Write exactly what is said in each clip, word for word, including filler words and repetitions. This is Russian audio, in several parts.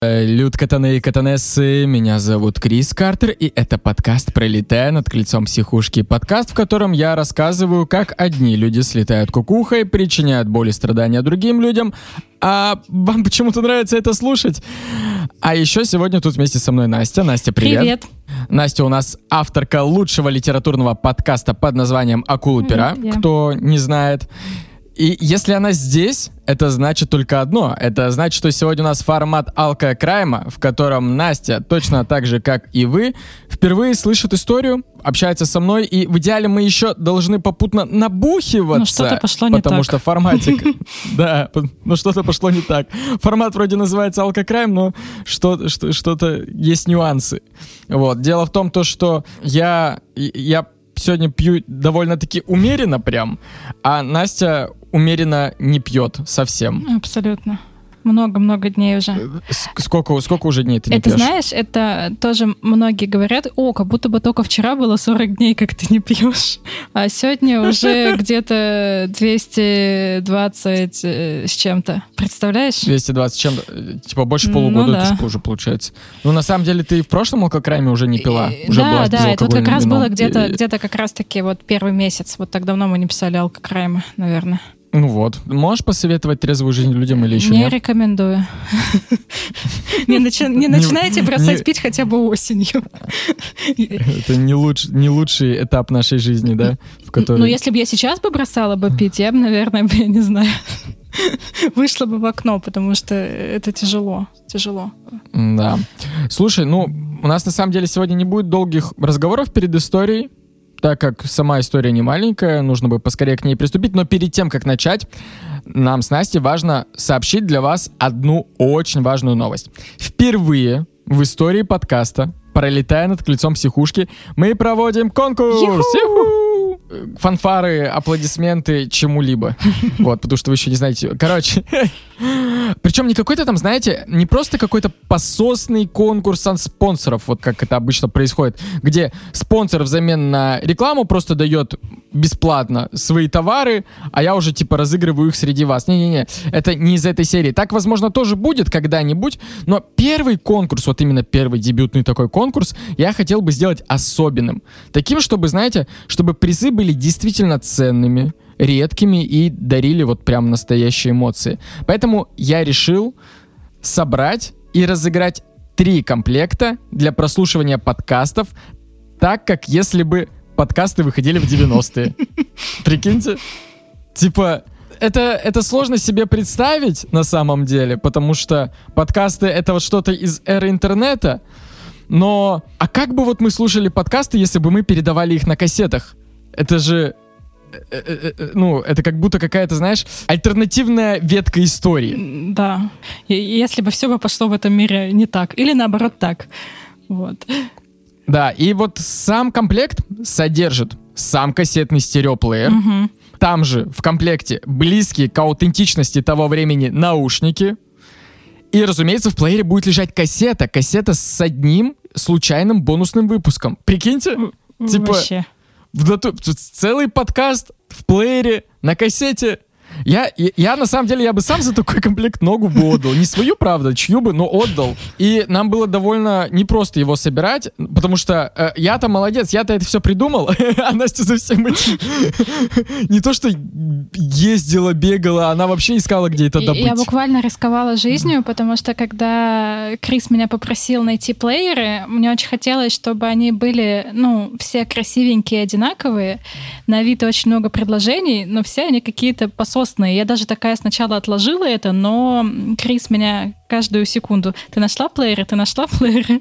Люд Катаны и Катанессы, меня зовут Крис Картер, и это подкаст «Пролетая над крыльцом психушки». Подкаст, в котором я рассказываю, как одни люди слетают кукухой, причиняют боль и страдания другим людям, а вам почему-то нравится это слушать. А еще сегодня тут вместе со мной Настя. Настя, привет. Привет. Настя у нас авторка лучшего литературного подкаста под названием «Акулы пера», Привет, я. кто не знает. И если она здесь, это значит только одно. Это значит, что сегодня у нас формат алко-крайма, в котором Настя, точно так же, как и вы, впервые слышит историю, общается со мной, и в идеале мы еще должны попутно набухиваться. Ну, что-то пошло не потому так. что форматик... Да, ну что-то пошло не так. Формат вроде называется алко-крайм, но что- что- что-то есть нюансы. Вот. Дело в том, то, что я... я сегодня пью довольно-таки умеренно прям, а Настя умеренно не пьет совсем. Абсолютно. Много-много дней уже. С- Сколько, сколько уже дней ты не Это, пьешь? знаешь, это тоже многие говорят, о, как будто бы только вчера было сорок дней, как ты не пьешь, а сегодня уже где-то двести двадцать э, с чем-то. Представляешь? двести двадцать чем-то, э, типа больше Ну полугода да. это уже получается. Ну, на самом деле, ты и в прошлом алкокрайме уже не пила. И- Уже была да, с да, это вот как безалкогольным раз вином. было где-то, И- где-то как раз-таки вот первый месяц. Вот так давно мы не писали алкокраймы, наверное. Ну вот. Можешь посоветовать трезвую жизнь людям или еще Не нет? рекомендую. Не начи- не начинайте бросать пить хотя бы осенью. Это не, луч, не лучший этап нашей жизни, да? В который... Ну, если бы я сейчас бы бросала бы пить, я бы, наверное, я не знаю, вышла бы в окно, потому что это тяжело, тяжело. Да. Слушай, ну, у нас на самом деле сегодня не будет долгих разговоров перед историей, так как сама история не маленькая, нужно бы поскорее к ней приступить. Но перед тем, как начать, нам с Настей важно сообщить для вас одну очень важную новость. Впервые в истории подкаста «Пролетая над крыльцом психушки» мы проводим конкурс! Юху! Фанфары, аплодисменты, чему-либо. Вот, потому что вы еще не знаете. Короче, причем не какой-то там, знаете, не просто какой-то пососный конкурс от спонсоров, вот как это обычно происходит, где спонсор взамен на рекламу просто дает бесплатно свои товары, а я уже типа разыгрываю их среди вас. Не-не-не, это не из этой серии. Так, возможно, тоже будет когда-нибудь, но первый конкурс, вот именно первый дебютный такой конкурс, я хотел бы сделать особенным. Таким, чтобы, знаете, чтобы призы были действительно ценными, редкими и дарили вот прям настоящие эмоции. Поэтому я решил собрать и разыграть три комплекта для прослушивания подкастов, так как если бы подкасты выходили в девяностые. Прикиньте? Типа, это, это сложно себе представить на самом деле, потому что подкасты — это вот что-то из эры интернета. Но, а как бы вот мы слушали подкасты, если бы мы передавали их на кассетах? Это же... э, э, э, Ну, это как будто какая-то, знаешь, альтернативная ветка истории. Да. И если бы все бы пошло в этом мире не так, или наоборот так. Вот. Да, и вот сам комплект содержит сам кассетный стереоплеер. Мгм. Там же в комплекте близкие к аутентичности того времени наушники. И, разумеется, в плеере будет лежать кассета. Кассета с одним случайным бонусным выпуском. Прикиньте? Типа- Вообще. В нату- тут целый подкаст в плеере на кассете. Я, я, я, на самом деле, я бы сам за такой комплект ногу бы отдал. Не свою, правда, чью бы, но отдал. И нам было довольно непросто его собирать, потому что э, я-то молодец, я-то это все придумал, а Настя за всем этим не то что ездила, бегала, она вообще искала, где это И- добыть. Я буквально рисковала жизнью, потому что когда Крис меня попросил найти плееры, мне очень хотелось, чтобы они были, ну, все красивенькие, одинаковые. На вид очень много предложений, но все они какие-то пососные. Я даже такая сначала отложила это, но Крис меня каждую секунду: ты нашла плееры, ты нашла плееры.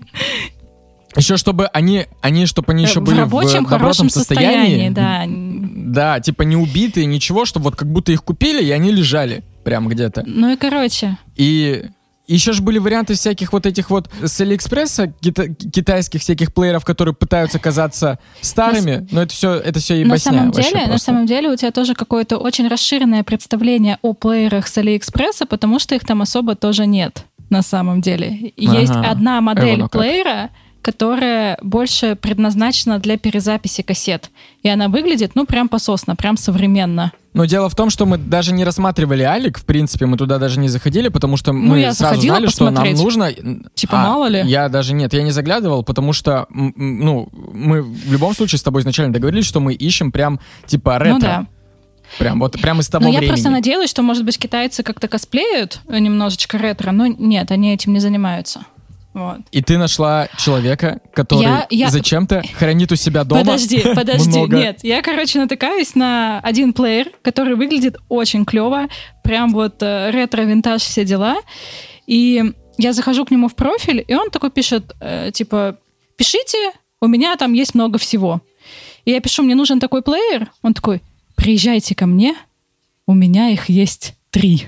Еще чтобы они, они чтобы они еще в были рабочем, в хорошем добротном состоянии, состоянии. да. Да, типа не убитые, ничего, чтобы вот как будто их купили, и они лежали прям где-то. Ну и короче, И еще же были варианты всяких вот этих вот с Алиэкспресса, кита- китайских всяких плееров, которые пытаются казаться старыми, но это все, это все на ебасня самом вообще деле, на просто. самом деле у тебя тоже какое-то очень расширенное представление о плеерах с Алиэкспресса, потому что их там особо тоже нет на самом деле. Есть Ага. одна модель Эвону как. плеера, которая больше предназначена для перезаписи кассет. И она выглядит, ну, прям пососно, прям современно. Но дело в том, что мы даже не рассматривали Алик, в принципе, мы туда даже не заходили, потому что ну, мы сразу знали, посмотреть. Что нам нужно... Типа, а, мало ли? Я даже нет, я не заглядывал, потому что, ну, мы в любом случае с тобой изначально договорились, что мы ищем прям, типа, ретро. Ну да. Прям вот, прям из того но времени. Я просто надеялась, что, может быть, китайцы как-то косплеют немножечко ретро, но нет, они этим не занимаются. Вот. И ты нашла человека, который я, я... зачем-то хранит у себя дома. Подожди, подожди, много. Нет, я, короче, натыкаюсь на один плеер, который выглядит очень клево, прям вот э, ретро-винтаж, все дела. И я захожу к нему в профиль, и он такой пишет, э, типа, пишите, у меня там есть много всего. И я пишу, мне нужен такой плеер. Он такой, приезжайте ко мне, у меня их есть три.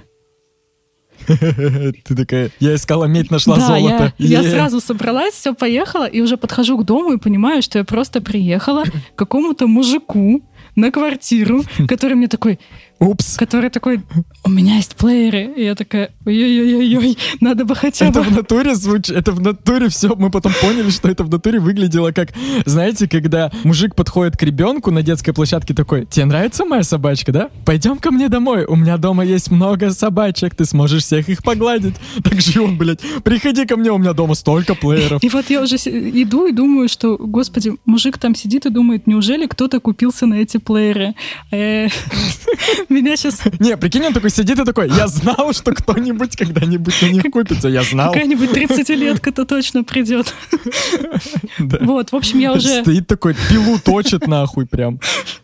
Ты такая, я искала медь, нашла да, золото. Я, я сразу собралась, все, поехала, и уже подхожу к дому и понимаю, что я просто приехала к какому-то мужику на квартиру, который мне такой... Упс. Который такой, у меня есть плееры. И я такая, ой-ой-ой-ой, надо бы хотя бы... Это в натуре звучит, это в натуре все, мы потом поняли, что это в натуре выглядело как, знаете, когда мужик подходит к ребенку на детской площадке такой, тебе нравится моя собачка, да? Пойдем ко мне домой, у меня дома есть много собачек, ты сможешь всех их погладить. Так же он, блядь, приходи ко мне, у меня дома столько плееров. И вот я уже иду и думаю, что, господи, мужик там сидит и думает, неужели кто-то купился на эти плееры? Меня сейчас... Не, прикинь, он такой сидит и такой, я знал, что кто-нибудь когда-нибудь на них купится, я знал. Какая-нибудь тридцатилетка-то точно придет. Вот, в общем, я уже... Стоит такой, пилу точит нахуй прям.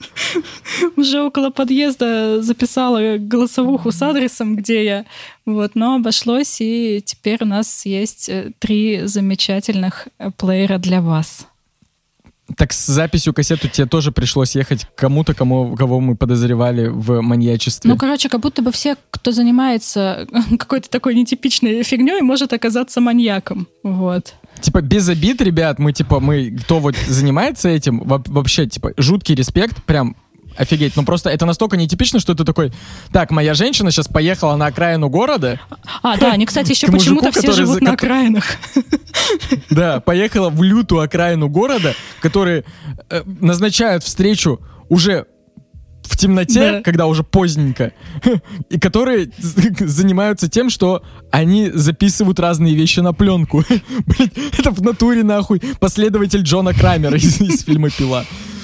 Уже около подъезда записала голосовуху с адресом, где я. Вот, но обошлось, и теперь у нас есть три замечательных плеера для вас. Так с записью кассету тебе тоже пришлось ехать к кому-то, кому, кого мы подозревали в маньячестве. Ну, короче, как будто бы все, кто занимается какой-то такой нетипичной фигней, может оказаться маньяком. Вот. Типа, без обид, ребят, мы, типа, мы, кто вот занимается этим, вообще, типа, жуткий респект, прям офигеть. Ну, просто это настолько нетипично, что ты такой, так, моя женщина сейчас поехала на окраину города. А, да, они, кстати, еще почему-то все живут на окраинах. Да, поехала в лютую окраину города, которые э, назначают встречу уже в темноте, да. Когда уже поздненько, и которые занимаются тем, что они записывают разные вещи на пленку. Блин, это в натуре нахуй последователь Джона Крамера из, из фильма «Пила».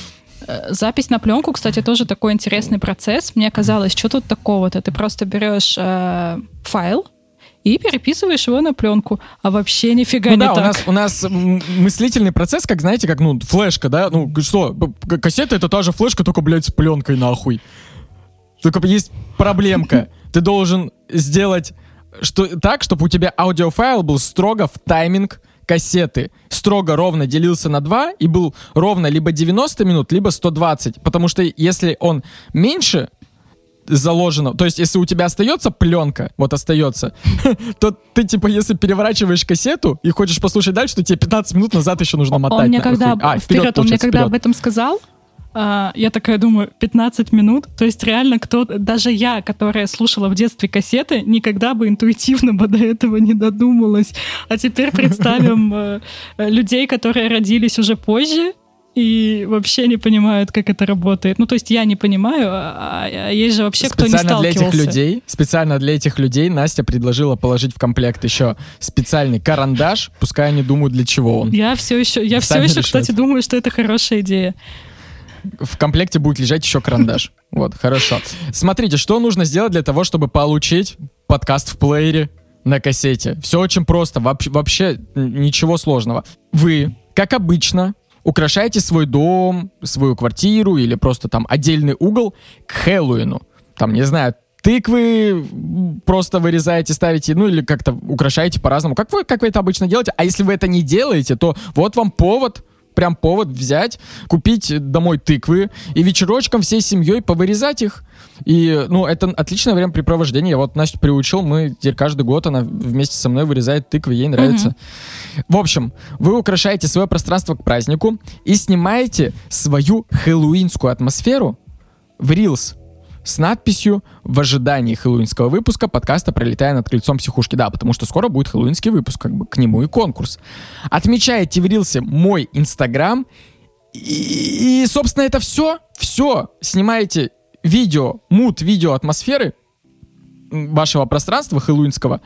Запись на пленку, кстати, тоже такой интересный процесс. Мне казалось, что тут такого-то? Ты просто берешь э, файл и переписываешь его на пленку. А вообще нифига ну не да, так. У нас, у нас мыслительный процесс, как, знаете, как, ну, флешка, да? Ну, что, кассета — это та же флешка, только, блядь, с пленкой, нахуй. Только есть проблемка. Ты должен сделать что, так, чтобы у тебя аудиофайл был строго в тайминг кассеты. Строго ровно делился на два и был ровно либо девяносто минут, либо сто двадцать. Потому что если он меньше заложено, то есть если у тебя остается пленка, вот остается, то ты типа если переворачиваешь кассету и хочешь послушать дальше, то тебе пятнадцать минут назад еще нужно мотать. Он мне когда, а, вперед, вперед, он мне когда вперед. об этом сказал, Uh, я такая думаю, пятнадцать минут, то есть реально кто, даже я, которая слушала в детстве кассеты, никогда бы интуитивно бы до этого не додумалась. А теперь представим uh, людей, которые родились уже позже и вообще не понимают, как это работает. Ну, то есть я не понимаю, а, а есть же вообще кто не сталкивался. Для этих людей, специально для этих людей Настя предложила положить в комплект еще специальный карандаш, пускай они думают, для чего он. Я все еще, я все еще, кстати, думаю, что это хорошая идея. В комплекте будет лежать еще карандаш. Вот, хорошо. Смотрите, что нужно сделать для того, чтобы получить подкаст в плеере на кассете. Все очень просто, вообще, вообще ничего сложного. Вы, как обычно, украшаете свой дом, свою квартиру или просто там отдельный угол к Хэллоуину. Там, не знаю, тыквы просто вырезаете, ставите, ну или как-то украшаете по-разному. Как вы, как вы это обычно делаете? А если вы это не делаете, то вот вам повод... Прям повод взять, купить домой тыквы и вечерочком всей семьей повырезать их. И, ну, это отличное времяпрепровождение. Я вот Настю приучил, мы теперь каждый год она вместе со мной вырезает тыквы, ей нравится. Mm-hmm. В общем, вы украшаете свое пространство к празднику и снимаете свою хэллоуинскую атмосферу в Reels. с надписью «В ожидании хэллоуинского выпуска подкаста «Пролетая над крыльцом психушки». Да, потому что скоро будет хэллоуинский выпуск, как бы к нему и конкурс. Отмечаете в рилсе мой Инстаграм, и, и, собственно, это все. Все. Снимаете видео, мут, видео атмосферы вашего пространства хэллоуинского,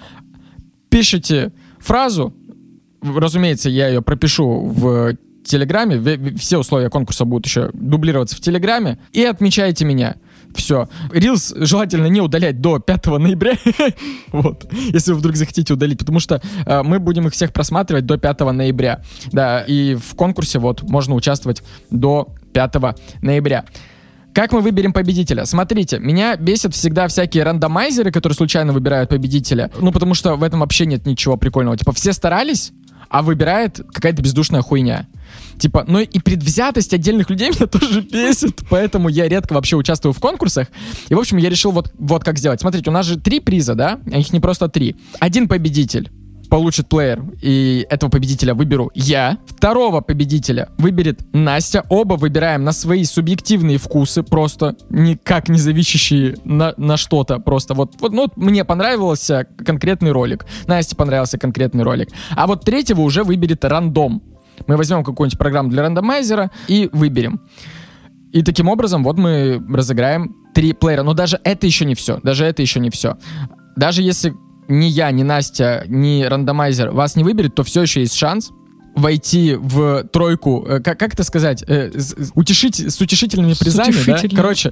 пишите фразу, разумеется, я ее пропишу в Телеграме, все условия конкурса будут еще дублироваться в Телеграме, и отмечаете меня. Все. Рилс желательно не удалять до пятого ноября, вот, если вы вдруг захотите удалить, потому что э, мы будем их всех просматривать до пятого ноября. Да, и в конкурсе вот можно участвовать до пятого ноября. Как мы выберем победителя? Смотрите, меня бесят всегда всякие рандомайзеры, которые случайно выбирают победителя, ну, потому что в этом вообще нет ничего прикольного. Типа, все старались, а выбирает какая-то бездушная хуйня. Типа, ну и предвзятость отдельных людей меня тоже бесит, поэтому я редко вообще участвую в конкурсах. И, в общем, я решил вот, вот как сделать. Смотрите, у нас же три приза, да? А их не просто три. Один победитель получит плеер, и этого победителя выберу я. Второго победителя выберет Настя. Оба выбираем на свои субъективные вкусы, просто никак не зависящие на, на что-то. Просто вот, вот, ну, мне понравился конкретный ролик, Насте понравился конкретный ролик. А вот третьего уже выберет рандом. Мы возьмем какую-нибудь программу для рандомайзера и выберем. И таким образом вот мы разыграем три плеера. Но даже это еще не все. Даже это еще не все. Даже если ни я, ни Настя, ни рандомайзер вас не выберет, то все еще есть шанс войти в тройку, э, как, как это сказать, э, с, утешить, с утешительными призами, да? Короче,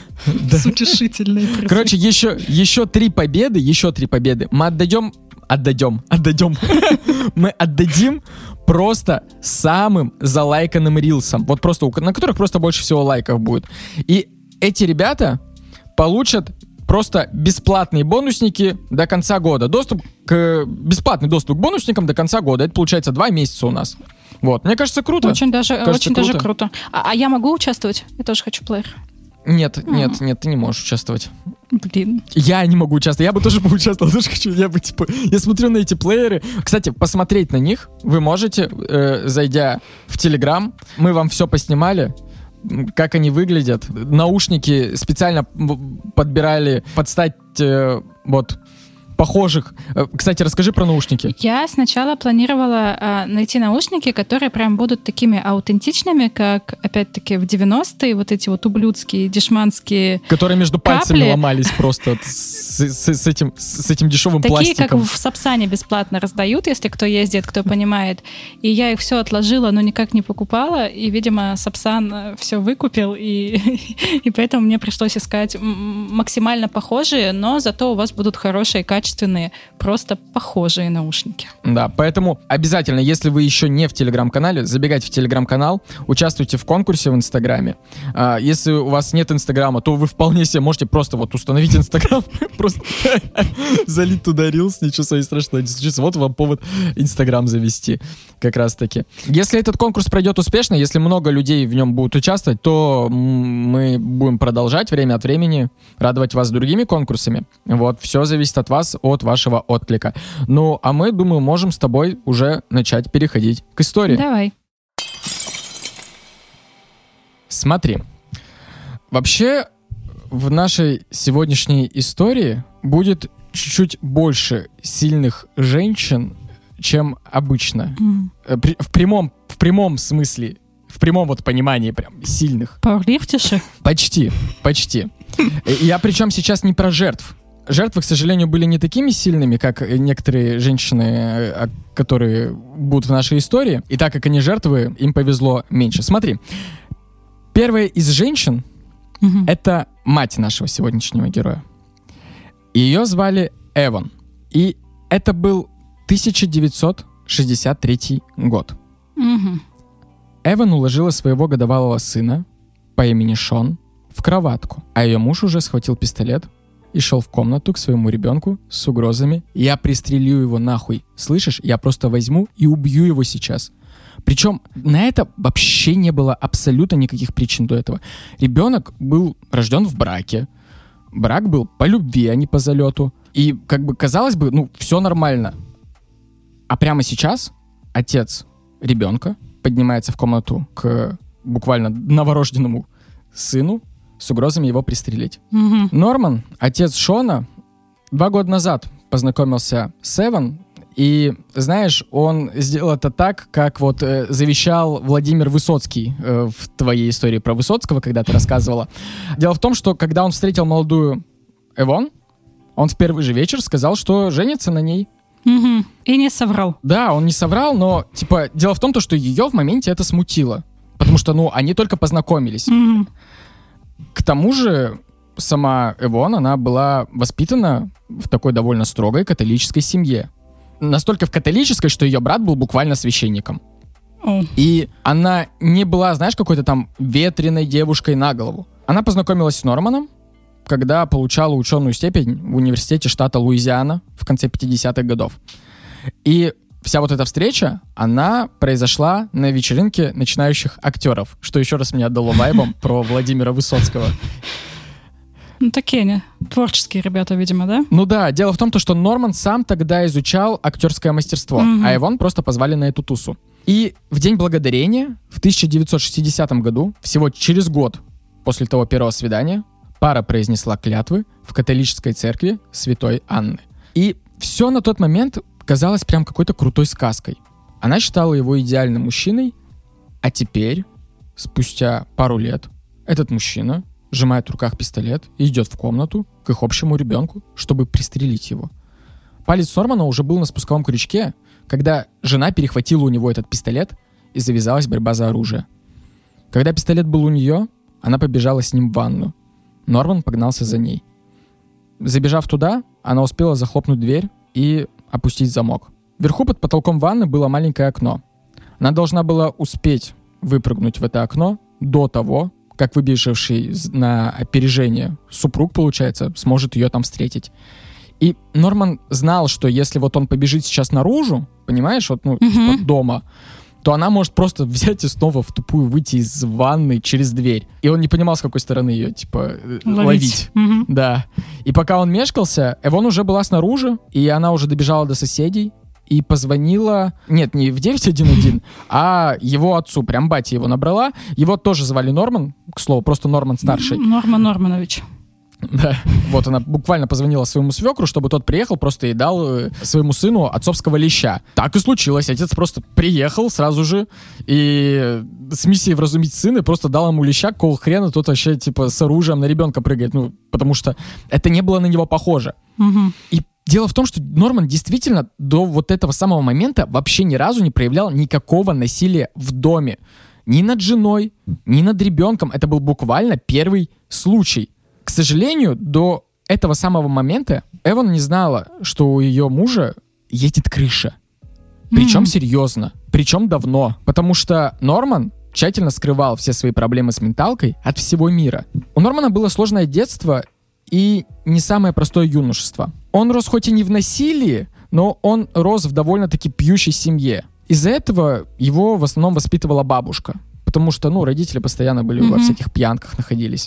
с утешительными призами. Короче, еще, еще три победы, еще три победы мы отдадем, отдадем, отдадем, мы отдадим просто самым залайканным рилсам, вот просто, на которых просто больше всего лайков будет. И эти ребята получат просто бесплатные бонусники до конца года. Доступ к... Бесплатный доступ к бонусникам до конца года. Это получается два месяца у нас. Вот. Мне кажется, круто. Очень даже, кажется, очень круто. даже круто. А, а я могу участвовать? Я тоже хочу плеер. Нет, mm. нет, нет, ты не можешь участвовать. Блин. Я не могу участвовать. Я бы тоже поучаствовал. Тоже хочу. Я бы, типа... Я смотрю на эти плееры. Кстати, посмотреть на них вы можете, э, зайдя в Телеграм. Мы вам все поснимали. Как они выглядят. Наушники специально подбирали под стать э, вот похожих. Кстати, расскажи про наушники. Я сначала планировала э, найти наушники, которые прям будут такими аутентичными, как, опять-таки, в девяностые, вот эти вот ублюдские, дешманские которые между пальцами капли. Ломались просто с, с, с, этим, с этим дешевым такие, пластиком. Такие, как в Сапсане бесплатно раздают, если кто ездит, кто понимает. И я их все отложила, но никак не покупала, и, видимо, Сапсан все выкупил, и, и поэтому мне пришлось искать максимально похожие, но зато у вас будут хорошие, качественные, просто похожие наушники. Да, поэтому обязательно, если вы еще не в Телеграм-канале, забегайте в Телеграм-канал, участвуйте в конкурсе в Инстаграме. А, если у вас нет Инстаграма, то вы вполне себе можете просто вот установить Инстаграм, просто залить туда рилс, ничего себе страшного не случится. Вот вам повод Инстаграм завести, как раз таки. Если этот конкурс пройдет успешно, если много людей в нем будут участвовать, то мы будем продолжать время от времени радовать вас другими конкурсами. Вот, все зависит от вас, от вашего отклика. Ну, а мы, думаю, можем с тобой уже начать переходить к истории. Давай. Смотри. Вообще, в нашей сегодняшней истории будет чуть-чуть больше сильных женщин, чем обычно. Mm. При, в, прямом, в прямом смысле, в прямом вот понимании прям сильных. Пауэрлифтерши? Почти, почти. Я причем сейчас не про жертв. Жертвы, к сожалению, были не такими сильными, как некоторые женщины, которые будут в нашей истории. И так как они жертвы, им повезло меньше. Смотри, первая из женщин mm-hmm. — это мать нашего сегодняшнего героя. Ее звали Эван. И это был тысяча девятьсот шестьдесят третий год. Mm-hmm. Эван уложила своего годовалого сына по имени Шон в кроватку, а ее муж уже схватил пистолет и шел в комнату к своему ребенку с угрозами: «Я пристрелю его нахуй. Слышишь? Я просто возьму и убью его сейчас». Причем на это вообще не было абсолютно никаких причин до этого. Ребенок был рожден в браке. Брак был по любви, а не по залету. И, как бы, казалось бы, ну, все нормально. А прямо сейчас отец ребенка поднимается в комнату к буквально новорожденному сыну, с угрозами его пристрелить. Угу. Норман, отец Шона, два года назад познакомился с Эван, и, знаешь, он сделал это так, как вот э, завещал Владимир Высоцкий э, в твоей истории про Высоцкого, когда ты рассказывала. Дело в том, что когда он встретил молодую Эвон, он в первый же вечер сказал, что женится на ней. Угу. И не соврал. Да, он не соврал, но, типа, дело в том, что ее в моменте это смутило. Потому что, ну, они только познакомились. Угу. К тому же, сама Эвон, она была воспитана в такой довольно строгой католической семье. Настолько в католической, что ее брат был буквально священником. О. И она не была, знаешь, какой-то там ветреной девушкой на голову. Она познакомилась с Норманом, когда получала ученую степень в университете штата Луизиана в конце пятидесятых годов. И вся вот эта встреча, она произошла на вечеринке начинающих актеров, что еще раз мне отдало вайбом про Владимира Высоцкого. Ну, такие они, творческие ребята, видимо, да? Ну да, дело в том, что Норман сам тогда изучал актерское мастерство, Мгм. а Эвон просто позвали на эту тусу. И в День Благодарения в тысяча девятьсот шестидесятом году, всего через год после того первого свидания, пара произнесла клятвы в католической церкви Святой Анны. И все на тот момент казалось прям какой-то крутой сказкой. Она считала его идеальным мужчиной, а теперь, спустя пару лет, этот мужчина сжимает в руках пистолет и идет в комнату к их общему ребенку, чтобы пристрелить его. Палец Нормана уже был на спусковом крючке, когда жена перехватила у него этот пистолет и завязалась борьба за оружие. Когда пистолет был у нее, она побежала с ним в ванну. Норман погнался за ней. Забежав туда, она успела захлопнуть дверь и опустить замок. Вверху под потолком ванны было маленькое окно. Она должна была успеть выпрыгнуть в это окно до того, как выбежавший на опережение супруг, получается, сможет ее там встретить. И Норман знал, что если вот он побежит сейчас наружу, понимаешь, вот, ну, Мгм. из-под дома, то она может просто взять и снова в тупую выйти из ванны через дверь. И он не понимал, с какой стороны ее, типа, э, ловить. Мгм. Да. И пока он мешкался, Эвон уже была снаружи, и она уже добежала до соседей и позвонила... Нет, не в девять один один, а его отцу. Прям батя его набрала. Его тоже звали Норман, к слову, просто Норман старший. Норман Норманович. Да. Вот она буквально позвонила своему свекру, чтобы тот приехал просто и дал э, своему сыну отцовского леща. Так и случилось. Отец просто приехал сразу же и с миссией вразумить сына просто дал ему леща, какого хрена тот вообще типа с оружием на ребенка прыгает. Ну, потому что это не было на него похоже. Мгм. И дело в том, что Норман действительно до вот этого самого момента вообще ни разу не проявлял никакого насилия в доме. Ни над женой, ни над ребенком. Это был буквально первый случай. К сожалению, до этого самого момента Эван не знала, что у ее мужа едет крыша. Причем Мгм. серьезно. Причем давно. Потому что Норман тщательно скрывал все свои проблемы с менталкой от всего мира. У Нормана было сложное детство и не самое простое юношество. Он рос хоть и не в насилии, но он рос в довольно-таки пьющей семье. Из-за этого его в основном воспитывала бабушка. Потому что, ну, родители постоянно были во Мгм. всяких пьянках находились.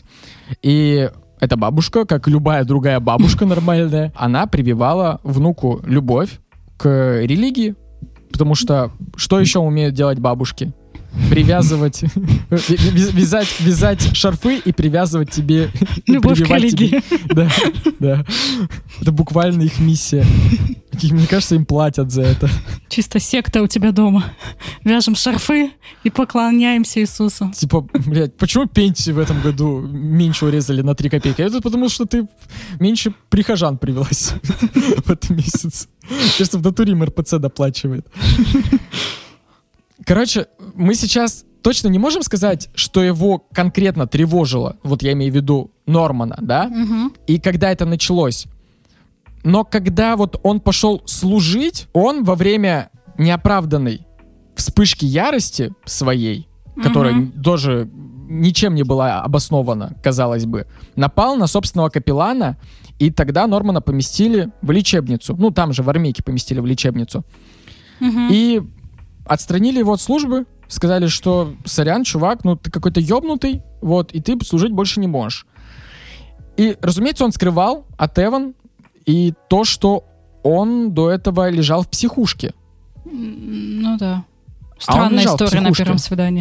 И эта бабушка, как любая другая бабушка нормальная, она прививала внуку любовь к религии. Потому что что еще умеют делать бабушки? Привязывать, вя- вязать, вязать шарфы и привязывать тебе, Любовь к прививать тебе. религии. Да, да. Это буквально их миссия. И, мне кажется, им платят за это. Чисто секта у тебя дома. Вяжем шарфы и поклоняемся Иисусу. Типа, блядь, почему пенсию в этом году меньше урезали на три копейки? Это потому, что ты меньше прихожан привелась в этом месяце. Кажется, в натуре им эр пэ цэ доплачивает. Короче, мы сейчас точно не можем сказать, что его конкретно тревожило, вот я имею в виду Нормана, да? Мгм. И когда это началось. Но когда вот он пошел служить, он во время неоправданной вспышки ярости своей, которая Мгм. тоже ничем не была обоснована, казалось бы, напал на собственного капеллана, и тогда Нормана поместили в лечебницу. Ну, там же в армейке поместили в лечебницу. Мгм. И отстранили его от службы, сказали, что сорян, чувак, ну ты какой-то ёбнутый, вот, и ты служить больше не можешь. И, разумеется, он скрывал от Эван и то, что он до этого лежал в психушке. М, Ну да. А он Странная лежал в история на психушке. первом свидании.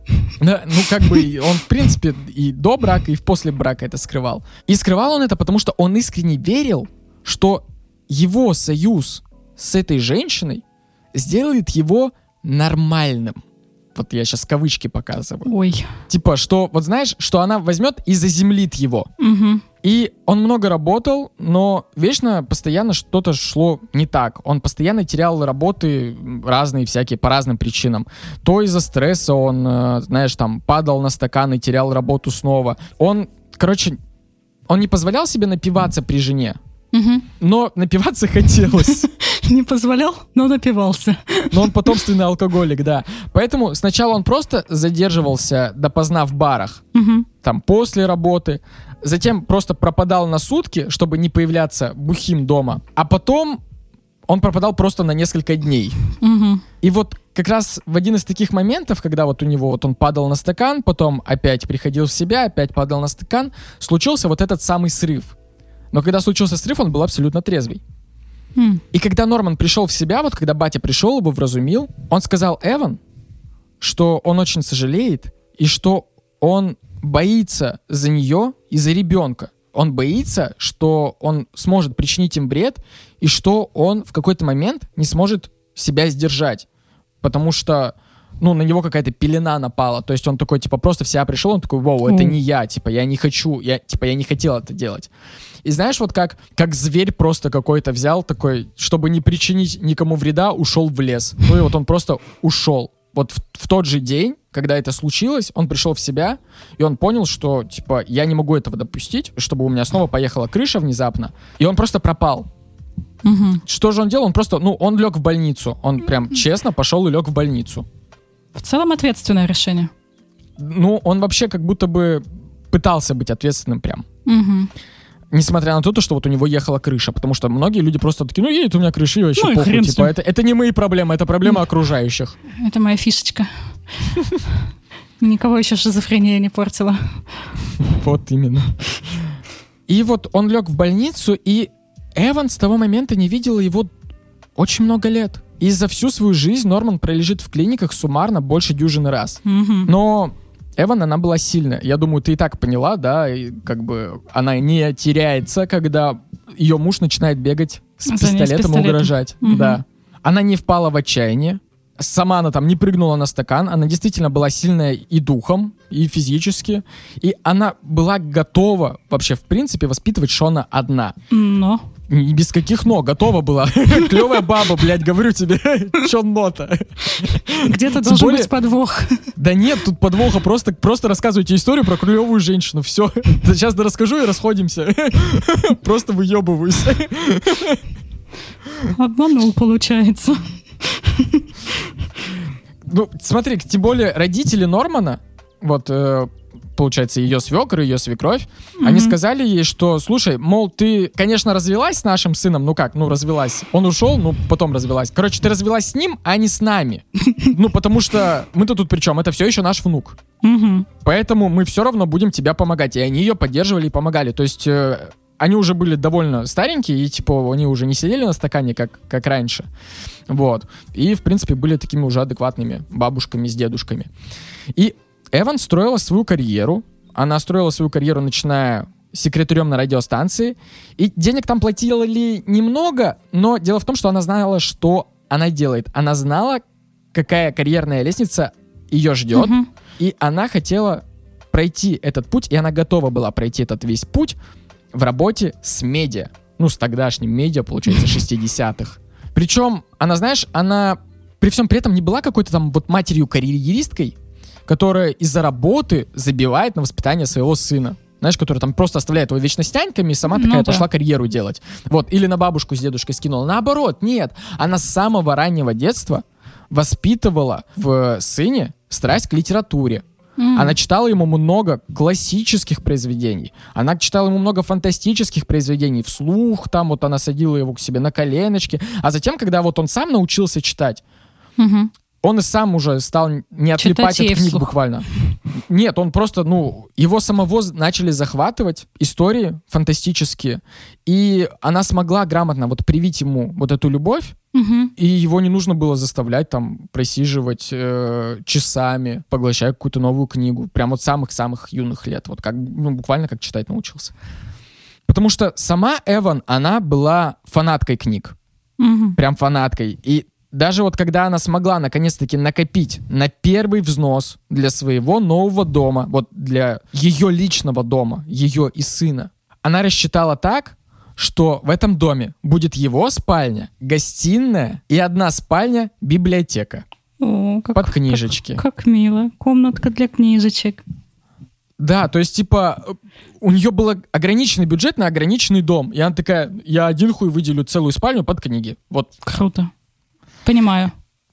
Да, ну, как бы он, в принципе, и до брака, и после брака это скрывал. И скрывал он это, потому что он искренне верил, что его союз с этой женщиной сделает его нормальным. Вот я сейчас кавычки показываю. Ой. Типа, что, вот знаешь, что она возьмет и заземлит его. Угу. И он много работал, но вечно, постоянно что-то шло не так. Он постоянно терял работы разные всякие, по разным причинам. То из-за стресса он, знаешь, там, падал на стакан и терял работу снова. Он, короче, он не позволял себе напиваться при жене. Угу. Но напиваться хотелось. Не позволял, но напивался. Но он потомственный алкоголик, да. Поэтому сначала он просто задерживался допоздна в барах, угу. там, после работы. Затем просто пропадал на сутки, чтобы не появляться бухим дома. А потом он пропадал просто на несколько дней. Угу. И вот как раз в один из таких моментов, когда вот у него вот он падал на стакан, потом опять приходил в себя, опять падал на стакан, случился вот этот самый срыв. Но когда случился срыв, он был абсолютно трезвый. Mm. И когда Норман пришел в себя, вот когда батя пришел, его вразумил, он сказал Эван, что он очень сожалеет и что он боится за нее и за ребенка. Он боится, что он сможет причинить им вред и что он в какой-то момент не сможет себя сдержать. Потому что, ну, на него какая-то пелена напала. То есть он такой, типа, просто в себя пришел, он такой, вау, это не я, типа, я не хочу, я, типа, я не хотел это делать. И знаешь, вот как, как зверь просто какой-то взял такой, чтобы не причинить никому вреда, ушел в лес. Ну и вот он просто ушел. Вот в, в тот же день, когда это случилось, он пришел в себя, и он понял, что, типа, я не могу этого допустить, чтобы у меня снова поехала крыша внезапно, и он просто пропал. Угу. Что же он делал? Он просто, ну, он лег в больницу. Он прям честно пошел и лег в больницу. В целом ответственное решение. Ну, он вообще как будто бы пытался быть ответственным прям. Угу. Несмотря на то, что вот у него ехала крыша. Потому что многие люди просто такие, ну, едет у меня крыша, и вообще ну, похуй. И типа, это, это не мои проблемы, это проблема окружающих. Это моя фишечка. Никого еще шизофрения не портила. Вот именно. И вот он лег в больницу, и Эван с того момента не видел его очень много лет. И за всю свою жизнь Норман пролежит в клиниках суммарно больше дюжины раз. Mm-hmm. Но Эван, она была сильная. Я думаю, ты и так поняла, да, и как бы она не теряется, когда ее муж начинает бегать с за пистолетом, с пистолетом и угрожать. Mm-hmm. Да. Она не впала в отчаяние. Сама она там не прыгнула на стакан. Она действительно была сильная и духом, и физически. И она была готова вообще, в принципе, воспитывать Шона одна. Но... И без каких но, готова была. Клевая баба, блядь, говорю тебе. Чё но-то? Где-то должен более... быть подвох. Да нет, тут подвоха. Просто, просто рассказывайте историю про клевую женщину. Все. Сейчас да расскажу и расходимся. Просто выебываюсь. Обманул, получается. Ну, смотри, тем более родители Нормана, вот... получается, ее свекр, ее свекровь, mm-hmm. они сказали ей, что, слушай, мол, ты, конечно, развелась с нашим сыном, ну как, ну развелась. Он ушел, ну потом развелась. Короче, ты развелась с ним, а не с нами. Ну, потому что мы-то тут при чем? Это все еще наш внук. Mm-hmm. Поэтому мы все равно будем тебя помогать. И они ее поддерживали и помогали. То есть э, они уже были довольно старенькие, и типа они уже не сидели на стакане, как, как раньше. Вот. И, в принципе, были такими уже адекватными бабушками с дедушками. И Эван строила свою карьеру. Она строила свою карьеру, начиная секретарем на радиостанции. И денег там платили немного, но дело в том, что она знала, что она делает. Она знала, какая карьерная лестница ее ждет. Mm-hmm. И она хотела пройти этот путь, и она готова была пройти этот весь путь в работе с медиа. Ну, с тогдашним медиа, получается, шестидесятых. Причем, она, знаешь, она при всем при этом не была какой-то там вот матерью-карьеристкой, которая из-за работы забивает на воспитание своего сына. Знаешь, которая там просто оставляет его вечно с няньками и сама ну, такая да. пошла карьеру делать. Вот. Или на бабушку с дедушкой скинула. Наоборот, нет. Она с самого раннего детства воспитывала в сыне страсть к литературе. Mm. Она читала ему много классических произведений. Она читала ему много фантастических произведений вслух. Там вот она садила его к себе на коленочки. А затем, когда вот он сам научился читать, mm-hmm. он и сам уже стал не отлипать от книг вслух. Буквально. Нет, он просто, ну, его самого начали захватывать истории фантастические, и она смогла грамотно вот привить ему вот эту любовь, угу. и его не нужно было заставлять там просиживать э, часами, поглощая какую-то новую книгу, прям вот самых-самых юных лет, вот как, ну, буквально как читать научился. Потому что сама Эван, она была фанаткой книг, угу. прям фанаткой, и даже вот когда она смогла наконец-таки накопить на первый взнос для своего нового дома, вот для ее личного дома, ее и сына, она рассчитала так, что в этом доме будет его спальня, гостиная и одна спальня — библиотека. О, как, под книжечки. Как, как мило. Комнатка для книжечек. Да, то есть, типа, у нее был ограниченный бюджет на ограниченный дом. И она такая, я один хуй выделю целую спальню под книги. Вот. Круто. Понимаю.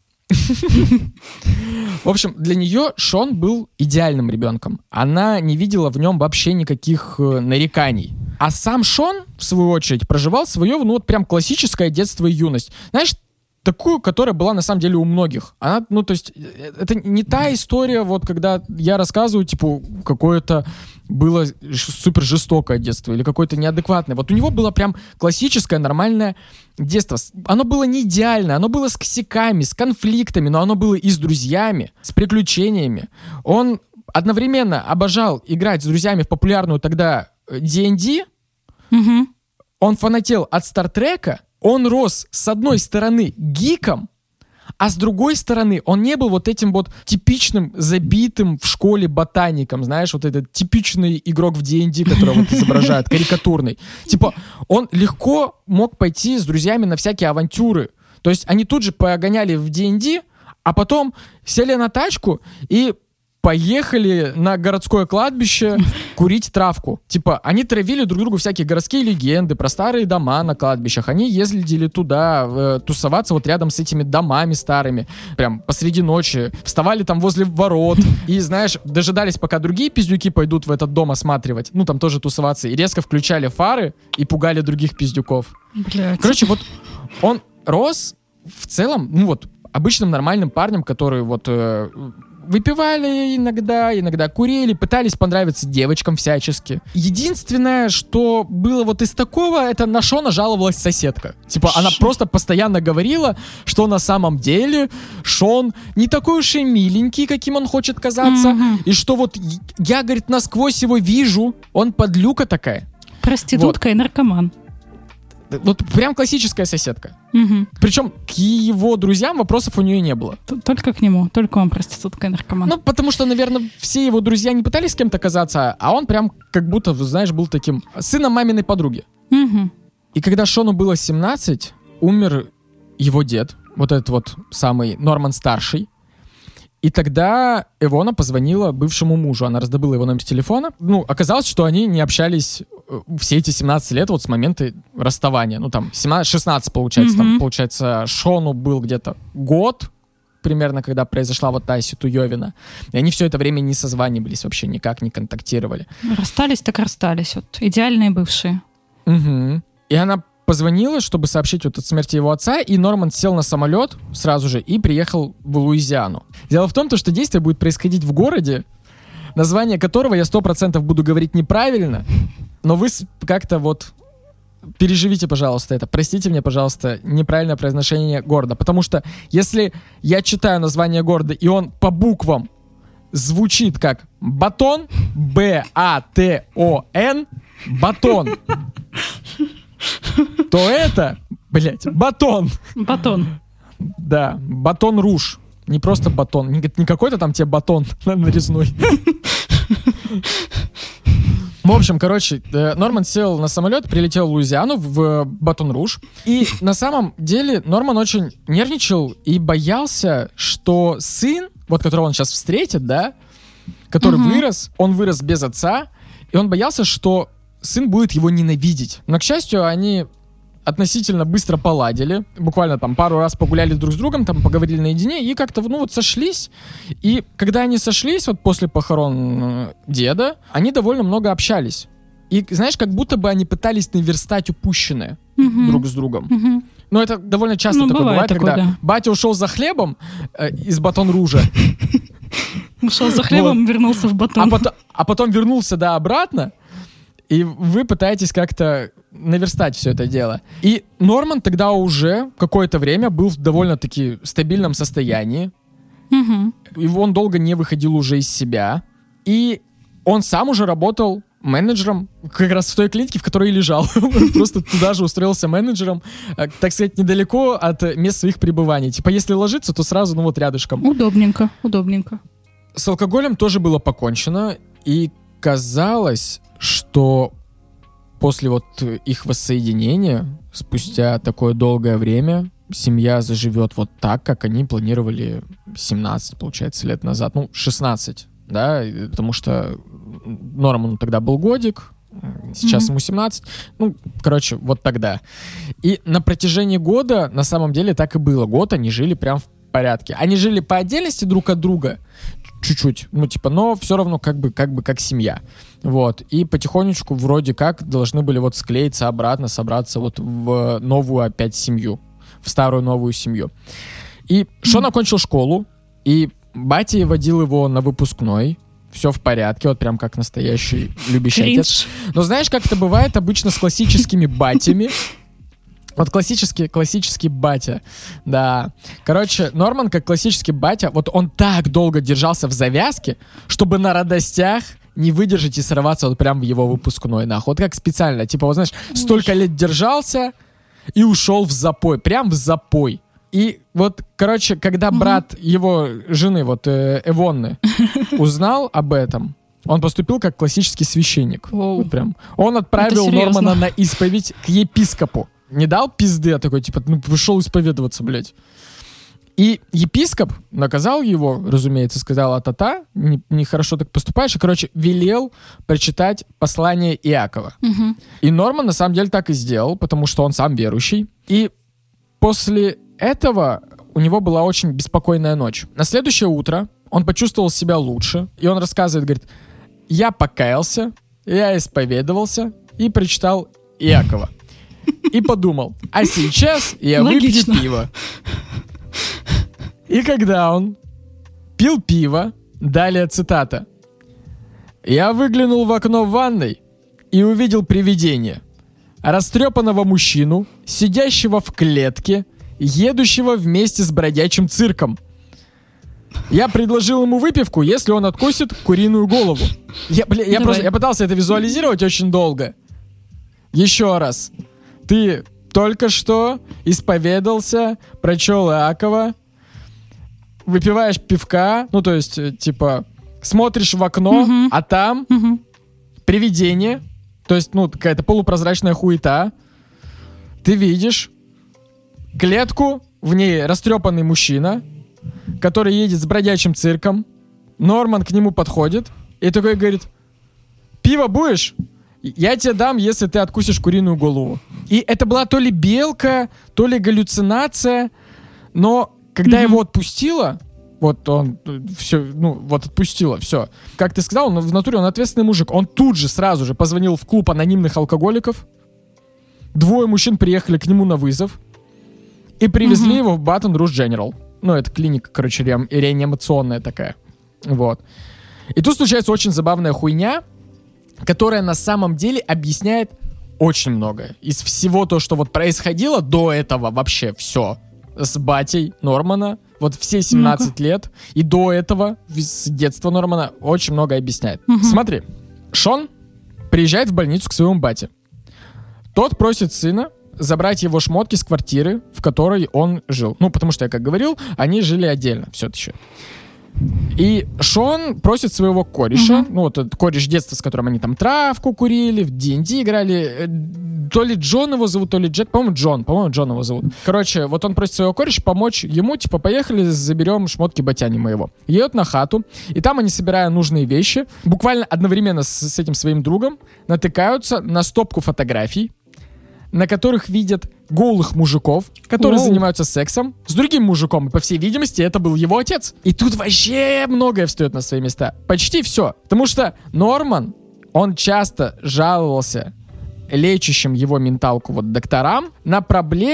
В общем, для нее Шон был идеальным ребенком. Она не видела в нем вообще никаких э, нареканий. А сам Шон, в свою очередь, проживал свое, ну вот прям классическое детство и юность. Знаешь, такую, которая была на самом деле у многих. Она, ну то есть, это не та история, вот когда я рассказываю, типа, какое-то было супер жестокое детство или какое-то неадекватное. Вот у него было прям классическое нормальное детство. Оно было не идеальное, оно было с косяками, с конфликтами, но оно было и с друзьями, с приключениями. Он одновременно обожал играть с друзьями в популярную тогда ди энд ди. Угу. Он фанател от Стартрека. Он рос с одной стороны гиком, а с другой стороны он не был вот этим вот типичным забитым в школе ботаником, знаешь, вот этот типичный игрок в ди энд ди, который вот изображает, карикатурный. Типа он легко мог пойти с друзьями на всякие авантюры. То есть они тут же погоняли в ди энд ди, а потом сели на тачку и поехали на городское кладбище курить травку. Типа, они травили друг другу всякие городские легенды про старые дома на кладбищах. Они ездили туда э, тусоваться вот рядом с этими домами старыми. Прям посреди ночи. Вставали там возле ворот. И, знаешь, дожидались, пока другие пиздюки пойдут в этот дом осматривать. Ну, там тоже тусоваться. И резко включали фары и пугали других пиздюков. Блядь. Короче, вот он рос в целом, ну вот, обычным нормальным парнем, который вот... Э, выпивали иногда, иногда курили, пытались понравиться девочкам всячески. Единственное, что было вот из такого, это на Шона жаловалась соседка. Типа, она просто постоянно говорила, что на самом деле Шон не такой уж и миленький, каким он хочет казаться, mm-hmm. и что вот я, говорит, насквозь его вижу, он подлюка такая. Проститутка вот. И наркоман. Вот прям классическая соседка. Угу. Причем к его друзьям вопросов у нее не было. Только к нему, только он проститутка и наркоман. Ну, потому что, наверное, все его друзья не пытались с кем-то казаться, а он прям как будто, знаешь, был таким сыном маминой подруги. Угу. И когда Шону было семнадцать, умер его дед, вот этот вот самый Норман-старший. И тогда Эвона позвонила бывшему мужу. Она раздобыла его номер телефона. Ну, оказалось, что они не общались все эти семнадцать лет вот с момента расставания. Ну, там, семнадцать, шестнадцать, получается. Mm-hmm. Там, получается, Шону был где-то год примерно, когда произошла вот та ситуевина. И они все это время не созванивались вообще, никак не контактировали. Расстались так расстались. Вот идеальные бывшие. Угу. И она позвонила, чтобы сообщить вот о смерти его отца, и Норман сел на самолет сразу же и приехал в Луизиану. Дело в том, что действие будет происходить в городе, название которого я сто процентов буду говорить неправильно, но вы как-то вот переживите, пожалуйста, это. Простите мне, пожалуйста, неправильное произношение города, потому что если я читаю название города, и он по буквам звучит как Батон, Б-А-Т-О-Н, Батон, то это, блять, батон. Батон. Да, батон руж. Не просто батон. Не, не какой-то там тебе батон нарезной. В общем, короче, Норман сел на самолет, прилетел в Луизиану, в Батон-Руж. И на самом деле Норман очень нервничал и боялся, что сын, вот которого он сейчас встретит, да, который угу. вырос, он вырос без отца, и он боялся, что сын будет его ненавидеть. Но, к счастью, они относительно быстро поладили. Буквально там пару раз погуляли друг с другом, там поговорили наедине и как-то, ну вот, сошлись. И когда они сошлись, вот после похорон деда, они довольно много общались. И, знаешь, как будто бы они пытались наверстать упущенное mm-hmm. друг с другом. Mm-hmm. Ну, это довольно часто ну, такое бывает, такое, когда да. батя ушел за хлебом э, из Батон-Ружа. Ушел за хлебом, вернулся в Батон. А потом вернулся, да, обратно, и вы пытаетесь как-то наверстать все это дело. И Норман тогда уже какое-то время был в довольно-таки стабильном состоянии. Угу. И он долго не выходил уже из себя. И он сам уже работал менеджером как раз в той клинике, в которой и лежал. Просто туда же устроился менеджером, так сказать, недалеко от мест своих пребываний. Типа, если ложиться, то сразу, ну вот, рядышком. Удобненько, удобненько. С алкоголем тоже было покончено, и казалось, что после вот их воссоединения, спустя такое долгое время, семья заживет вот так, как они планировали семнадцать, получается, лет назад. Ну, шестнадцать, да, потому что Норману тогда был годик, сейчас mm-hmm. ему семнадцать. Ну, короче, вот тогда. И на протяжении года, на самом деле, так и было. Год они жили прям в порядке. Они жили по отдельности друг от друга, чуть-чуть, ну, типа, но все равно как бы, как бы как семья. Вот. И потихонечку вроде как должны были вот склеиться обратно, собраться вот в новую опять семью, в старую новую семью. И mm-hmm. Шон окончил школу, и батя водил его на выпускной. Все в порядке, вот прям как настоящий любящий Кринж. Отец. Но знаешь, как это бывает обычно с классическими батями? Вот классический, классический батя, да. Короче, Норман, как классический батя, вот он так долго держался в завязке, чтобы на радостях не выдержать и сорваться вот прям в его выпускной, нахуй. Вот как специально, типа, вот знаешь, столько лет держался и ушел в запой, прям в запой. И вот, короче, когда mm-hmm. брат его жены, вот э, Эвонны, узнал об этом, он поступил как классический священник. Wow. Вот прям. Он отправил Нормана на исповедь к епископу. Не дал пизды, а такой, типа, ну, пришел исповедоваться, блядь. И епископ наказал его, разумеется, сказал, а-та-та, нехорошо не так поступаешь, и, короче, велел прочитать послание Иакова. Mm-hmm. И Норман, на самом деле, так и сделал, потому что он сам верующий. И после этого у него была очень беспокойная ночь. На следующее утро он почувствовал себя лучше, и он рассказывает, говорит, я покаялся, я исповедовался и прочитал Иакова. И подумал, а сейчас я Логично. выпью пиво. И когда он пил пиво, далее цитата, я выглянул в окно в ванной и увидел привидение. Растрепанного мужчину, сидящего в клетке, едущего вместе с бродячим цирком. Я предложил ему выпивку, если он откусит куриную голову. Я, бля, я, просто, я пытался это визуализировать очень долго. Еще раз. Ты только что исповедался, прочел Иакова, выпиваешь пивка, ну, то есть, типа, смотришь в окно, угу. а там угу. привидение, то есть, ну, какая-то полупрозрачная хуета. Ты видишь клетку, в ней растрепанный мужчина, который едет с бродячим цирком. Норман к нему подходит и такой говорит, пиво будешь? Я тебе дам, если ты откусишь куриную голову. И это была то ли белка, то ли галлюцинация, но когда mm-hmm. его отпустило, вот он все, ну, вот отпустило, все. Как ты сказал, он в натуре, он ответственный мужик. Он тут же, сразу же позвонил в клуб анонимных алкоголиков. Двое мужчин приехали к нему на вызов и привезли mm-hmm. его в Baton Rouge General. Ну, это клиника, короче, ре- реанимационная такая. Вот. И тут случается очень забавная хуйня, которая на самом деле объясняет очень многое. Из всего то, что вот происходило до этого вообще все с батей Нормана, вот все семнадцать ну-ка. лет, и до этого, с детства Нормана, очень многое объясняет. Угу. Смотри, Шон приезжает в больницу к своему бате. Тот просит сына забрать его шмотки с квартиры, в которой он жил. Ну, потому что, я как говорил, они жили отдельно все еще. И Шон просит своего кореша, uh-huh. ну вот этот кореш детства, с которым они там травку курили, в ди энд ди играли, то ли Джон его зовут, то ли Джек, по-моему, Джон, по-моему, Джон его зовут. Короче, вот он просит своего кореша помочь ему, типа, поехали, заберем шмотки батяни моего. Едут на хату, и там они, собирая нужные вещи, буквально одновременно с, с этим своим другом, натыкаются на стопку фотографий, на которых видят голых мужиков, которые Воу. занимаются сексом с другим мужиком. И, по всей видимости, это был его отец. И тут вообще многое встает на свои места. Почти все. Потому что Норман, он часто жаловался лечащим его менталку вот докторам на проблемы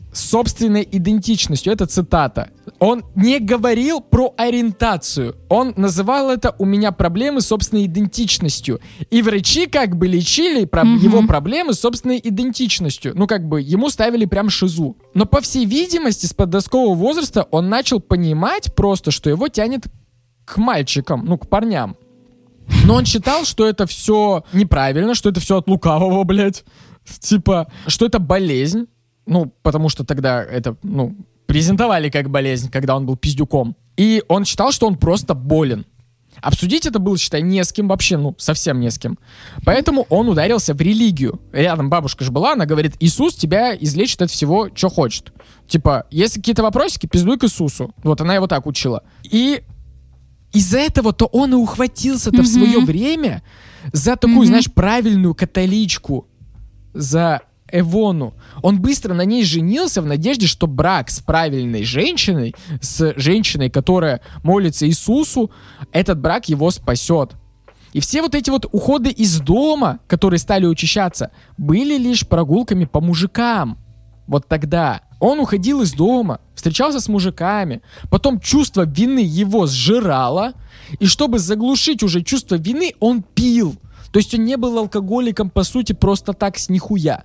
собственной идентичностью. Это цитата. Он не говорил про ориентацию. Он называл это «у меня проблемы с собственной идентичностью». И врачи как бы лечили про- mm-hmm. его проблемы с собственной идентичностью. Ну, как бы ему ставили прям шизу. Но, по всей видимости, с подросткового возраста он начал понимать просто, что его тянет к мальчикам, ну, к парням. Но он считал, что это все неправильно, что это все от лукавого, блядь. Типа, что это болезнь. Ну, потому что тогда это, ну, презентовали как болезнь, когда он был пиздюком. И он считал, что он просто болен. Обсудить это было, считай, не с кем вообще, ну, совсем не с кем. Поэтому он ударился в религию. Рядом бабушка же была, она говорит, Иисус тебя излечит от всего, что хочет. Типа, если какие-то вопросики, пиздуй к Иисусу. Вот она его так учила. И из-за этого-то он и ухватился-то mm-hmm. в свое время за такую, mm-hmm. знаешь, правильную католичку, за Эвону. Он быстро на ней женился в надежде, что брак с правильной женщиной, с женщиной, которая молится Иисусу, этот брак его спасет. И все вот эти вот уходы из дома, которые стали учащаться, были лишь прогулками по мужикам. Вот тогда. Он уходил из дома, встречался с мужиками, потом чувство вины его сжирало, и чтобы заглушить уже чувство вины, он пил. То есть он не был алкоголиком, по сути, просто так с нихуя.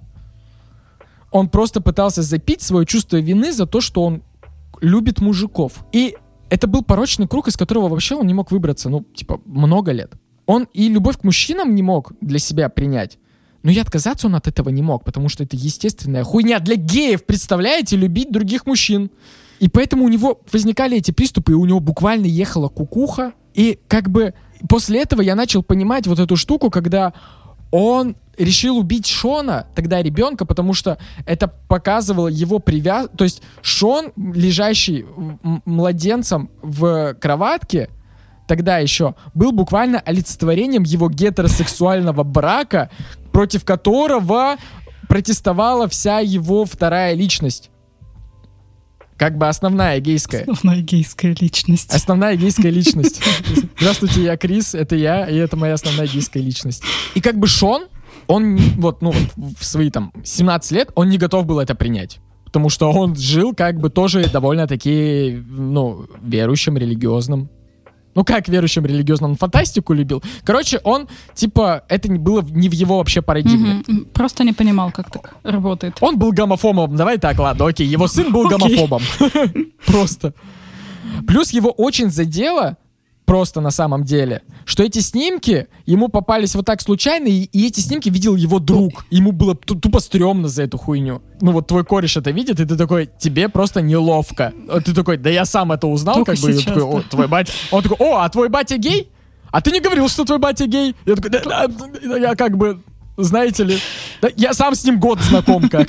Он просто пытался запить свое чувство вины за то, что он любит мужиков. И это был порочный круг, из которого вообще он не мог выбраться, ну, типа, много лет. Он и любовь к мужчинам не мог для себя принять, но и отказаться он от этого не мог, потому что это естественная хуйня для геев, представляете, любить других мужчин. И поэтому у него возникали эти приступы, и у него буквально ехала кукуха. И как бы после этого я начал понимать вот эту штуку, когда он решил убить Шона, тогда ребенка, потому что это показывало его привязанность. То есть Шон, лежащий м- младенцем в кроватке, тогда еще был буквально олицетворением его гетеросексуального брака, против которого протестовала вся его вторая личность. Как бы основная гейская. Основная гейская личность. Основная гейская личность. Здравствуйте, я Крис, это я, и это моя основная гейская личность. И как бы Шон, он вот, ну, в свои там семнадцать лет, он не готов был это принять. Потому что он жил как бы тоже довольно-таки, ну, верующим, религиозным. Ну, как верующим, религиозным, он фантастику любил. Короче, он, типа, это не было не в его вообще парадигме. Mm-hmm. Просто не понимал, как так работает. Он был гомофобом. Давай так, ладно, окей. Его сын был гомофобом. Просто. Плюс его очень задело, просто на самом деле, что эти снимки ему попались вот так случайно, и, и эти снимки видел его друг. Ему было тупо стрёмно за эту хуйню. Ну вот твой кореш это видит, и ты такой, тебе просто неловко. Ты такой, да я сам это узнал, только как бы. Сейчас, такой, о, твой батя. Он такой, о, а твой батя гей? А ты не говорил, что твой батя гей? Я такой, да, да, я как бы, знаете ли, да, я сам с ним год знаком как.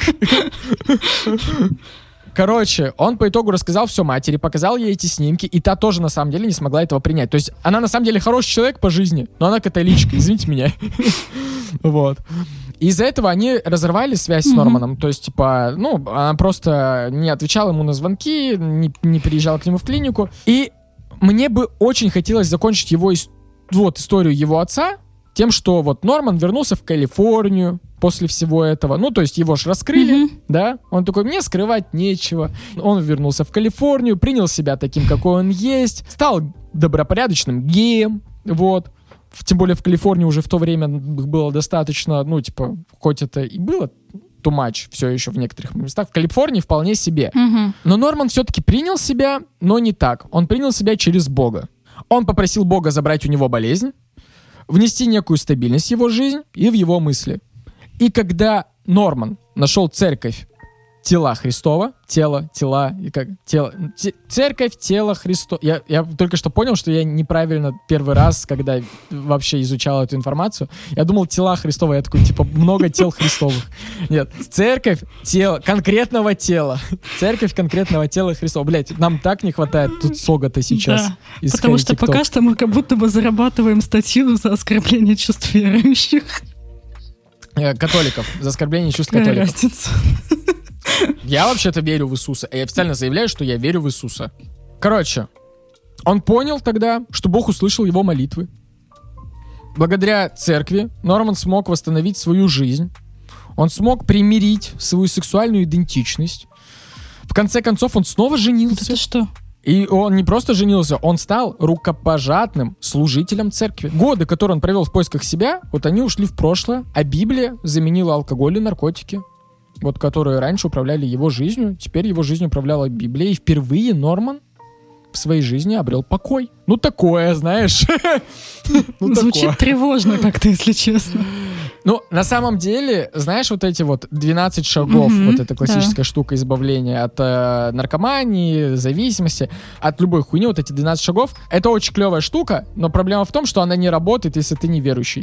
Короче, он по итогу рассказал все матери, показал ей эти снимки, и та тоже на самом деле не смогла этого принять. То есть она на самом деле хороший человек по жизни, но она католичка, извините меня. Вот. Из-за этого они разорвали связь с Норманом. То есть, типа, ну, она просто не отвечала ему на звонки, не, не приезжала к нему в клинику. И мне бы очень хотелось закончить его, вот, историю его отца тем, что вот Норман вернулся в Калифорнию после всего этого. Ну, то есть его ж раскрыли, mm-hmm. да? Он такой, мне скрывать нечего. Он вернулся в Калифорнию, принял себя таким, какой он есть, стал добропорядочным геем, вот. Тем более в Калифорнии уже в то время было достаточно, ну, типа, хоть это и было too much все еще в некоторых местах, в Калифорнии вполне себе. Mm-hmm. Но Норман все-таки принял себя, но не так. Он принял себя через Бога. Он попросил Бога забрать у него болезнь, внести некую стабильность в его жизнь и в его мысли. И когда Норман нашел церковь тела Христова, тело, тела, и как, тело, те, церковь, тело Христова. Я, я только что понял, что я неправильно первый раз, когда вообще изучал эту информацию, я думал тела Христова, я такой, типа, много тел Христовых. Нет, церковь, тело, конкретного тела. Церковь конкретного тела Христова. Блять, нам так не хватает тут сога-то сейчас. Да, потому что TikTok. Пока что мы как будто бы зарабатываем статью за оскорбление чувств верующих. Католиков. За оскорбление чувств Какая католиков. Разница? Я вообще-то верю в Иисуса. Я официально заявляю, что я верю в Иисуса. Короче, он понял тогда, что Бог услышал его молитвы. Благодаря церкви Норман смог восстановить свою жизнь. Он смог примирить свою сексуальную идентичность. В конце концов, он снова женился. Это что? И он не просто женился, он стал рукопожатным служителем церкви. Годы, которые он провел в поисках себя, вот они ушли в прошлое, а Библия заменила алкоголь и наркотики, вот которые раньше управляли его жизнью, теперь его жизнью управляла Библия, и впервые Норман в своей жизни обрел покой. Ну, такое, знаешь. Звучит тревожно как-то, если честно. Ну, на самом деле, знаешь, вот эти вот двенадцать шагов, mm-hmm, вот эта классическая да. штука избавления от э, наркомании, зависимости, от любой хуйни, вот эти двенадцать шагов, это очень клевая штука, но проблема в том, что она не работает, если ты не верующий.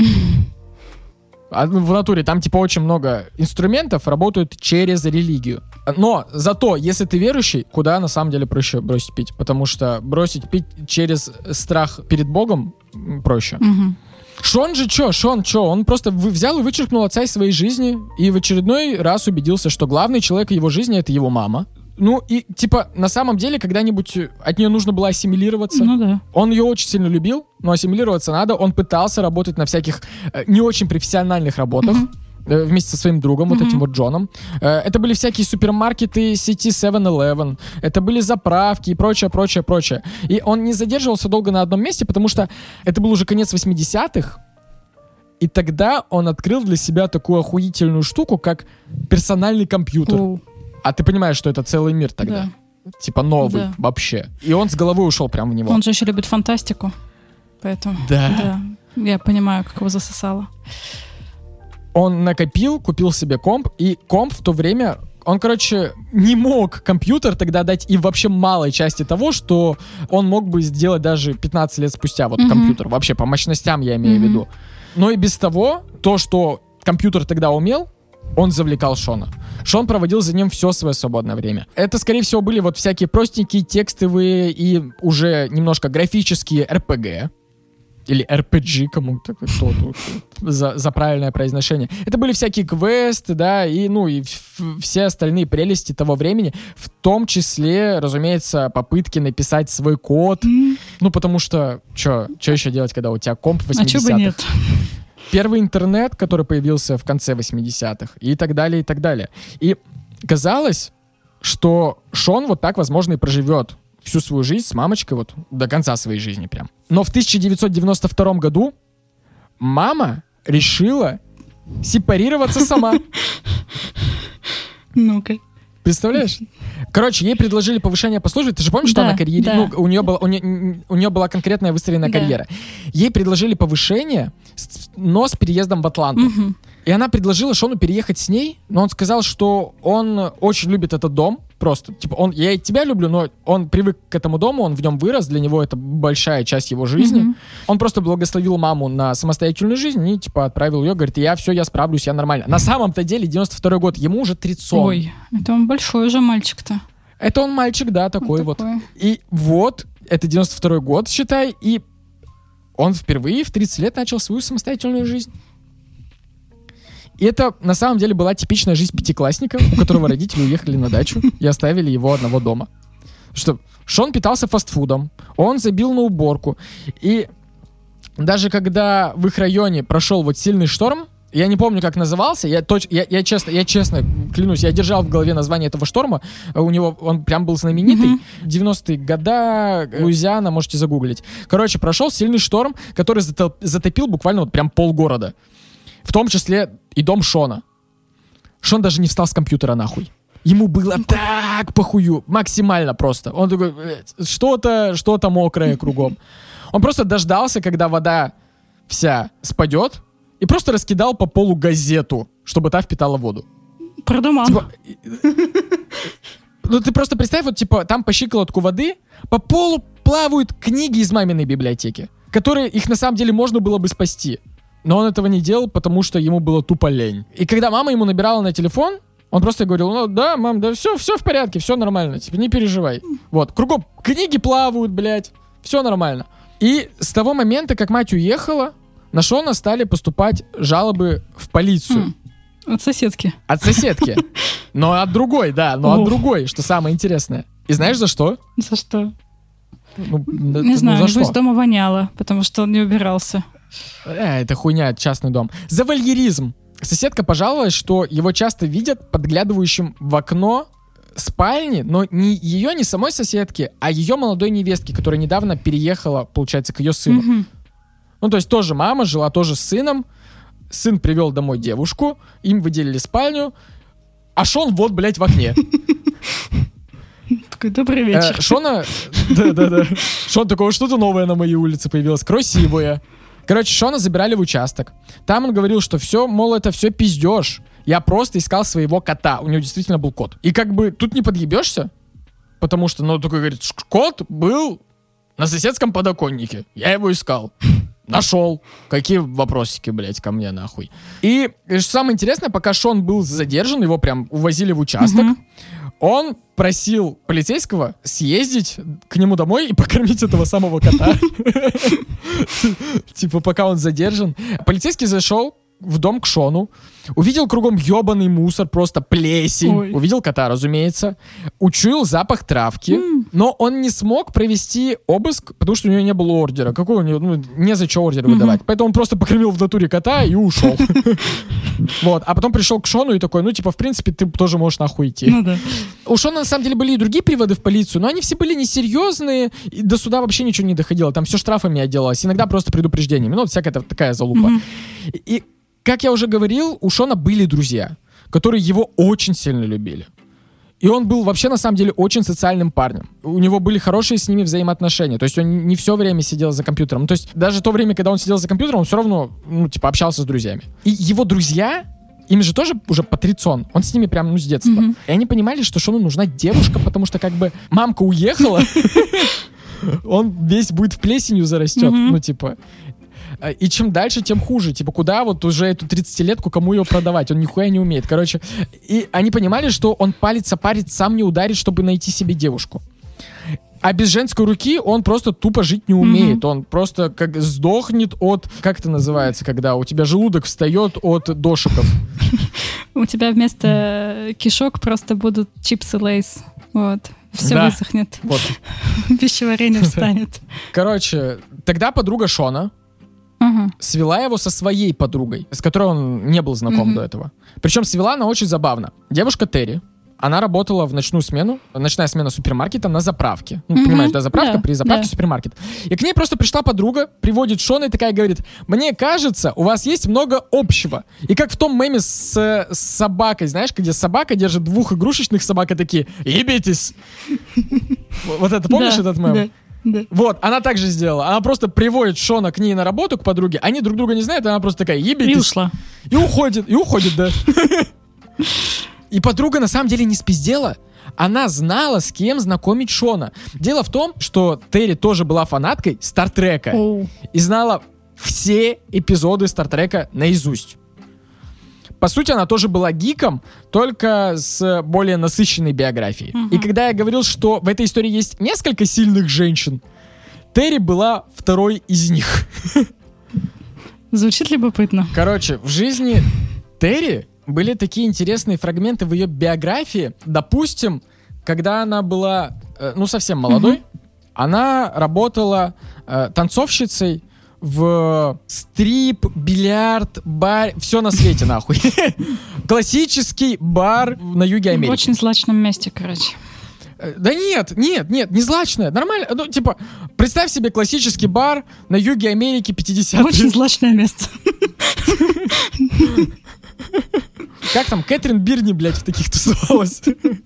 А в натуре там типа очень много инструментов работают через религию. Но зато, если ты верующий, куда на самом деле проще бросить пить, потому что бросить пить через страх перед Богом проще. Mm-hmm. Шон же чё, Шон чё, он просто взял и вычеркнул отца из своей жизни и в очередной раз убедился, что главный человек в его жизни — это его мама. Ну и типа на самом деле когда-нибудь от нее нужно было ассимилироваться. Ну да. Он ее очень сильно любил, но ассимилироваться надо. Он пытался работать на всяких э, не очень профессиональных работах. Mm-hmm. Вместе со своим другом, mm-hmm. вот этим вот Джоном. Это были всякие супермаркеты сети севен элевен, это были заправки и прочее, прочее, прочее. И он не задерживался долго на одном месте, потому что это был уже конец восьмидесятых, и тогда он открыл для себя такую охуительную штуку, как персональный компьютер. Oh. А ты понимаешь, что это целый мир тогда? Да. Типа новый да. вообще. И он с головой ушел прям в него. Он же еще любит фантастику, поэтому... Да. да. Я понимаю, как его засосало. Он накопил, купил себе комп, и комп в то время, он, короче, не мог компьютер тогда дать и вообще малой части того, что он мог бы сделать даже пятнадцать лет спустя, вот mm-hmm. компьютер, вообще по мощностям я имею mm-hmm. в виду. Но и без того, то, что компьютер тогда умел, он завлекал Шона. Шон проводил за ним все свое свободное время. Это, скорее всего, были вот всякие простенькие текстовые и уже немножко графические эр пи джи. Или эр пи джи, кому-то кто тут за, за правильное произношение. Это были всякие квесты, да, и, ну, и в, все остальные прелести того времени, в том числе, разумеется, попытки написать свой код. Mm. Ну, потому что, что еще делать, когда у тебя комп восьмидесятых? А чё бы нет? Первый интернет, который появился в конце восьмидесятых, и так далее, и так далее. И казалось, что Шон вот так, возможно, и проживет всю свою жизнь с мамочкой вот до конца своей жизни прям. Но в тысяча девятьсот девяносто втором году мама решила сепарироваться сама. Ну-ка. Представляешь? Короче, ей предложили повышение по службе. Ты же помнишь, да, что она карьере... Да. Ну, у нее, была, у, нее, у нее была конкретная выстроенная да. карьера. Ей предложили повышение, но с переездом в Атланту. Угу. И она предложила Шону переехать с ней, но он сказал, что он очень любит этот дом. Просто, типа, он, я и тебя люблю, но он привык к этому дому, он в нем вырос, для него это большая часть его жизни. Mm-hmm. Он просто благословил маму на самостоятельную жизнь и, типа, отправил ее, говорит, я все, я справлюсь, я нормально. На самом-то деле, девяносто второй год, ему уже тридцать. Ой, это он большой уже мальчик-то. Это он мальчик, да, такой вот. вот. И вот, это девяносто второй год, считай, и он впервые в тридцать лет начал свою самостоятельную жизнь. И это, на самом деле, была типичная жизнь пятиклассника, у которого родители уехали на дачу и оставили его одного дома. Что Шон питался фастфудом, он забил на уборку. И даже когда в их районе прошел вот сильный шторм, я не помню, как назывался, я, точ, я, я, честно, я честно клянусь, я держал в голове название этого шторма, у него он прям был знаменитый, mm-hmm. девяностые года, Луизиана, можете загуглить. Короче, прошел сильный шторм, который затоп, затопил буквально вот прям полгорода. В том числе и дом Шона. Шон даже не встал с компьютера нахуй. Ему было так похую, максимально просто. Он такой, что-то, что-то мокрое кругом. Он просто дождался, когда вода вся спадет, и просто раскидал по полу газету, чтобы та впитала воду. Продумал. Типа, ну ты просто представь, вот типа там по щиколотку воды, по полу плавают книги из маминой библиотеки, которые их на самом деле можно было бы спасти. Но он этого не делал, потому что ему было тупо лень. И когда мама ему набирала на телефон, он просто говорил, ну да, мам, да все, все в порядке, все нормально, типа не переживай. Вот, кругом книги плавают, блядь, все нормально. И с того момента, как мать уехала, на Шона стали поступать жалобы в полицию. От соседки. От соседки. Но от другой, да, но от другой, что самое интересное. И знаешь за что? За что? Ну, не ну, знаю, за его из дома воняло, потому что он не убирался. Э, это хуйня, частный дом. За вольеризм. Соседка пожаловалась, что его часто видят подглядывающим в окно спальни, но не ее, не самой соседки, а ее молодой невестки, которая недавно переехала, получается, к ее сыну. Мгм. Ну, то есть тоже мама жила тоже с сыном, сын привел домой девушку, им выделили спальню, а Шон вот, блядь, в окне. Такой, добрый Э, вечер. Шона... Да-да-да. Шон такой, что-то новое на моей улице появилось, красивое. Короче, Шона забирали в участок. Там он говорил, что все, мол, это все пиздеж. Я просто искал своего кота. У него действительно был кот. И как бы тут не подъебешься, потому что, ну, такой говорит, «Ш- кот был на соседском подоконнике. Я его искал. Нашел. Какие вопросики, блядь, ко мне нахуй. И что самое интересное, пока Шон был задержан, его прям увозили в участок, Мгм. он просил полицейского съездить к нему домой и покормить этого самого кота. Типа, пока он задержан. Полицейский зашел в дом к Шону, увидел кругом ебаный мусор, просто плесень. Ой. Увидел кота, разумеется. Учуял запах травки, но он не смог провести обыск, потому что у него не было ордера. Какой у него? Ну, незачем ордер выдавать. Поэтому он просто покормил в натуре кота и ушел. Вот. А потом пришел к Шону и такой, ну, типа, в принципе, ты тоже можешь нахуй идти. Ну да. У Шона, на самом деле, были и другие приводы в полицию, но они все были несерьезные, и до суда вообще ничего не доходило. Там все штрафами отделалось, иногда просто предупреждениями. Ну, вот всякая такая залупа. И, и, как я уже говорил, у Шона были друзья, которые его очень сильно любили. И он был вообще, на самом деле, очень социальным парнем. У него были хорошие с ними взаимоотношения. То есть он не все время сидел за компьютером. Ну, то есть даже то время, когда он сидел за компьютером, он все равно, ну, типа, общался с друзьями. И его друзья... Им же тоже уже патрицион. Он с ними прям, ну, с детства. Мгм. И они понимали, что Шону нужна девушка, потому что как бы мамка уехала, он весь будет в плесенью зарастет. Мгм. Ну, типа... И чем дальше, тем хуже. Типа, куда вот уже эту тридцатилетку, кому ее продавать? Он нихуя не умеет. Короче, и они понимали, что он палец о палец сам не ударит, чтобы найти себе девушку. А без женской руки он просто тупо жить не умеет. Мгм. Он просто как сдохнет от... Как это называется, когда у тебя желудок встает от дошиков? У тебя вместо кишок просто будут чипсы Лейс. Вот. Все Да. высохнет. Вот. Пищеварение встанет. Короче, тогда подруга Шона Ага. свела его со своей подругой, с которой он не был знаком Мгм. до этого. Причем свела она очень забавно. Девушка Терри, она работала в ночную смену, ночная смена супермаркета на заправке. Ну, Мгм. понимаешь, да, заправка, Да, при заправке да. супермаркет. И к ней просто пришла подруга, приводит Шона и такая говорит, мне кажется, у вас есть много общего. И как в том меме с, с собакой, знаешь, где собака держит двух игрушечных собак и такие, ебитесь. Вот это, помнишь Да, этот мем? да, да. Вот, она так же сделала. Она просто приводит Шона к ней на работу, к подруге. Они друг друга не знают, и она просто такая, И ебитесь. ушла. И уходит, и уходит, да. И подруга на самом деле не спиздела. Она знала, с кем знакомить Шона. Дело в том, что Терри тоже была фанаткой Стартрека. Оу. И знала все эпизоды Стартрека наизусть. По сути, она тоже была гиком, только с более насыщенной биографией. Мгм. И когда я говорил, что в этой истории есть несколько сильных женщин, Терри была второй из них. Звучит любопытно. Короче, в жизни Терри были такие интересные фрагменты в ее биографии. Допустим, когда она была, э, ну, совсем молодой, она работала э, танцовщицей в стрип, бильярд, бар, все на свете, нахуй. Классический бар на юге В Америки. очень злачном месте, короче. Э, Да нет, нет, нет, не злачное, нормально. Ну, типа, представь себе классический бар на юге Америки пятидесятых. Очень злачное место. Как там Кэтрин Бирни, блядь, в таких тусовалась?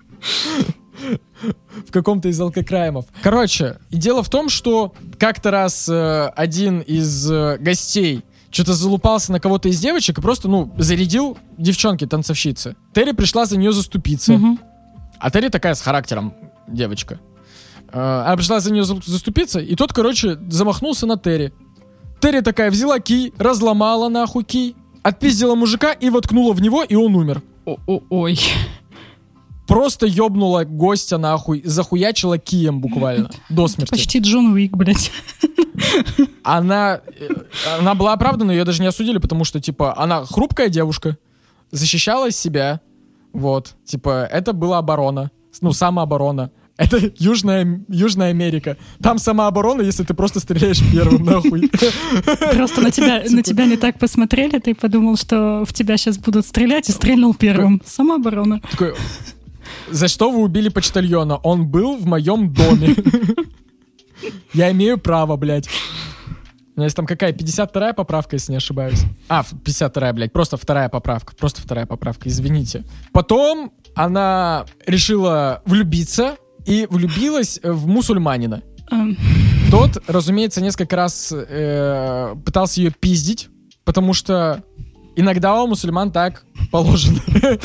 В каком-то из алкокраймов. Короче, и дело в том, что как-то раз э, один из э, гостей что-то залупался на кого-то из девочек и просто, ну, зарядил девчонки-танцовщицы. Терри пришла за нее заступиться. Мгм. А Терри такая с характером девочка. Э, Она пришла за нее за- заступиться, и тот, короче, замахнулся на Терри. Терри такая взяла кий, разломала нахуй кий, отпиздила мужика и воткнула в него, и он умер. Ой. Просто ёбнула гостя нахуй, захуячила кием буквально до смерти. Почти Джон Уик, блядь. Она, э, она была оправдана, ее даже не осудили, потому что, типа, она хрупкая девушка, защищала себя, вот, типа, это была оборона, ну, самооборона. Это Южная, Южная Америка. Там самооборона, если ты просто стреляешь первым, нахуй. Просто на тебя, Типа- на тебя не так посмотрели, ты подумал, что в тебя сейчас будут стрелять, и стрельнул первым. Самооборона. Такой, За что вы убили почтальона? Он был в моем доме. Я имею право, блядь. У меня есть там какая? пятьдесят вторая поправка, если не ошибаюсь. А, пятьдесят вторая, блядь. Просто вторая поправка. Просто вторая поправка, извините. Потом она решила влюбиться и влюбилась в мусульманина. Um. Тот, разумеется, несколько раз э, пытался ее пиздить, потому что иногда у мусульман так положено.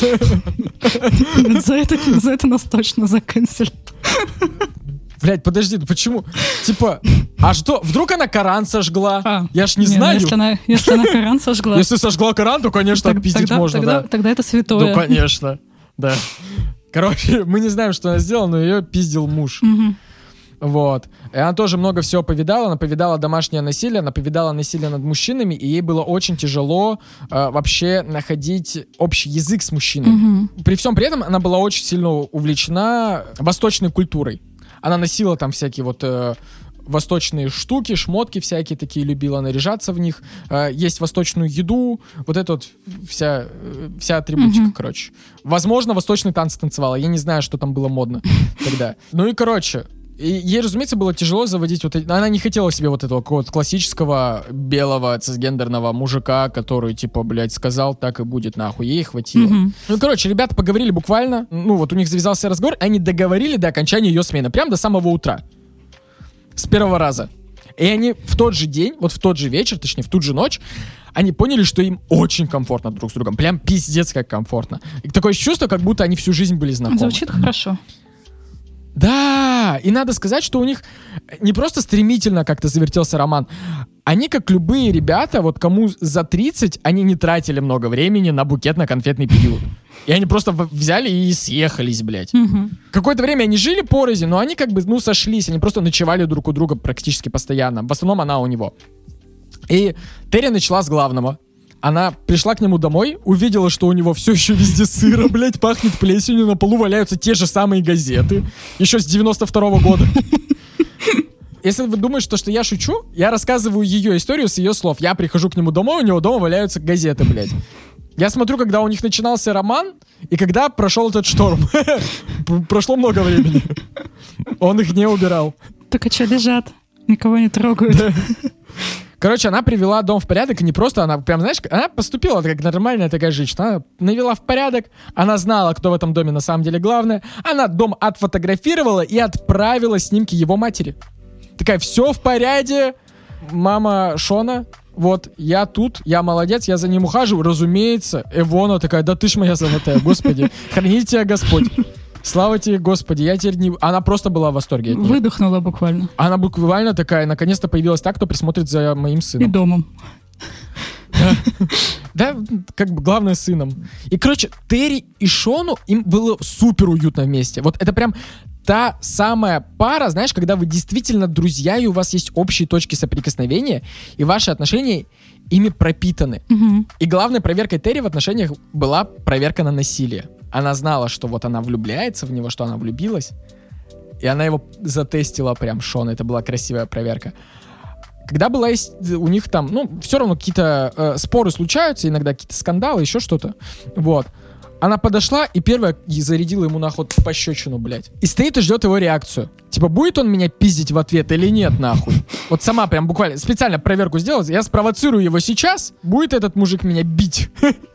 За это, за это нас точно заканцелят. Блядь, подожди, почему? Типа, а что? Вдруг она Коран сожгла? А, Я ж не нет, знаю. Если она, если она Коран сожгла. Если сожгла Коран, то, конечно, так, отпиздить тогда, можно, тогда, да. Тогда это святое. Ну, конечно, да. Короче, мы не знаем, что она сделала, но ее пиздил муж. Угу. Вот. И она тоже много всего повидала. Она повидала домашнее насилие, она повидала насилие над мужчинами, и ей было очень тяжело э, вообще находить общий язык с мужчиной. Угу. При всем при этом она была очень сильно увлечена восточной культурой. Она носила там всякие вот э, восточные штуки, шмотки всякие такие, любила наряжаться в них. Э, есть восточную еду, вот это вот вся, э, вся атрибутика, угу. короче. Возможно, восточные танцы танцевала. Я не знаю, что там было модно тогда. Ну и, короче... И ей, разумеется, было тяжело заводить вот эти... Она не хотела себе вот этого какого-то классического белого цисгендерного мужика, который, типа, блядь, сказал, так и будет, нахуй. Ей хватило. Mm-hmm. Ну, короче, ребята поговорили буквально. Ну, вот у них завязался разговор, они договорили до окончания ее смены. Прям до самого утра. С первого раза. И они в тот же день, вот в тот же вечер, точнее, в ту же ночь, они поняли, что им очень комфортно друг с другом. Прям пиздец как комфортно. И такое чувство, как будто они всю жизнь были знакомы. Звучит хорошо. Да, и надо сказать, что у них не просто стремительно как-то завертелся роман, они, как любые ребята, вот кому за тридцать, они не тратили много времени на букетно-конфетный период. И они просто взяли и съехались, блядь. Угу. Какое-то время они жили порознь, но они как бы, ну, сошлись, они просто ночевали друг у друга практически постоянно. В основном она у него. И Терри начала с главного. Она пришла к нему домой, увидела, что у него все еще везде сыро, блядь, пахнет плесенью, на полу валяются те же самые газеты, еще с девяносто второго года. Если вы думаете, что, что я шучу, я рассказываю ее историю с ее слов. Я прихожу к нему домой, у него дома валяются газеты, блядь. Я смотрю, когда у них начинался роман, и когда прошел этот шторм. Прошло много времени. Он их не убирал. Так а что, лежат? Никого не трогают. Короче, она привела дом в порядок, и не просто, она прям, знаешь, она поступила как нормальная такая женщина. Она навела в порядок, она знала, кто в этом доме на самом деле главное. Она дом отфотографировала и отправила снимки его матери. Такая, все в порядке, мама Шона, вот, я тут, я молодец, я за ним ухаживаю. Разумеется, Эвона такая, да ты ж моя золотая, господи, храни тебя Господь. Слава тебе, Господи, я теперь не... Она просто была в восторге от нее. Выдохнула буквально. Она буквально такая, наконец-то появилась та, кто присмотрит за моим сыном. И домом. Да, как бы главное сыном. И, короче, Терри и Шону, им было супер уютно вместе. Вот это прям та самая пара, знаешь, когда вы действительно друзья, и у вас есть общие точки соприкосновения, и ваши отношения ими пропитаны. Угу. И главной проверкой Терри в отношениях была проверка на насилие. Она знала, что вот она влюбляется в него, что она влюбилась, и она его затестила прям, Шон. Это была красивая проверка. Когда была у них там, ну, все равно какие-то э, споры случаются, иногда какие-то скандалы, еще что-то, вот. Она подошла и первая зарядила ему нахуй пощечину, блядь. И стоит и ждет его реакцию. Типа, будет он меня пиздить в ответ или нет, нахуй? Вот сама прям буквально специально проверку сделала. Я спровоцирую его сейчас. Будет этот мужик меня бить?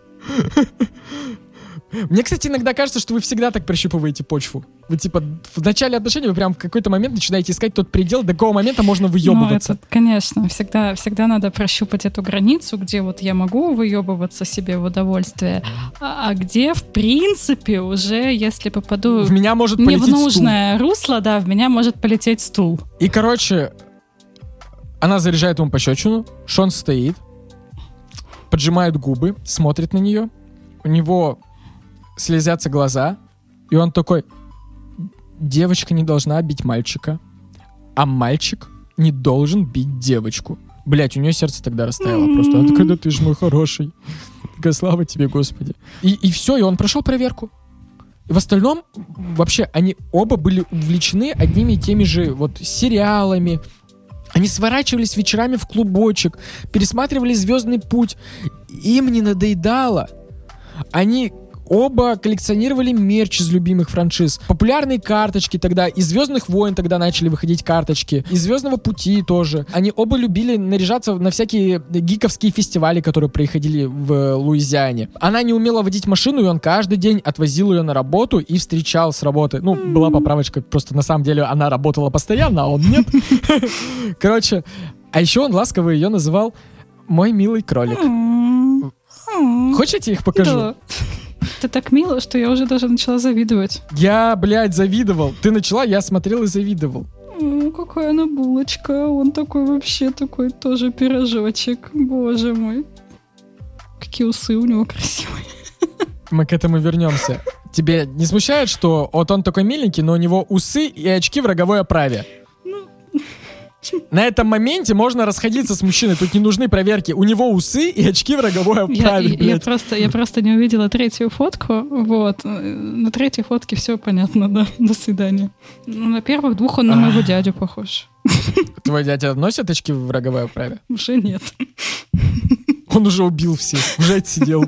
Мне, кстати, иногда кажется, что вы всегда так прощупываете почву. Вы, типа, в начале отношений вы прям в какой-то момент начинаете искать тот предел, до какого момента можно выебываться. Ну, это, конечно, всегда, всегда надо прощупать эту границу, где вот я могу выебываться себе в удовольствие, а, а где, в принципе, уже, если попаду в меня может не полететь в нужное стул. русло, да, в меня может полететь стул. И, короче, она заряжает ему пощечину, Шон стоит, поджимает губы, смотрит на нее, у него слезятся глаза, и он такой: девочка не должна бить мальчика, а мальчик не должен бить девочку. Блять, у нее сердце тогда растаяло просто. Она такая: да ты ж мой хороший. Такая: слава тебе, Господи. И, и все, и он прошел проверку. И в остальном, вообще, они оба были увлечены одними и теми же вот сериалами. Они сворачивались вечерами в клубочек, пересматривали «Звездный путь». Им не надоедало. Они оба коллекционировали мерч из любимых франшиз. Популярные карточки тогда, из «Звездных войн» тогда начали выходить карточки, из «Звездного пути» тоже. Они оба любили наряжаться на всякие гиковские фестивали, которые происходили в Луизиане. Она не умела водить машину, и он каждый день отвозил ее на работу и встречал с работы. Ну, была поправочка, просто на самом деле она работала постоянно, а он нет. Короче, а еще он ласково ее называл «мой милый кролик». Хочешь, я тебе их покажу? Да. Это так мило, что я уже даже начала завидовать. Я, блядь, завидовал. Ты начала, я смотрел и завидовал. О, какая она булочка. Он такой вообще такой тоже пирожочек. Боже мой. Какие усы у него красивые. Мы к этому вернемся. Тебе не смущает, что вот он такой миленький, но у него усы и очки в роговой оправе? На этом моменте можно расходиться с мужчиной. Тут не нужны проверки. У него усы и очки в роговой оправе. Я, я, просто, я просто не увидела третью фотку. Вот. На третьей фотке все понятно, да. До свидания. Ну, на первых двух он на моего дядю похож. Твой дядя носит очки в роговой оправе? Уже нет. Он уже убил всех. Уже отсидел.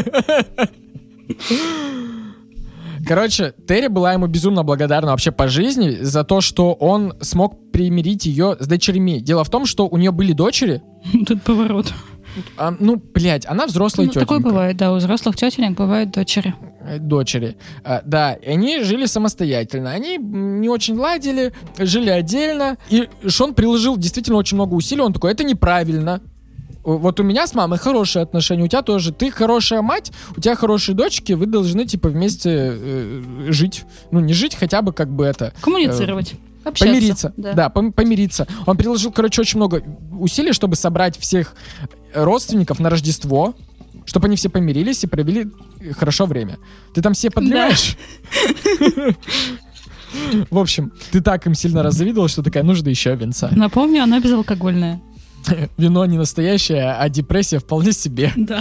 Короче, Терри была ему безумно благодарна вообще по жизни за то, что он смог примирить ее с дочерьми. Дело в том, что у нее были дочери. Тут поворот. А, ну, блядь, она взрослая ну, тетенька. Такое бывает, да, у взрослых тетенек бывают дочери. Дочери. А, да, и они жили самостоятельно. Они не очень ладили, жили отдельно. И Шон приложил действительно очень много усилий. Он такой, это неправильно. Вот у меня с мамой хорошие отношения, у тебя тоже. Ты хорошая мать, у тебя хорошие дочки, вы должны, типа, вместе э, жить. Ну, не жить, хотя бы как бы это... Коммуницировать. Э, общаться. Помириться. Да, да пом- помириться. Он приложил, короче, очень много усилий, чтобы собрать всех родственников на Рождество, чтобы они все помирились и провели хорошо время. Ты там все подливаешь? В общем, ты так им сильно раззавидовал, что такая, нужно еще винца. Напомню, она безалкогольная. Вино не настоящее, а депрессия вполне себе. Да.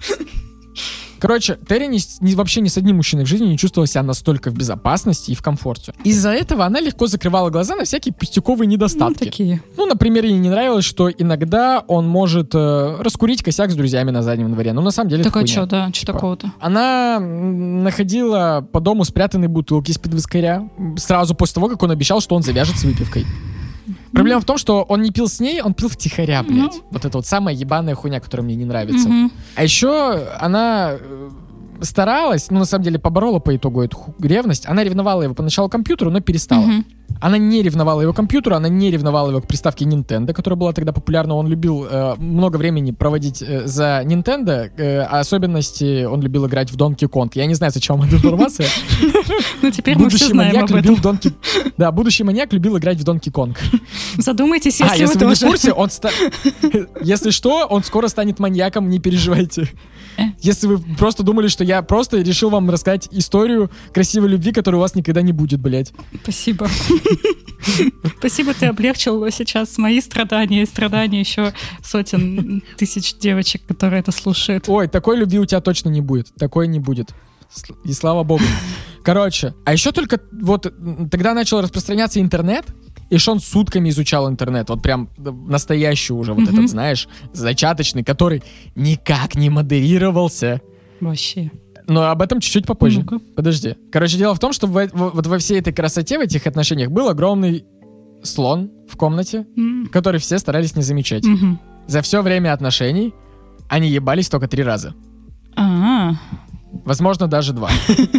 Короче, Терри ни, ни, вообще ни с одним мужчиной в жизни не чувствовала себя настолько в безопасности и в комфорте. Из-за этого она легко закрывала глаза на всякие пустяковые недостатки. Ну, такие. Ну, например, ей не нравилось, что иногда он может э, раскурить косяк с друзьями на заднем дворе. Ну, на самом деле, так это а хуйня. что, да, что Типа, такого-то? Она находила по дому спрятанные бутылки из-под вискаря сразу после того, как он обещал, что он завяжет с выпивкой. Проблема в том, что он не пил с ней, он пил втихаря, блядь. Mm-hmm. Вот это вот самая ебаная хуйня, которая мне не нравится. Mm-hmm. А еще она старалась, ну, на самом деле, поборола по итогу эту ревность. Она ревновала его поначалу к компьютеру, но перестала. Mm-hmm. Она не ревновала его к компьютеру, она не ревновала его к приставке Nintendo, которая была тогда популярна. Он любил э, много времени проводить э, за Nintendo, э, а особенности он любил играть в Donkey Kong. Я не знаю, зачем эта информация. Ну, теперь мы все знаем об этом. Да, будущий маньяк любил играть в Donkey Kong. Задумайтесь, если вы тоже. А, если вы не в курсе, он... Если что, он скоро станет маньяком, не переживайте. Если вы просто думали, что я просто решил вам рассказать историю красивой любви, которой у вас никогда не будет, блядь. Спасибо. Спасибо, ты облегчил сейчас мои страдания и страдания еще сотен тысяч девочек, которые это слушают. Ой, такой любви у тебя точно не будет. Такой не будет. И слава богу. Короче, а еще только вот тогда начал распространяться интернет, и Шон сутками изучал интернет, вот прям настоящий уже, вот mm-hmm. этот, знаешь, зачаточный, который никак не модерировался. Вообще. Но об этом чуть-чуть попозже. Ну-ка. Подожди. Короче, дело в том, что в, в, вот во всей этой красоте, в этих отношениях был огромный слон в комнате, mm. который все старались не замечать. Mm-hmm. За все время отношений они ебались только три раза. А-а-а. Возможно, даже два.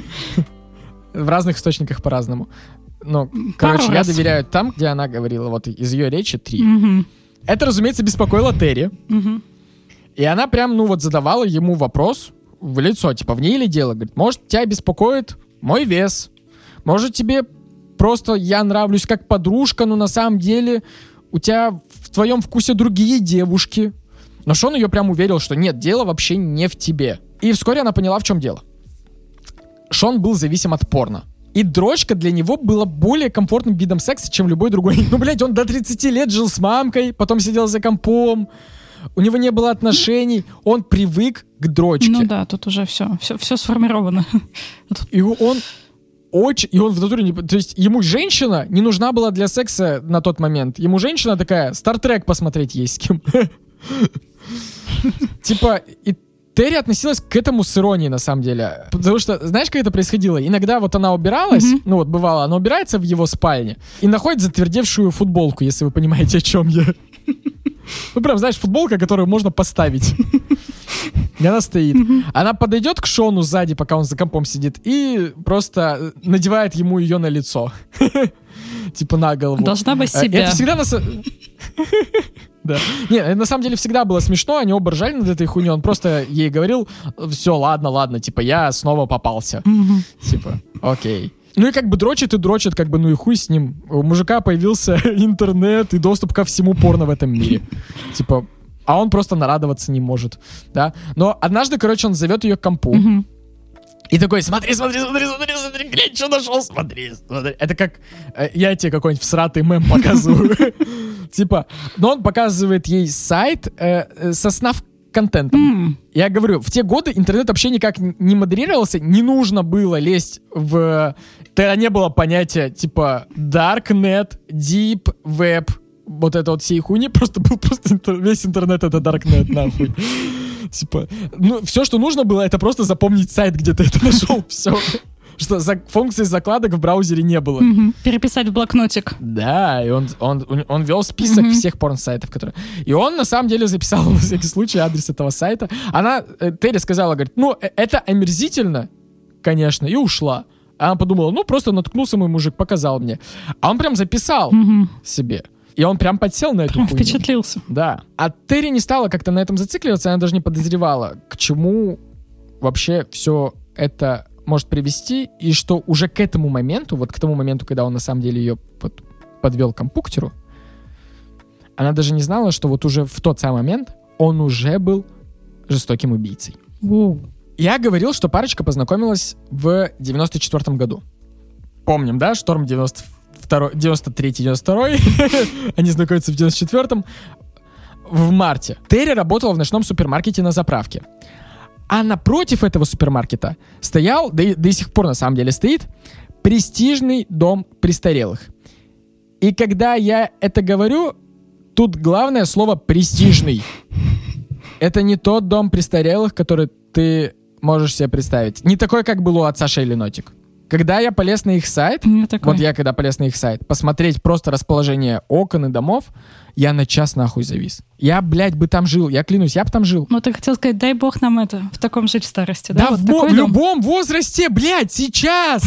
В разных источниках по-разному. Ну, короче, я доверяю там, где она говорила, вот из ее речи три. Угу. Это, разумеется, беспокоило Терри. Угу. И она прям, ну вот, задавала ему вопрос в лицо, типа, в ней ли дело? Говорит, может, тебя беспокоит мой вес? Может, тебе просто я нравлюсь как подружка, но на самом деле у тебя в твоем вкусе другие девушки. Но Шон ее прям уверил, что нет, дело вообще не в тебе. И вскоре она поняла, в чем дело. Шон был зависим от порно. И дрочка для него была более комфортным видом секса, чем любой другой. Ну, блядь, он до тридцати лет жил с мамкой, потом сидел за компом, у него не было отношений, он привык к дрочке. Ну да, тут уже все, все, все сформировано. И он очень... И он в натуре не... То есть ему женщина не нужна была для секса на тот момент. Ему женщина такая, Стартрек посмотреть есть с кем. Типа... Терри относилась к этому с иронией, на самом деле. Потому что, знаешь, как это происходило? Иногда вот она убиралась, mm-hmm. ну вот бывало, она убирается в его спальне и находит затвердевшую футболку, если вы понимаете, о чем я. Ну прям, знаешь, футболка, которую можно поставить. И она стоит. Она подойдет к Шону сзади, пока он за компом сидит, и просто надевает ему ее на лицо. Типа на голову. Должна быть себя. Это всегда на... Да. Не, на самом деле всегда было смешно, они оба ржали над этой хуйней, он просто ей говорил, все, ладно, ладно, типа, я снова попался. Mm-hmm. Типа, окей. Ну и как бы дрочит и дрочит, как бы, ну и хуй с ним. У мужика появился интернет и доступ ко всему порно в этом мире. Типа, а он просто нарадоваться не может, да. Но однажды, короче, он зовет ее к компу. Mm-hmm. И такой, смотри, смотри, смотри, смотри, смотри, глянь, что нашел, смотри, смотри. Это как, э, я тебе какой-нибудь всратый мем показываю. Типа, но он показывает ей сайт э, со снаф-контентом. Я говорю, в те годы интернет вообще никак не модерировался, не нужно было лезть в... Тогда не было понятия, типа, Darknet, Deep Web, вот это вот всей хуйни, просто был просто интер... весь интернет это Darknet, нахуй. Типа, ну, все, что нужно было, это просто запомнить сайт, где ты это нашел, все. Что за функции закладок в браузере не было. Mm-hmm. Переписать в блокнотик. Да, и он, он, он, он вел список mm-hmm. всех порн-сайтов, которые... И он, на самом деле, записал на всякий случай адрес этого сайта. Она, Терри сказала, говорит, ну, это омерзительно, конечно, и ушла. А она подумала, ну, просто наткнулся мой мужик, показал мне. А он прям записал mm-hmm. себе. И он прям подсел на эту прям хуйню. Впечатлился. Да. А Терри не стала как-то на этом зацикливаться, она даже не подозревала, к чему вообще все это может привести, и что уже к этому моменту, вот к тому моменту, когда он на самом деле ее под, подвел к компьютеру, она даже не знала, что вот уже в тот самый момент он уже был жестоким убийцей. Воу. Я говорил, что парочка познакомилась в девяносто четвёртом году. Помним, да? Шторм девяносто девяносто третий девяносто второй. Они знакомятся в девяносто четвёртом. В марте. Терри работала в ночном супермаркете на заправке. А напротив этого супермаркета стоял, да и до сих пор на самом деле стоит, престижный дом престарелых. И когда я это говорю, тут главное слово «престижный». Это не тот дом престарелых, который ты можешь себе представить. Не такой, как был у отца Шейли Нотик. Когда я полез на их сайт, вот я когда полез на их сайт, посмотреть просто расположение окон и домов, я на час нахуй завис. Я, блядь, бы там жил, я клянусь, я бы там жил. Ну, ты хотел сказать, дай бог нам это, в таком жить в старости, да? Да, вот в, в любом возрасте, блядь, сейчас!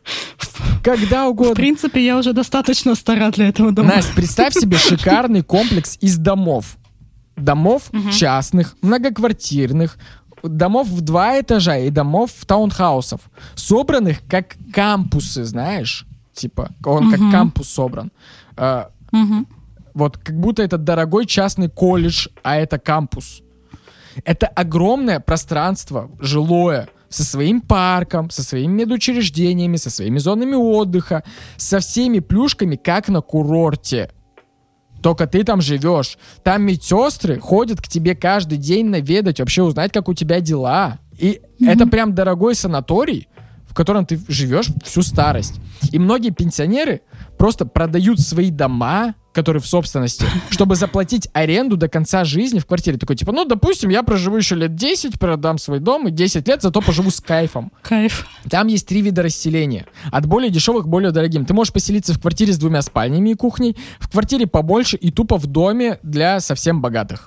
Когда угодно. В принципе, я уже достаточно стара для этого дома. Настя, представь себе шикарный комплекс из домов. Домов угу. частных, многоквартирных, домов в два этажа и домов таунхаусов, собранных как кампусы, знаешь? Типа, он uh-huh. как кампус собран. Uh, uh-huh. Вот как будто это дорогой частный колледж, а это кампус. Это огромное пространство жилое, со своим парком, со своими медучреждениями, со своими зонами отдыха, со всеми плюшками, как на курорте. Только ты там живешь. Там медсестры ходят к тебе каждый день наведать, вообще узнать, как у тебя дела. И mm-hmm. это прям дорогой санаторий, в котором ты живешь всю старость. И многие пенсионеры просто продают свои дома, которые в собственности, чтобы заплатить аренду до конца жизни в квартире. Такой, типа, ну, допустим, я проживу еще лет десять, продам свой дом, и десять лет зато поживу с кайфом. Кайф. Там есть три вида расселения. От более дешевых к более дорогим. Ты можешь поселиться в квартире с двумя спальнями и кухней, в квартире побольше и тупо в доме для совсем богатых.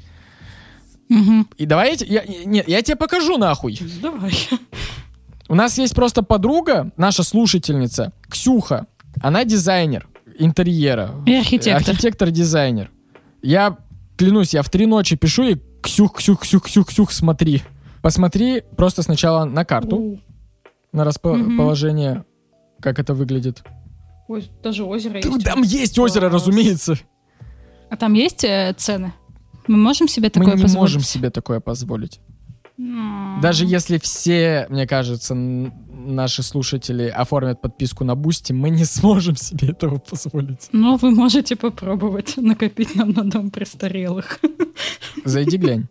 Угу. И давай я, я, нет, я тебе покажу нахуй. Давай. У нас есть просто подруга, наша слушательница, Ксюха. Она дизайнер интерьера. И архитектор. Архитектор-дизайнер. Я клянусь, я в три ночи пишу ей: Ксюх, Ксюх, Ксюх, Ксюх, Ксюх, смотри. Посмотри просто сначала на карту, У. на расположение, угу. как это выглядит. Ой, даже озеро Ты, есть. Там есть озеро, Класс. разумеется. А там есть э, цены? Мы можем себе такое позволить? Мы не позволить? можем себе такое позволить. Mm. Даже если все, мне кажется, наши слушатели оформят подписку на Бусти, мы не сможем себе этого позволить. Но вы можете попробовать накопить нам на дом престарелых. Зайди, глянь.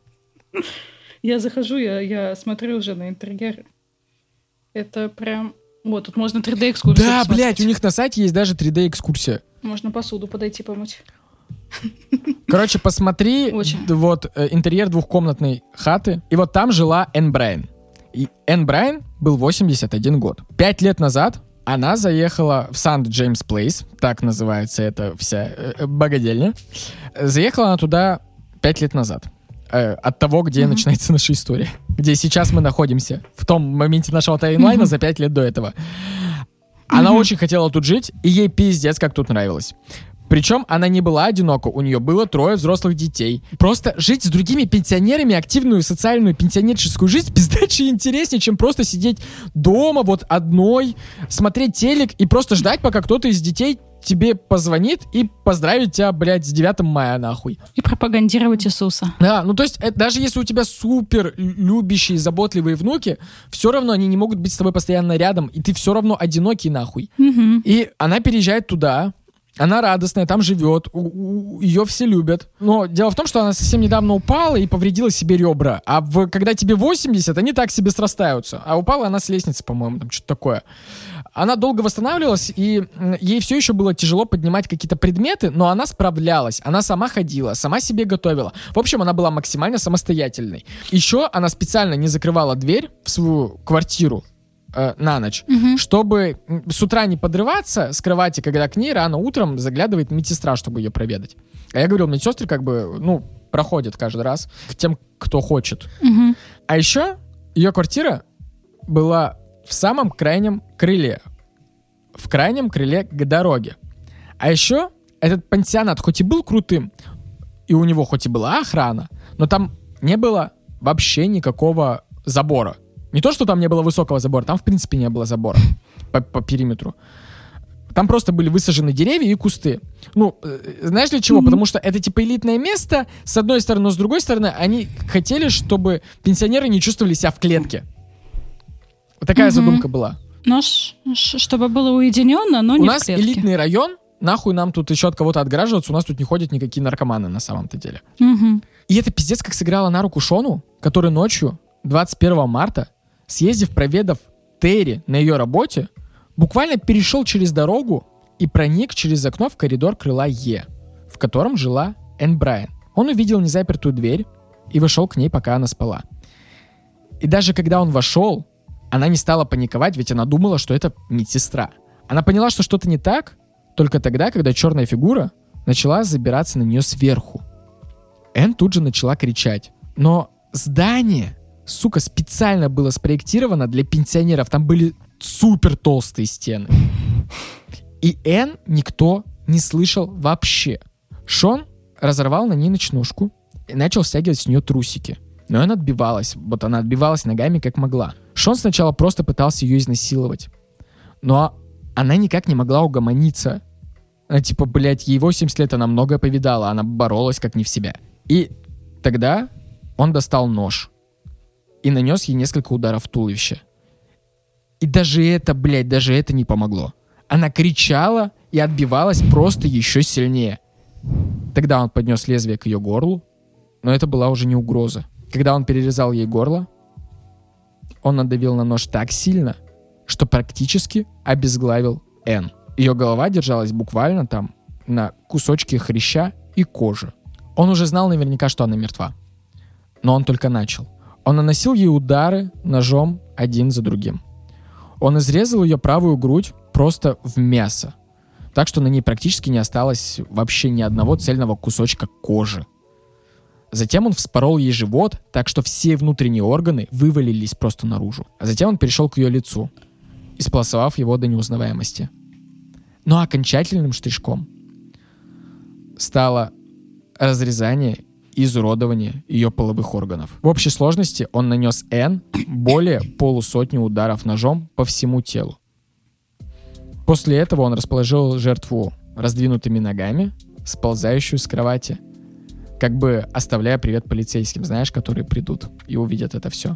Я захожу, я, я смотрю уже на интерьер. Это прям... Вот, тут можно три дэ-экскурсию Да, посмотреть. блядь, у них на сайте есть даже три дэ-экскурсия. Можно посуду подойти помыть. Короче, посмотри Очень. вот э, интерьер двухкомнатной хаты, и вот там жила Энн Брайан. И Энн Брайан был восемьдесят один год. Пять лет назад она заехала в Сент-Джеймс Плейс, так называется эта вся э, богадельня. Заехала она туда пять лет назад. Э, от того, где mm-hmm. начинается наша история. Где сейчас мы находимся. В том моменте нашего таймлайна mm-hmm. за пять лет до этого. Она mm-hmm. очень хотела тут жить, и ей пиздец как тут нравилось. Причем она не была одинока, у нее было трое взрослых детей. Просто жить с другими пенсионерами, активную социальную пенсионерскую жизнь пиздаче интереснее, чем просто сидеть дома вот одной, смотреть телек и просто ждать, пока кто-то из детей тебе позвонит и поздравит тебя, блядь, с девятого мая, нахуй. И пропагандировать Иисуса. Да, ну то есть это, даже если у тебя супер любящие, заботливые внуки, все равно они не могут быть с тобой постоянно рядом, и ты все равно одинокий, нахуй. Угу. И она переезжает туда. Она радостная, там живет, у, у, ее все любят. Но дело в том, что она совсем недавно упала и повредила себе ребра. А в, когда тебе восемьдесят, они так себе срастаются. А упала она с лестницы, по-моему, там что-то такое. Она долго восстанавливалась, и ей все еще было тяжело поднимать какие-то предметы, но она справлялась. Она сама ходила, сама себе готовила. В общем, она была максимально самостоятельной. Еще она специально не закрывала дверь в свою квартиру на ночь, угу. чтобы с утра не подрываться с кровати, когда к ней рано утром заглядывает медсестра, чтобы ее проведать. А я говорил, медсестры как бы, ну, проходят каждый раз к тем, кто хочет. Угу. А еще ее квартира была в самом крайнем крыле. В крайнем крыле к дороге. А еще этот пансионат хоть и был крутым, и у него хоть и была охрана, но там не было вообще никакого забора. Не то, что там не было высокого забора, там в принципе не было забора по, по периметру. Там просто были высажены деревья и кусты. Ну, знаешь для чего? Mm-hmm. Потому что это типа элитное место, с одной стороны, но с другой стороны, они хотели, чтобы пенсионеры не чувствовали себя в клетке. Вот такая mm-hmm. задумка была. Но ш- ш- чтобы было уединенно, но не у в нас клетке. Элитный район, нахуй нам тут еще от кого-то отгораживаться, у нас тут не ходят никакие наркоманы на самом-то деле. Mm-hmm. И это пиздец как сыграло на руку Шону, который ночью двадцать первого марта, съездив, проведав Терри на ее работе, буквально перешел через дорогу и проник через окно в коридор крыла Е, в котором жила Энн Брайан. Он увидел незапертую дверь и вошел к ней, пока она спала. И даже когда он вошел, она не стала паниковать, ведь она думала, что это медсестра. Она поняла, что что-то не так только тогда, когда черная фигура начала забираться на нее сверху. Энн тут же начала кричать. Но здание... Сука, специально было спроектировано для пенсионеров. Там были супер толстые стены. И Энн никто не слышал вообще. Шон разорвал на ней ночнушку и начал стягивать с нее трусики. Но Энн отбивалась. Вот она отбивалась ногами как могла. Шон сначала просто пытался ее изнасиловать. Но она никак не могла угомониться. Она типа, блядь, ей восемьдесят лет, она многое повидала. Она боролась как не в себя. И тогда он достал нож и нанес ей несколько ударов в туловище. И даже это, блядь, даже это не помогло. Она кричала и отбивалась просто еще сильнее. Тогда он поднес лезвие к ее горлу, но это была уже не угроза. Когда он перерезал ей горло, он надавил на нож так сильно, что практически обезглавил Энн. Ее голова держалась буквально там на кусочке хряща и кожи. Он уже знал наверняка, что она мертва. Но он только начал. Он наносил ей удары ножом один за другим. Он изрезал ее правую грудь просто в мясо, так что на ней практически не осталось вообще ни одного цельного кусочка кожи. Затем он вспорол ей живот, так что все внутренние органы вывалились просто наружу. А затем он перешел к ее лицу, исполосовав его до неузнаваемости. Но окончательным штришком стало разрезание и изуродование ее половых органов. В общей сложности он нанес Энн более полусотни ударов ножом по всему телу. После этого он расположил жертву раздвинутыми ногами, сползающую с кровати, как бы оставляя привет полицейским, знаешь, которые придут и увидят это все.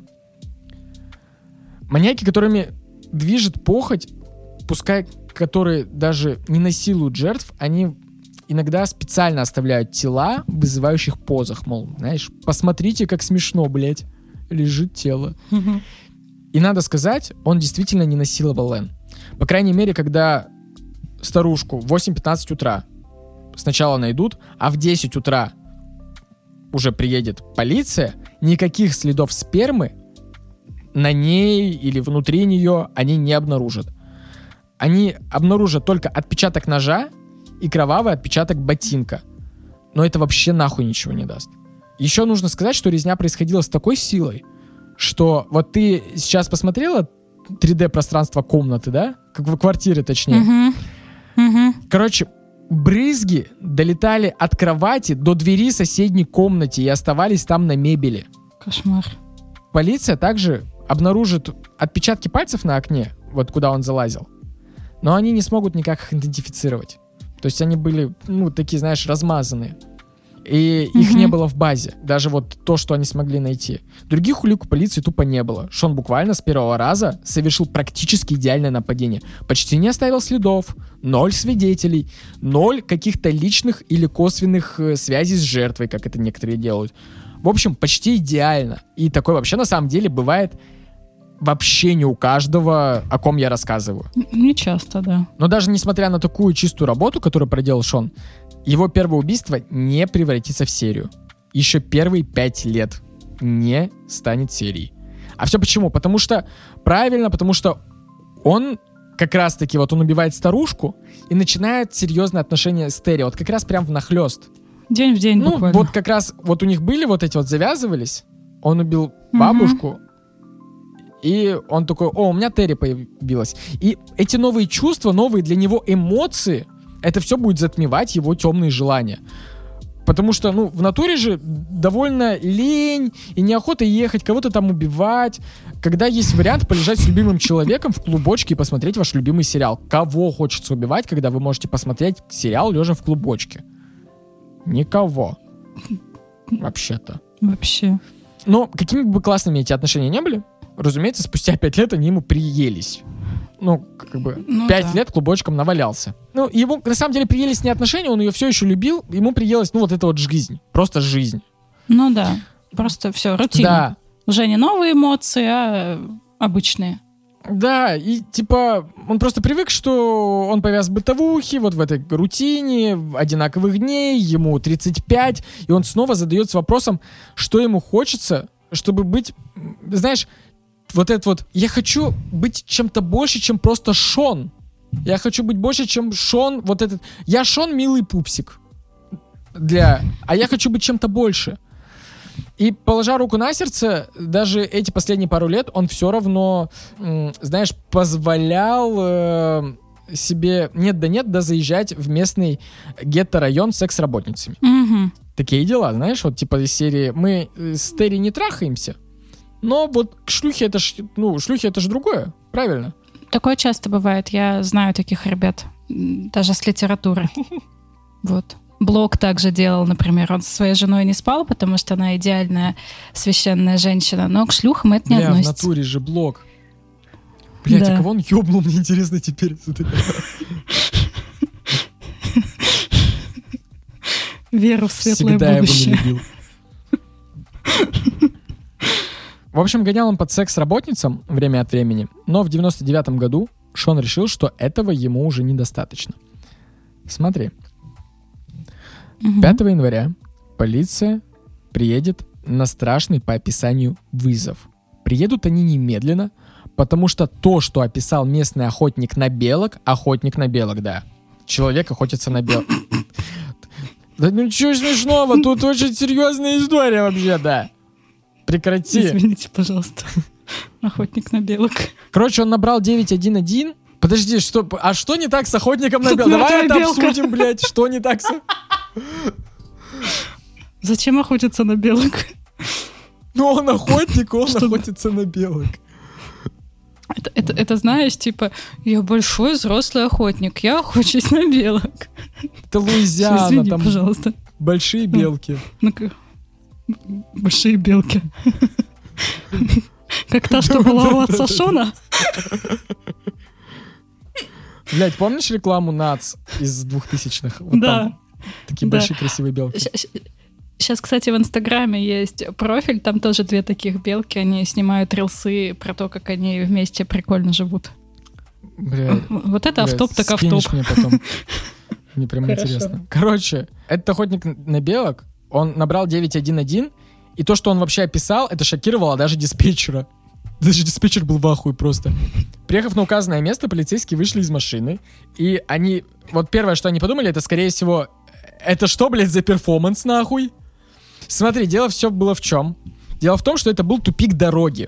Маньяки, которыми движет похоть, пускай которые даже не насилуют жертв, они иногда специально оставляют тела в вызывающих позах, мол, знаешь, посмотрите, как смешно, блядь, лежит тело. Mm-hmm. И надо сказать, он действительно не насиловал Энн. По крайней мере, когда старушку в восемь пятнадцать утра сначала найдут, а в десять утра уже приедет полиция, никаких следов спермы на ней или внутри нее они не обнаружат. Они обнаружат только отпечаток ножа и кровавый отпечаток ботинка. Но это вообще нахуй ничего не даст. Еще нужно сказать, что резня происходила с такой силой, что вот ты сейчас посмотрела три дэ-пространство комнаты, да? Как в квартире, точнее. Угу. Угу. Короче, брызги долетали от кровати до двери соседней комнате и оставались там на мебели. Кошмар. Полиция также обнаружит отпечатки пальцев на окне, вот куда он залазил, но они не смогут никак их идентифицировать. То есть они были, ну, такие, знаешь, размазанные. И их Мгм. не было в базе. Даже вот то, что они смогли найти. Других улик у полиции тупо не было. Шон буквально с первого раза совершил практически идеальное нападение. Почти не оставил следов, ноль свидетелей, ноль каких-то личных или косвенных э, связей с жертвой, как это некоторые делают. В общем, почти идеально. И такое вообще на самом деле бывает вообще не у каждого, о ком я рассказываю. Не часто, да. Но даже несмотря на такую чистую работу, которую проделал Шон, его первое убийство не превратится в серию. Еще первые пять лет не станет серией. А все почему? Потому что, правильно, потому что он как раз-таки, вот он убивает старушку и начинает серьезные отношения с Терри. Вот как раз прям внахлёст. День в день Ну, буквально. вот как раз, вот у них были вот эти вот завязывались. Он убил бабушку, и он такой, о, у меня Терри появилась. И эти новые чувства, новые для него эмоции, это все будет затмевать его темные желания. Потому что, ну, в натуре же довольно лень и неохота ехать, кого-то там убивать. Когда есть вариант полежать с любимым человеком в клубочке и посмотреть ваш любимый сериал. Кого хочется убивать, когда вы можете посмотреть сериал, лежа в клубочке? Никого. Вообще-то. Вообще. Но какими бы классными эти отношения не были, разумеется, спустя пять лет они ему приелись. Ну, как бы, Ну пять да. лет клубочком навалялся. Ну, ему, на самом деле, приелись не отношения, он ее все еще любил, ему приелась, ну, вот эта вот жизнь. Просто жизнь. Ну да. Просто все, рутина. Да. Уже не новые эмоции, а обычные. Да, и типа он просто привык, что он повяз в бытовухе, вот в этой рутине, в одинаковых дней, ему тридцать пять, и он снова задается вопросом, что ему хочется, чтобы быть, знаешь, вот это вот, я хочу быть чем-то больше, чем просто Шон. Я хочу быть больше, чем Шон, вот этот, я Шон милый пупсик, для, а я хочу быть чем-то больше. И, положа руку на сердце, даже эти последние пару лет он все равно, м, знаешь, позволял э, себе нет да нет да заезжать в местный гетто-район с секс-работницами. Угу. Такие дела, знаешь, вот типа из серии мы э, с Терри не трахаемся, но вот шлюхи это ж, ну, шлюхи это ж другое, правильно? Такое часто бывает. Я знаю таких ребят, м, даже с литературы. Вот. Блок также делал, например. Он со своей женой не спал, потому что она идеальная священная женщина, но к шлюхам это не Бля, в относится. натуре же Блок. Блять, Да. а кого он ёбнул, мне интересно теперь. Веру в светлое Всегда его не будущее. любил. В общем, гонял он под секс-работницам время от времени, но в девяносто девятом году Шон решил, что этого ему уже недостаточно. Смотри, Мгм. пятого января полиция приедет на страшный по описанию вызов. Приедут они немедленно, потому что то, что описал местный охотник на белок, охотник на белок, да, человек охотится на белок. Да ну чё смешного, тут очень серьезная история вообще, да. Прекрати. Извините, пожалуйста. Охотник на белок. Короче, он набрал девять один один. Подожди, что, а что не так с охотником на Тут белок? Давай мертвая это белка. обсудим, блядь, что не так с... Зачем охотиться на белок? Ну, он охотник, он Чтобы- охотится на белок. Это, это, это знаешь, типа, я большой взрослый охотник, я охочусь на белок. Это Луизиана, Извини, там пожалуйста. большие белки. Ну-ка. Большие белки. Как та, что была у отца Шона? Блядь, помнишь рекламу Нац из двухтысячных? Вот Да. там такие Да. большие красивые белки. Сейчас, кстати, в Инстаграме есть профиль, там тоже две таких белки, они снимают рилсы про то, как они вместе прикольно живут. Блядь, Вот это блядь, автоп так скинешь автоп. мне потом. Мне прям Хорошо. интересно. Короче, этот охотник на белок, он набрал девять один один, и то, что он вообще описал, это шокировало даже диспетчера. Даже диспетчер был в ахуе просто. Приехав на указанное место, полицейские вышли из машины, и они... Вот первое, что они подумали, это, скорее всего, это что, блядь, за перформанс, нахуй? Смотри, дело все было в чем? Дело в том, что это был тупик дороги,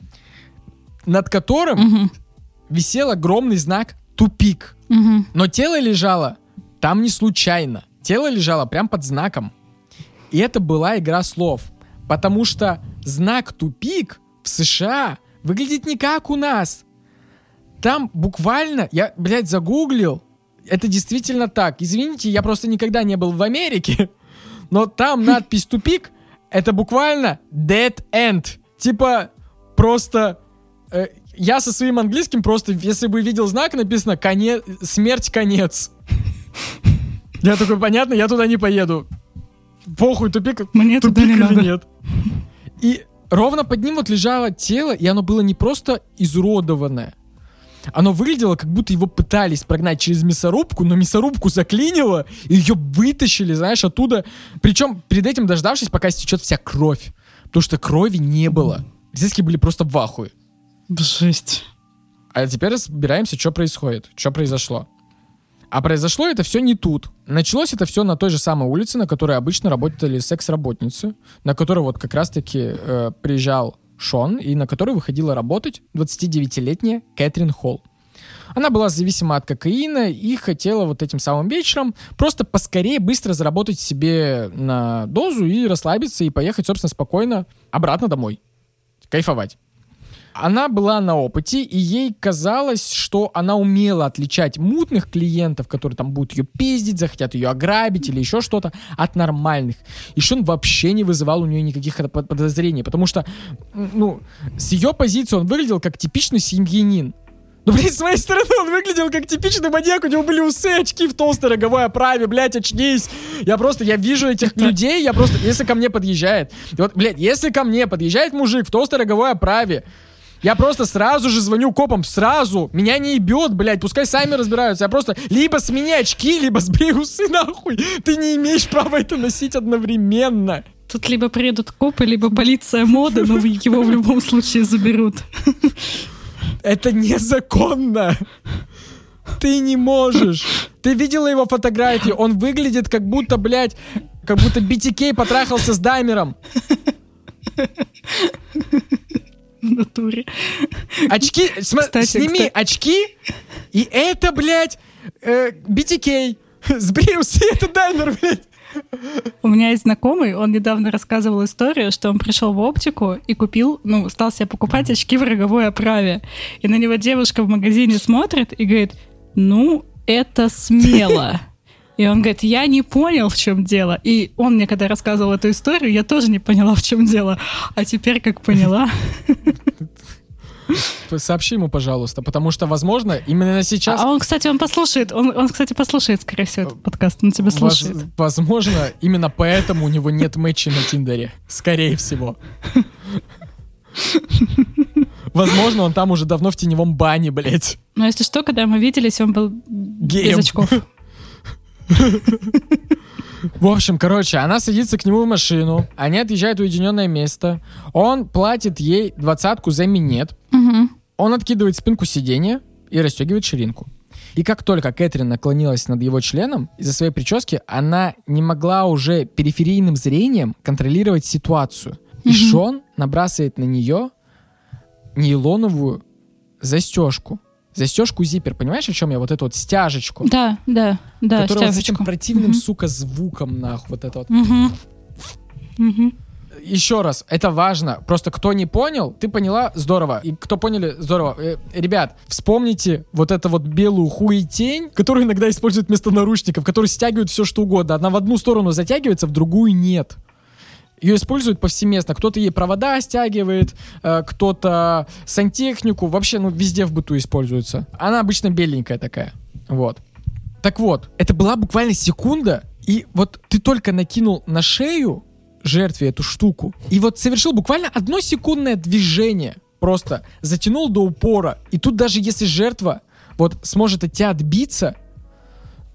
над которым угу. висел огромный знак «Тупик». Угу. Но тело лежало там не случайно. Тело лежало прям под знаком. И это была игра слов. Потому что знак «Тупик» в США выглядит не как у нас. Там буквально... Я, блядь, загуглил. Это действительно так. Извините, я просто никогда не был в Америке. Но там надпись «Тупик» — это буквально «dead end». Типа просто... Э, я со своим английским просто, если бы видел знак, написано «конец, смерть, конец». Я такой, понятно, я туда не поеду. Похуй, тупик, Мне тупик туда не или надо. нет. И ровно под ним вот лежало тело, и оно было не просто изуродованное. Оно выглядело, как будто его пытались прогнать через мясорубку, но мясорубку заклинило, и ее вытащили, знаешь, оттуда. Причем перед этим дождавшись, пока стечет вся кровь. Потому что крови не было. Полицейские были просто в ахуе. Жесть. А теперь разбираемся, что происходит, что произошло. А произошло это все не тут. Началось это все на той же самой улице, на которой обычно работали секс-работницы, на которой вот как раз-таки э, приезжал Шон, и на которой выходила работать двадцатидевятилетняя Кэтрин Холл. Она была зависима от кокаина и хотела вот этим самым вечером просто поскорее быстро заработать себе на дозу и расслабиться, и поехать, собственно, спокойно обратно домой. Кайфовать. Она была на опыте, и ей казалось, что она умела отличать мутных клиентов, которые там будут ее пиздить, захотят ее ограбить или еще что-то, от нормальных. И Шон вообще не вызывал у нее никаких подозрений, потому что, ну, с ее позиции он выглядел как типичный семьянин. Ну, блядь, с моей стороны он выглядел как типичный маньяк, у него были усы, очки в толстой роговой оправе, блядь, очнись. Я просто, я вижу этих людей, я просто, если ко мне подъезжает, вот, блядь, если ко мне подъезжает мужик в толстой роговой оправе, я просто сразу же звоню копам, сразу. Меня не ебет, блядь, пускай сами разбираются. Я просто либо смени очки, либо сбрей усы, нахуй. Ты не имеешь права это носить одновременно. Тут либо приедут копы, либо полиция моды, но его в любом случае заберут. Это незаконно. Ты не можешь. Ты видела его фотографии? Он выглядит как будто, блядь, как будто би ти кей потрахался с Даймером. В натуре. Очки, см- кстати, сними кстати. очки, и это, блядь, э, би ти кей. Сбрей усы, это Даймер, блядь. У меня есть знакомый, он недавно рассказывал историю, что он пришел в оптику и купил, ну, стал себе покупать очки в роговой оправе. И на него девушка в магазине смотрит и говорит, ну, это смело. И он говорит, я не понял, в чем дело. И он мне, когда рассказывал эту историю, я тоже не поняла, в чем дело. А теперь как поняла. Сообщи ему, пожалуйста, потому что, возможно, именно сейчас... А он, кстати, он послушает, он, он кстати, послушает, скорее всего, этот подкаст, он тебя слушает. Воз, возможно, именно поэтому у него нет матча на Тиндере. Скорее всего. Возможно, он там уже давно в теневом бане, блядь. Но если что, когда мы виделись, он был геем. Без очков. В общем, короче, она садится к нему в машину, они отъезжают в уединенное место, он платит ей двадцатку за минет, угу. Он откидывает спинку сиденья и расстегивает ширинку. И как только Кэтрин наклонилась над его членом, из-за своей прически она не могла уже периферийным зрением контролировать ситуацию. И угу. Шон набрасывает на нее нейлоновую застежку. Застежку зиппер, понимаешь, о чем я? Вот эту вот стяжечку. Да, да, да, которая вот с этим противным, угу. сука, звуком, нахуй, вот это вот. Угу. Угу. Еще раз, это важно. Просто кто не понял, ты поняла, здорово. И кто поняли, здорово. Э, ребят, вспомните вот эту вот белую хуетень, которую иногда используют вместо наручников, которые стягивают все, что угодно. Она в одну сторону затягивается, в другую нет. Ее используют повсеместно. Кто-то ей провода стягивает, э, кто-то сантехнику. Вообще, ну, везде в быту используется. Она обычно беленькая такая. Вот. Так вот, это была буквально секунда, и вот ты только накинул на шею жертве эту штуку, и вот совершил буквально одно секундное движение. Просто затянул до упора. И тут даже если жертва вот сможет от тебя отбиться,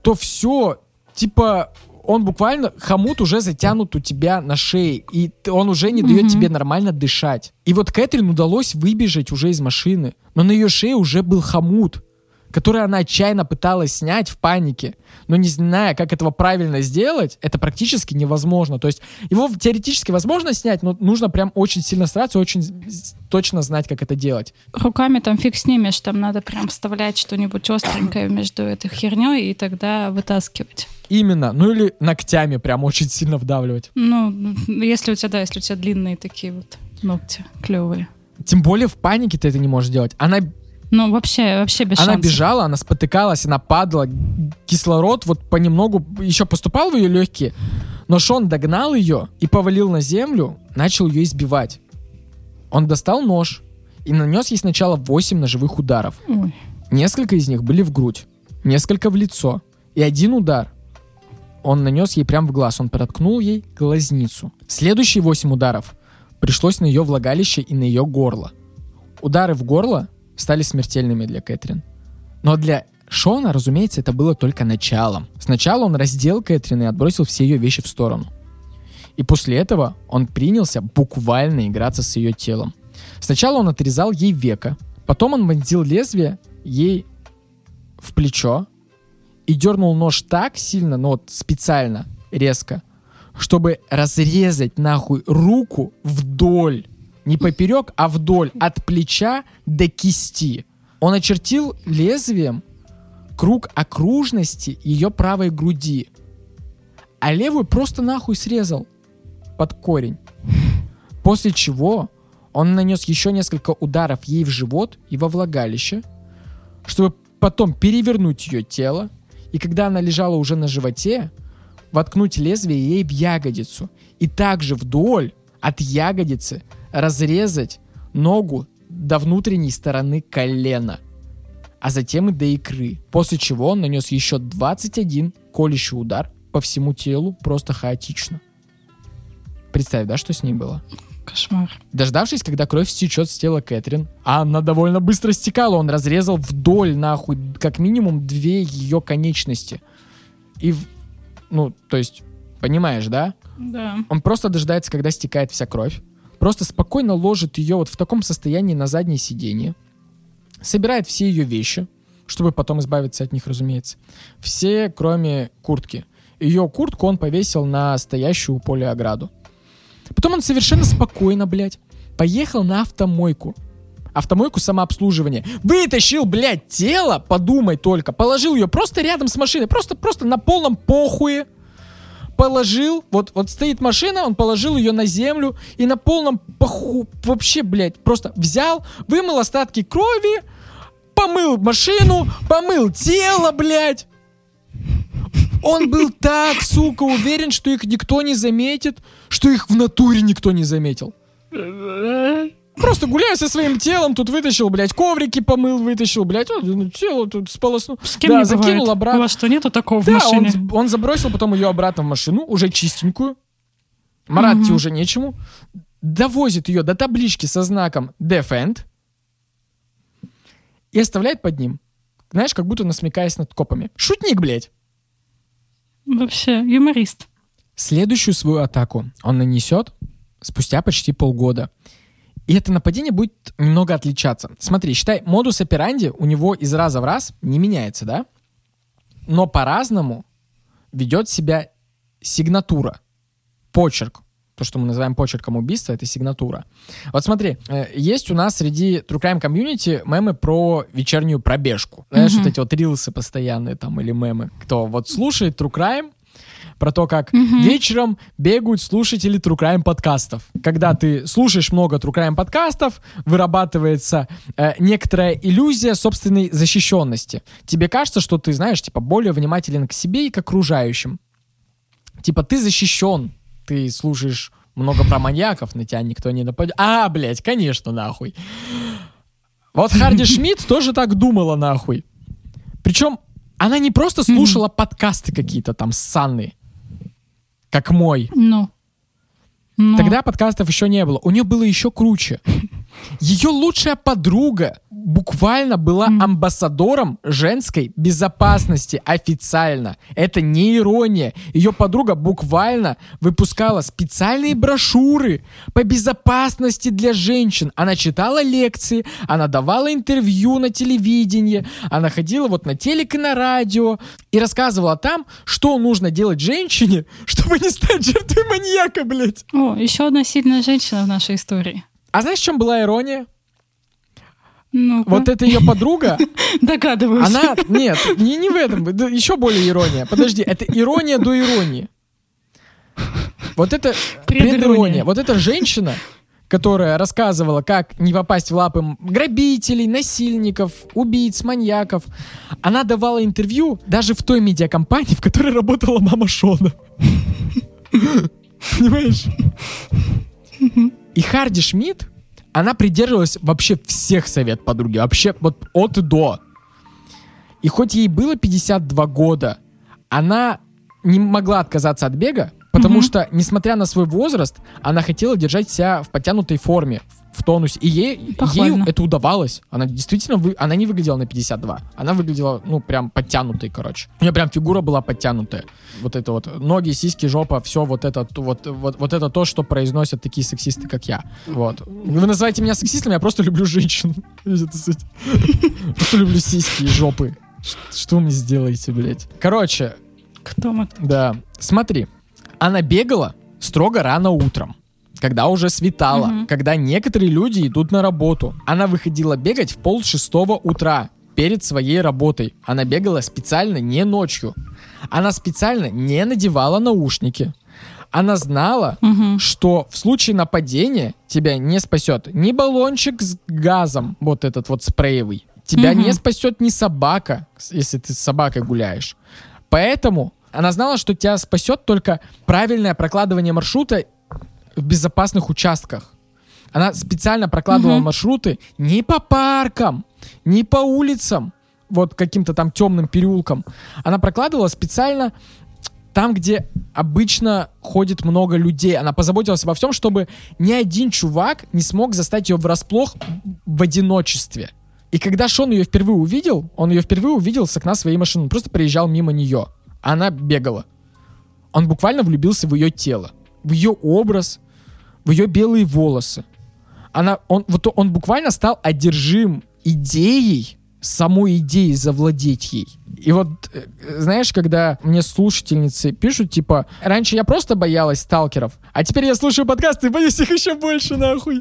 то все, типа, он буквально, хомут уже затянут у тебя на шее, и он уже не дает mm-hmm. тебе нормально дышать. И вот Кэтрин удалось выбежать уже из машины, но на ее шее уже был хомут, который она отчаянно пыталась снять в панике, но не зная, как этого правильно сделать, это практически невозможно. То есть его теоретически возможно снять, но нужно прям очень сильно стараться, очень точно знать, как это делать. Руками там фиг снимешь, там надо прям вставлять что-нибудь остренькое между этой херней и тогда вытаскивать. Именно. Ну или ногтями прям очень сильно вдавливать. Ну, если у тебя, да, если у тебя длинные такие вот ногти клевые. Тем более в панике ты это не можешь делать. Она Ну, вообще, вообще без Она шансов. бежала, она спотыкалась, она падала. Кислород вот понемногу еще поступал в ее легкие, но Шон догнал ее и повалил на землю, начал ее избивать. Он достал нож и нанес ей сначала восемь ножевых ударов. Ой. Несколько из них были в грудь, несколько в лицо. И один удар он нанес ей прямо в глаз. Он проткнул ей глазницу. Следующие восемь ударов пришлось на ее влагалище и на ее горло. Удары в горло стали смертельными для Кэтрин. Но для Шона, разумеется, это было только началом. Сначала он раздел Кэтрин и отбросил все ее вещи в сторону. И после этого он принялся буквально играться с ее телом. Сначала он отрезал ей веко, потом он вонзил лезвие ей в плечо и дернул нож так сильно, ну вот специально, резко, чтобы разрезать нахуй руку вдоль. Не поперек, а вдоль, от плеча до кисти. Он очертил лезвием круг окружности ее правой груди, а левую просто нахуй срезал под корень. После чего он нанес еще несколько ударов ей в живот и во влагалище, чтобы потом перевернуть ее тело, и когда она лежала уже на животе, воткнуть лезвие ей в ягодицу. И также вдоль от ягодицы разрезать ногу до внутренней стороны колена, а затем и до икры. После чего он нанес еще двадцать один колющий удар по всему телу, просто хаотично. Представь, да, что с ней было? Кошмар. Дождавшись, когда кровь стечет с тела Кэтрин, а она довольно быстро стекала, он разрезал вдоль, нахуй, как минимум две ее конечности. И, ну, то есть, понимаешь, да? Да. Он просто дожидается, когда стекает вся кровь, просто спокойно ложит ее вот в таком состоянии на заднее сиденье, собирает все ее вещи, чтобы потом избавиться от них, разумеется. Все, кроме куртки. Ее куртку он повесил на стоящую у поля ограду. Потом он совершенно спокойно, блядь, поехал на автомойку. Автомойку самообслуживания. Вытащил, блядь, тело, подумай только, положил ее просто рядом с машиной, просто, просто на полном похуе. Положил, вот, вот стоит машина, он положил ее на землю и на полном поху... Вообще, блядь, просто взял, вымыл остатки крови, помыл машину, помыл тело, блядь. Он был так, сука, уверен, что их никто не заметит, что их в натуре никто не заметил. Просто гуляю со своим телом, тут вытащил, блядь, коврики помыл, вытащил, блядь, вот, тело тут сполоснул. С кем да, не закинул бывает? обратно. У вас что, нету такого да, в машине? Он, он забросил потом ее обратно в машину, уже чистенькую. Маратти Угу. уже нечему. Довозит ее до таблички со знаком Defend и оставляет под ним. Знаешь, как будто насмекаясь над копами. Шутник, блядь. Вообще, юморист. Следующую свою атаку он нанесет спустя почти полгода. И это нападение будет немного отличаться. Смотри, считай, модус операнди у него из раза в раз не меняется, да? Но по-разному ведет себя сигнатура, почерк. То, что мы называем почерком убийства, это сигнатура. Вот смотри, есть у нас среди True Crime комьюнити мемы про вечернюю пробежку. Знаешь, mm-hmm. вот эти вот рилсы постоянные там или мемы. Кто вот слушает True Crime, про то, как mm-hmm. вечером бегают слушатели True Crime подкастов. Когда ты слушаешь много True Crime подкастов, вырабатывается э, некоторая иллюзия собственной защищенности. Тебе кажется, что ты, знаешь, типа более внимателен к себе и к окружающим. Типа ты защищен. Ты слушаешь много про маньяков, на тебя никто не нападет. А, блядь, конечно, нахуй. Вот Харди Шмидт тоже так думала, нахуй. Причем она не просто слушала подкасты какие-то там ссаные, как мой. Ну. Тогда подкастов еще не было. У нее было еще круче. Ее лучшая подруга буквально была mm. амбассадором женской безопасности официально. Это не ирония. Ее подруга буквально выпускала специальные брошюры по безопасности для женщин. Она читала лекции, она давала интервью на телевидении, она ходила вот на телек и на радио и рассказывала там, что нужно делать женщине, чтобы не стать жертвой маньяка, блядь. О, еще одна сильная женщина в нашей истории. А знаешь, в чем была ирония? Ну-ка. Вот эта ее подруга... Догадываюсь. Она... Нет, не, не в этом. Еще более ирония. Подожди, это ирония до иронии. Вот это предирония. Вот эта женщина, которая рассказывала, как не попасть в лапы грабителей, насильников, убийц, маньяков, она давала интервью даже в той медиакомпании, в которой работала мама Шона. Понимаешь? И Харди Шмидт, она придерживалась вообще всех совет подруги, вообще вот от и до. И хоть ей было пятьдесят два года, она не могла отказаться от бега, потому mm-hmm. что, несмотря на свой возраст, она хотела держать себя в подтянутой форме, в тонусе. И ей, ей это удавалось. Она действительно, вы, она не выглядела на пятьдесят два. Она выглядела, ну, прям подтянутой, короче. У нее прям фигура была подтянутая. Вот это вот ноги, сиськи, жопа, все вот это, вот, вот, вот это то, что произносят такие сексисты, как я. Вот. Вы называете меня сексистом, я просто люблю женщин. Просто люблю сиськи и жопы. Что вы мне сделаете, блядь? Короче. Кто мы? Да. Смотри. Она бегала строго рано утром, когда уже светало, mm-hmm. когда некоторые люди идут на работу. Она выходила бегать в полшестого утра перед своей работой. Она бегала специально не ночью. Она специально не надевала наушники. Она знала, mm-hmm. что в случае нападения тебя не спасет ни баллончик с газом, вот этот вот спреевый. Тебя mm-hmm. не спасет ни собака, если ты с собакой гуляешь. Поэтому... Она знала, что тебя спасет только правильное прокладывание маршрута в безопасных участках. Она специально прокладывала uh-huh. маршруты не по паркам, не по улицам, вот каким-то там темным переулкам. Она прокладывала специально там, где обычно ходит много людей. Она позаботилась обо всем, чтобы ни один чувак не смог застать ее врасплох в одиночестве. И когда Шон ее впервые увидел, он ее впервые увидел с окна своей машины. Он просто проезжал мимо нее. Она бегала. Он буквально влюбился в ее тело, в ее образ, в ее белые волосы. Она, он, вот он буквально стал одержим идеей, самой идеей завладеть ей. И вот, знаешь, когда мне слушательницы пишут, типа, раньше я просто боялась сталкеров, а теперь я слушаю подкасты и боюсь их еще больше, нахуй.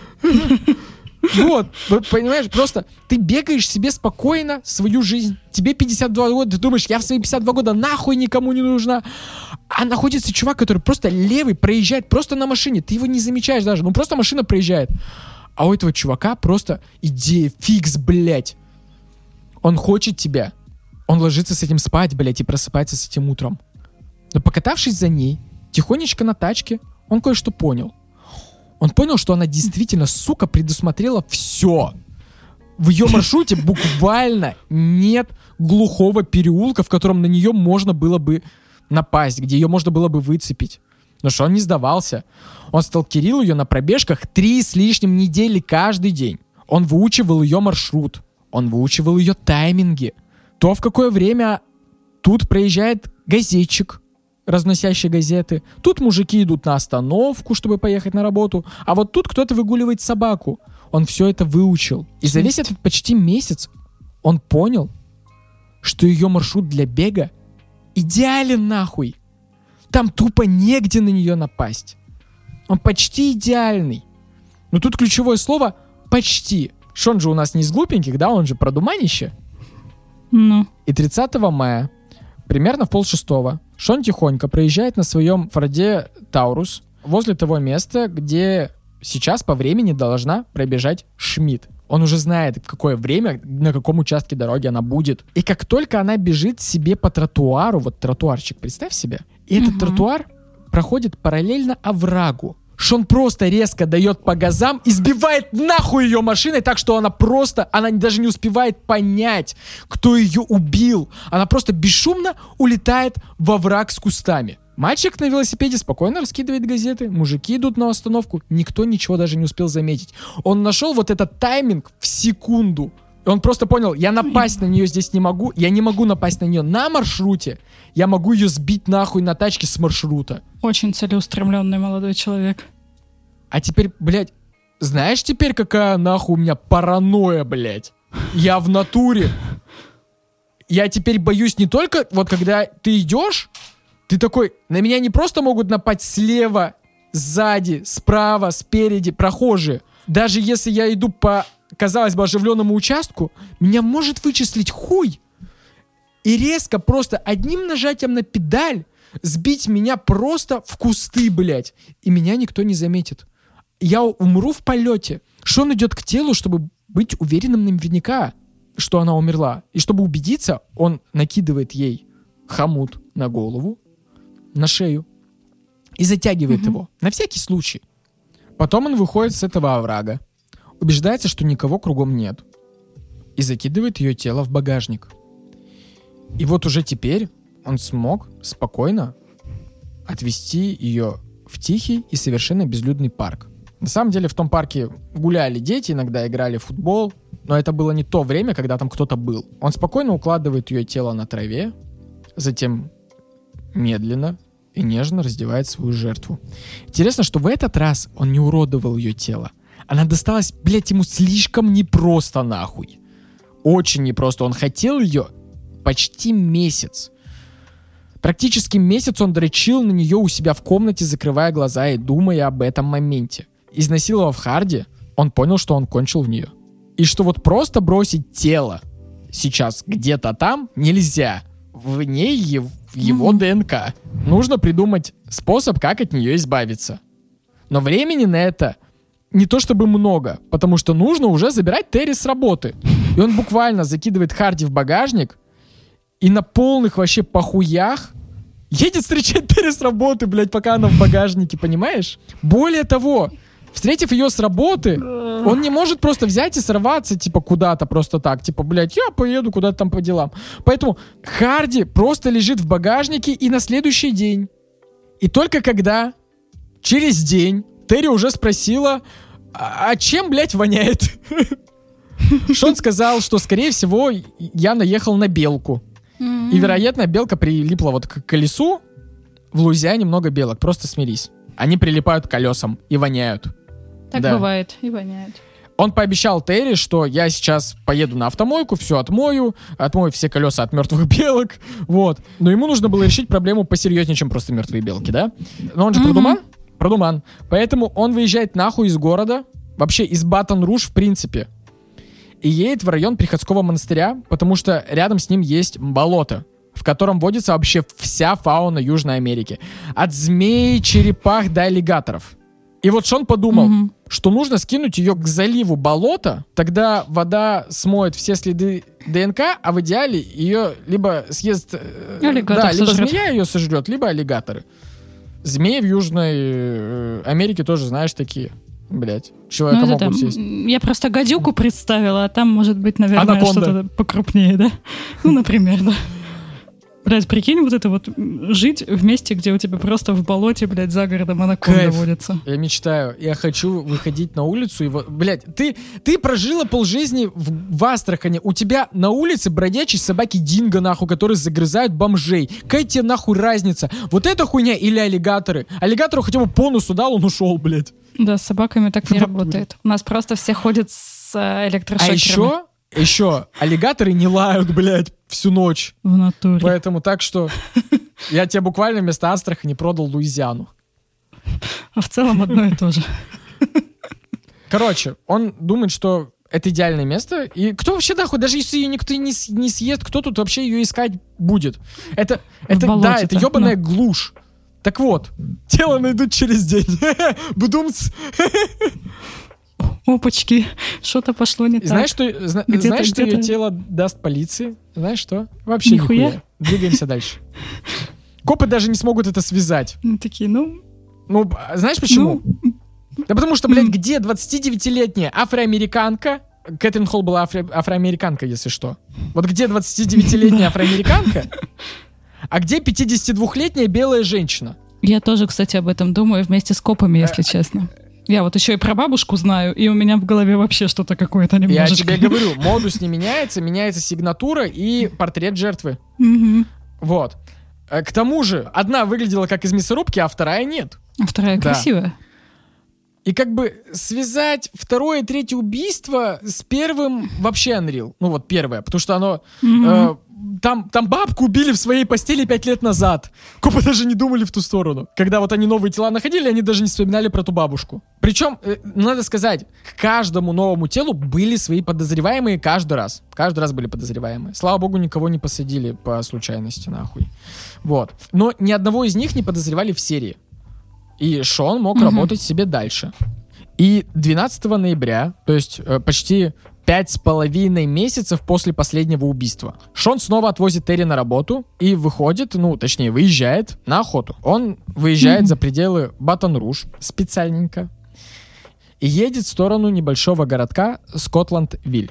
Вот, понимаешь, просто ты бегаешь себе спокойно свою жизнь. Тебе пятьдесят два года, ты думаешь, я в свои пятьдесят два года нахуй никому не нужна. А находится чувак, который просто левый проезжает просто на машине. Ты его не замечаешь даже, ну просто машина проезжает. А у этого чувака просто идея фикс, блядь. Он хочет тебя. Он ложится с этим спать, блядь, и просыпается с этим утром. Но покатавшись за ней, тихонечко на тачке, он кое-что понял. Он понял, что она действительно, сука, предусмотрела все. В ее маршруте буквально нет глухого переулка, в котором на нее можно было бы напасть, где ее можно было бы выцепить. Но что он не сдавался. Он сталкерил ее на пробежках три с лишним недели каждый день. Он выучивал ее маршрут. Он выучивал ее тайминги. То, в какое время тут проезжает газетчик, разносящие газеты. Тут мужики идут на остановку, чтобы поехать на работу. А вот тут кто-то выгуливает собаку. Он все это выучил. И за весь этот почти месяц он понял, что ее маршрут для бега идеален нахуй. Там тупо негде на нее напасть. Он почти идеальный. Но тут ключевое слово «почти». Шон же у нас не из глупеньких, да? Он же продуманище. Ну. И тридцатого мая, примерно в полшестого, Шон тихонько проезжает на своем Форде Таурус возле того места, где сейчас по времени должна пробежать Шмидт. Он уже знает, в какое время, на каком участке дороги она будет. И как только она бежит себе по тротуару, вот тротуарчик, представь себе, и этот угу. тротуар проходит параллельно оврагу. Шон просто резко дает по газам и сбивает нахуй ее машиной так, что она просто, она даже не успевает понять, кто ее убил. Она просто бесшумно улетает во враг с кустами. Мальчик на велосипеде спокойно раскидывает газеты, мужики идут на остановку, никто ничего даже не успел заметить. Он нашел вот этот тайминг в секунду. И он просто понял, я напасть на нее здесь не могу, я не могу напасть на нее на маршруте, я могу ее сбить нахуй на тачке с маршрута. Очень целеустремленный молодой человек. А теперь, блядь, знаешь теперь, какая нахуй у меня паранойя, блядь? Я в натуре. Я теперь боюсь не только, вот когда ты идешь, ты такой, на меня не просто могут напасть слева, сзади, справа, спереди прохожие. Даже если я иду по, казалось бы, оживленному участку, меня может вычислить хуй. И резко просто одним нажатием на педаль сбить меня просто в кусты, блядь. И меня никто не заметит. Я умру в полете. Что он идет к телу, чтобы быть уверенным наверняка, что она умерла. И чтобы убедиться, он накидывает ей хомут на голову, на шею и затягивает mm-hmm. его. На всякий случай. Потом он выходит с этого оврага, убеждается, что никого кругом нет, и закидывает ее тело в багажник. И вот уже теперь он смог спокойно отвезти ее в тихий и совершенно безлюдный парк. На самом деле в том парке гуляли дети, иногда играли в футбол, но это было не то время, когда там кто-то был. Он спокойно укладывает ее тело на траве, затем медленно и нежно раздевает свою жертву. Интересно, что в этот раз он не уродовал ее тело. Она досталась, блядь, ему слишком непросто нахуй. Очень непросто. Он хотел ее почти месяц. Практически месяц он дрочил на нее у себя в комнате, закрывая глаза и думая об этом моменте. Изнасиловав Харди, он понял, что он кончил в нее. И что вот просто бросить тело сейчас где-то там нельзя. В ней его, его mm-hmm. ДНК. Нужно придумать способ, как от нее избавиться. Но времени на это не то чтобы много, потому что нужно уже забирать Терри с работы. И он буквально закидывает Харди в багажник и на полных вообще похуях едет встречать Терри с работы, блядь, пока она в багажнике, понимаешь? Более того, встретив ее с работы, он не может просто взять и сорваться, типа, куда-то просто так. Типа, блядь, я поеду куда-то там по делам. Поэтому Харди просто лежит в багажнике и на следующий день. И только когда через день Терри уже спросила, а, а чем, блядь, воняет? Шон сказал, что, скорее всего, я наехал на белку. И, вероятно, белка прилипла вот к колесу. В Луизиане много белок, просто смирись. Они прилипают к колесам и воняют. Так да. Бывает, и воняет. Он пообещал Терри, что я сейчас поеду на автомойку, все отмою, отмою все колеса от мертвых белок, вот. Но ему нужно было решить проблему посерьезнее, чем просто мертвые белки, да? Но он же mm-hmm. продуман, продуман. Поэтому он выезжает нахуй из города, вообще из Батон-Руж в принципе, и едет в район Приходского монастыря, потому что рядом с ним есть болото, в котором водится вообще вся фауна Южной Америки. От змей, черепах до аллигаторов. И вот Шон подумал, mm-hmm. что нужно скинуть ее к заливу болота, тогда вода смоет все следы ДНК, а в идеале ее либо съест... Аллигатор да, либо сожрет. Змея ее сожрет, либо аллигаторы. Змеи в Южной Америке тоже, знаешь, такие, блядь, человека ну, могут там, съесть. Я просто гадюку представила, а там может быть, наверное, Анаконда. Что-то покрупнее, да? Ну, например, да. Блядь, прикинь, вот это вот жить в месте, где у тебя просто в болоте, блядь, за городом анаконда водится. Я мечтаю. Я хочу выходить на улицу и вот... Блядь, ты, ты прожила полжизни в, в Астрахани. У тебя на улице бродячие собаки динго, нахуй, которые загрызают бомжей. Какая тебе нахуй разница? Вот эта хуйня или аллигаторы? Аллигатору хотя бы по носу дал, он ушел, блядь. Да, с собаками так не работает. У нас просто все ходят с электрошокерами. А еще... Еще аллигаторы не лают, блядь, всю ночь. В натуре. Поэтому так что я тебе буквально вместо Астрахани продал Луизиану. А в целом одно и то же. Короче, он думает, что это идеальное место. И кто вообще нахуй, даже если ее никто не, не съест, кто тут вообще ее искать будет? Это, это да, это ебаная да. глушь. Так вот, тело найдут через день. Бдумц. Опачки, что-то пошло не знаешь, так. Что, зна- знаешь, что ее тело даст полиции? Знаешь что? Вообще нихуя. нихуя. Двигаемся дальше. Копы даже не смогут это связать. Ну, такие, ну... Ну, знаешь почему? Ну... Да потому что, блядь, где двадцатидевятилетняя афроамериканка... Кэтрин Холл была афро- афроамериканка, если что. Вот где двадцатидевятилетняя афроамериканка, А где пятидесятидвухлетняя белая женщина? Я тоже, кстати, об этом думаю вместе с копами, если честно. Я вот еще и про бабушку знаю, и у меня в голове вообще что-то какое-то немножечко. Я тебе говорю, модус не меняется, меняется сигнатура и портрет жертвы. Угу. Вот. К тому же, одна выглядела как из мясорубки, а вторая нет. А вторая да. красивая. И как бы связать второе и третье убийство с первым вообще unreal. Ну вот первое, потому что оно... Угу. Э, Там, там бабку убили в своей постели пять лет назад. Копы даже не думали в ту сторону. Когда вот они новые тела находили, они даже не вспоминали про ту бабушку. Причем, э, надо сказать, к каждому новому телу были свои подозреваемые каждый раз. Каждый раз были подозреваемые. Слава богу, никого не посадили по случайности, нахуй. Вот. Но ни одного из них не подозревали в серии. И Шон мог угу. работать себе дальше. И двенадцатого ноября, то есть э, почти... Пять с половиной месяцев после последнего убийства. Шон снова отвозит Терри на работу и выходит, ну, точнее, выезжает на охоту. Он выезжает mm-hmm. за пределы Батон-Руж специальненько и едет в сторону небольшого городка Скотланд-Виль.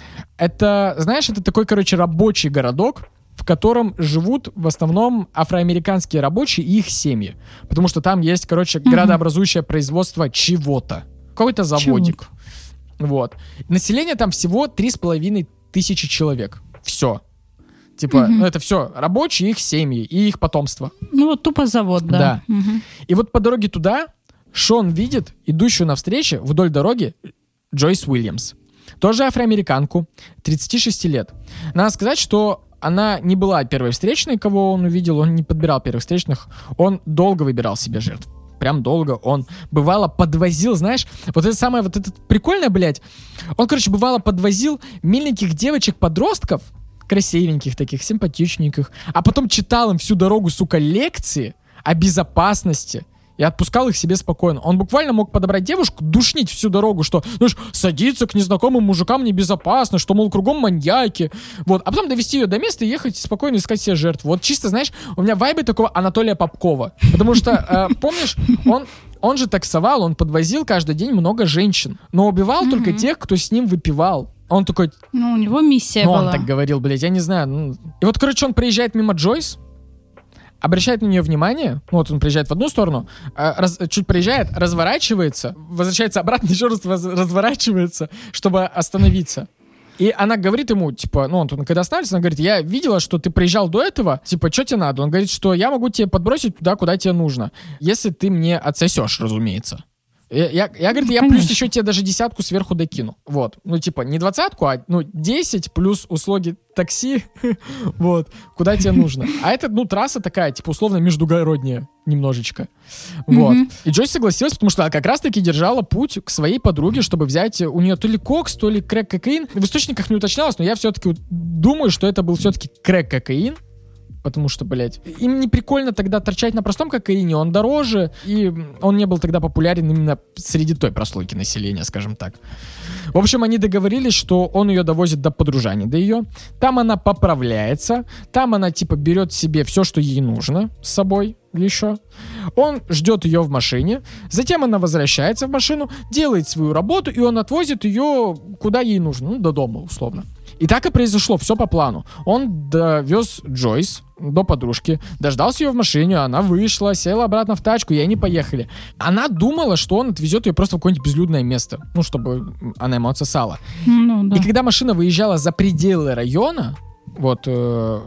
Это, знаешь, это такой, короче, рабочий городок, в котором живут в основном афроамериканские рабочие и их семьи. Потому что там есть, короче, mm-hmm. градообразующее производство чего-то. Какой-то заводик. Чего? Вот. Население там всего три с половиной тысячи человек. Все. Типа, угу. ну это все рабочие, их семьи и их потомство. Ну вот тупо завод, да. Да. Угу. И вот по дороге туда Шон видит идущую навстречу вдоль дороги Джойс Уильямс. Тоже афроамериканку, тридцати шести лет. Надо сказать, что она не была первой встречной, кого он увидел, он не подбирал первых встречных, он долго выбирал себе жертв. Прям долго он, бывало, подвозил, знаешь, вот это самое, вот это прикольное, блядь, он, короче, бывало, подвозил миленьких девочек-подростков, красивеньких таких, симпатичненьких, а потом читал им всю дорогу, сука, лекции о безопасности и отпускал их себе спокойно. Он буквально мог подобрать девушку, душнить всю дорогу, что, знаешь, садиться к незнакомым мужикам небезопасно, что, мол, кругом маньяки, вот, а потом довести ее до места и ехать спокойно искать себе жертву. Вот чисто, знаешь, у меня вайбы такого Анатолия Попкова, потому что, э, помнишь, он, он же таксовал, он подвозил каждый день много женщин, но убивал mm-hmm. только тех, кто с ним выпивал. Он такой... Ну, у него миссия ну, была. Он так говорил, блядь, я не знаю. Ну... И вот, короче, он проезжает мимо Джойс, обращает на нее внимание, вот он приезжает в одну сторону, раз, чуть проезжает, разворачивается, возвращается обратно, еще раз воз, разворачивается, чтобы остановиться. И она говорит ему, типа, ну, он когда останавливается, она говорит, я видела, что ты приезжал до этого, типа, что тебе надо? Он говорит, что я могу тебе подбросить туда, куда тебе нужно, если ты мне отсосешь, разумеется. Я, я, я говорит, я плюс еще тебе даже десятку сверху докину. Вот. Ну, типа, не двадцатку, а ну, десять плюс услуги такси. Вот. Куда тебе нужно. А это, ну, трасса такая, типа, условно, междугородняя немножечко. Вот. Mm-hmm. И Джойс согласилась, потому что она как раз-таки держала путь к своей подруге, чтобы взять у нее то ли кокс, то ли крэк-кокаин. В источниках не уточнялось, но я все-таки думаю, что это был все-таки крэк-кокаин. Потому что, блядь, им не прикольно тогда торчать на простом кокаине, он дороже, и он не был тогда популярен именно среди той прослойки населения, скажем так. В общем, они договорились, что он ее довозит до Подружани, до ее. Там она поправляется, там она, типа, берет себе все, что ей нужно с собой еще. Он ждет ее в машине, затем она возвращается в машину, делает свою работу, и он отвозит ее куда ей нужно, ну, до дома, условно. И так и произошло, все по плану. Он довез Джойс до подружки, дождался ее в машине, она вышла, села обратно в тачку, и они поехали. Она думала, что он отвезет ее просто в какое-нибудь безлюдное место, ну, чтобы она ему отсосала. Ну, да. И когда машина выезжала за пределы района, вот, э,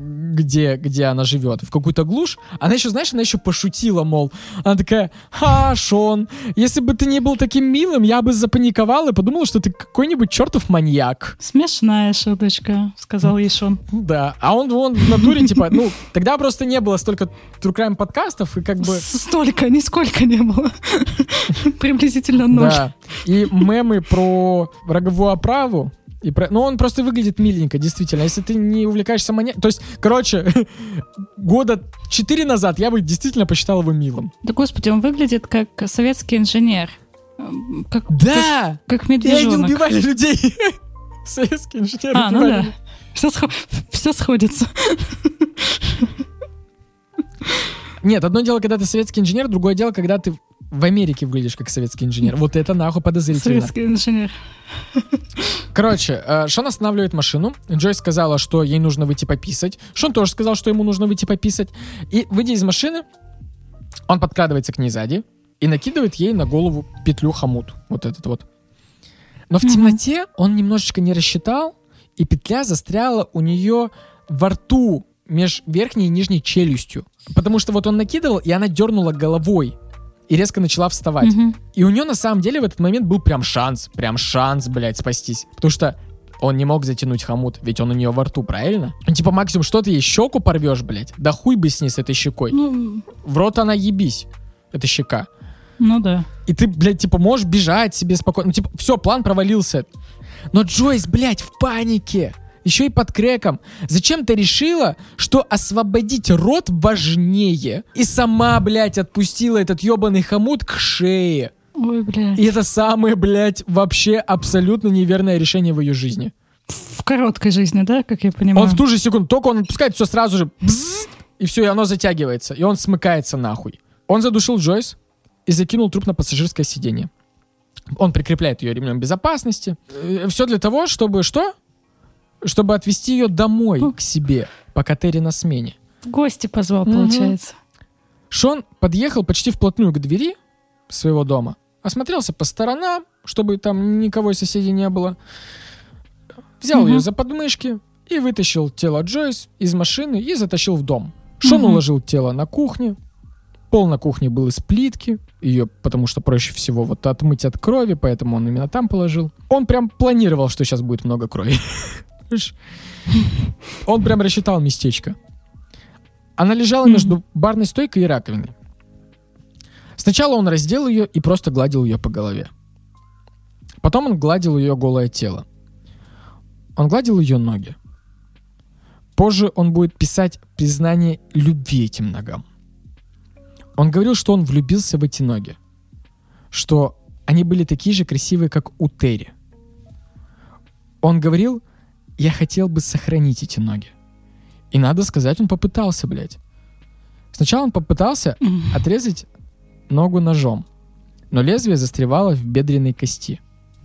где, где она живет, в какую-то глушь, она еще, знаешь, она еще пошутила, мол, она такая, ха, Шон, если бы ты не был таким милым, я бы запаниковала и подумала, что ты какой-нибудь чертов маньяк. Смешная шуточка, сказал ей Шон. Да, а он, он в натуре, типа, ну, тогда просто не было столько True Crime подкастов, и как бы... Столько, нисколько не было. Приблизительно ноль. Да, и мемы про роговую оправу, И про... Ну, он просто выглядит миленько, действительно. Если ты не увлекаешься маньяком... То есть, короче, года четыре назад я бы действительно посчитал его милым. Да, господи, он выглядит как советский инженер. Как, да! Как, как медвежонок. И они убивали людей. Советские инженеры а, убивали. Ну да. Все, схо... Все сходится. Нет, одно дело, когда ты советский инженер, другое дело, когда ты в Америке выглядишь как советский инженер. Вот это нахуй подозрительно. Советский инженер. Короче, Шон останавливает машину. Джойс сказала, что ей нужно выйти пописать. Шон тоже сказал, что ему нужно выйти пописать. И, выйдя из машины, он подкрадывается к ней сзади и накидывает ей на голову петлю хомут. Вот этот вот. Но в темноте он немножечко не рассчитал, и петля застряла у нее во рту между верхней и нижней челюстью. Потому что вот он накидывал, и она дернула головой и резко начала вставать. Mm-hmm. И у нее на самом деле в этот момент был прям шанс, прям шанс, блядь, спастись. Потому что он не мог затянуть хомут, ведь он у нее во рту, правильно? Ну, типа, максимум, что ты ей щеку порвешь, блядь? Да хуй бы с ней, с этой щекой. Mm. В рот она ебись, эта щека. Ну да. И ты, блядь, типа, можешь бежать себе спокойно. Ну, типа, все, план провалился. Но Джойс, блядь, в панике. Еще и под крэком. Зачем ты решила, что освободить рот важнее? И сама, блядь, отпустила этот ебаный хомут к шее. Ой, блядь. И это самое, блядь, вообще абсолютно неверное решение в ее жизни. В короткой жизни, да, как я понимаю? Он в ту же секунду, только он отпускает, все сразу же бзз, и все, и оно затягивается. И он смыкается нахуй. Он задушил Джойс и закинул труп на пассажирское сиденье. Он прикрепляет ее ремнем безопасности. Все для того, чтобы что? Чтобы отвезти ее домой к себе, пока Терри на смене. В гости позвал, угу. Получается. Шон подъехал почти вплотную к двери своего дома, осмотрелся по сторонам, чтобы там никого из соседей не было, взял угу. ее за подмышки и вытащил тело Джойс из машины и затащил в дом. Шон угу. уложил тело на кухне. Пол на кухне был из плитки, ее, потому что проще всего вот отмыть от крови, поэтому он именно там положил. Он прям планировал, что сейчас будет много крови. Он прям рассчитал местечко. Она лежала между барной стойкой и раковиной. Сначала он раздел ее и просто гладил ее по голове. Потом он гладил ее голое тело. Он гладил ее ноги. Позже он будет писать признание любви этим ногам. Он говорил, что он влюбился в эти ноги. Что они были такие же красивые, как у Терри. Он говорил: я хотел бы сохранить эти ноги. И надо сказать, он попытался, блядь. Сначала он попытался отрезать ногу ножом, но лезвие застревало в бедренной кости.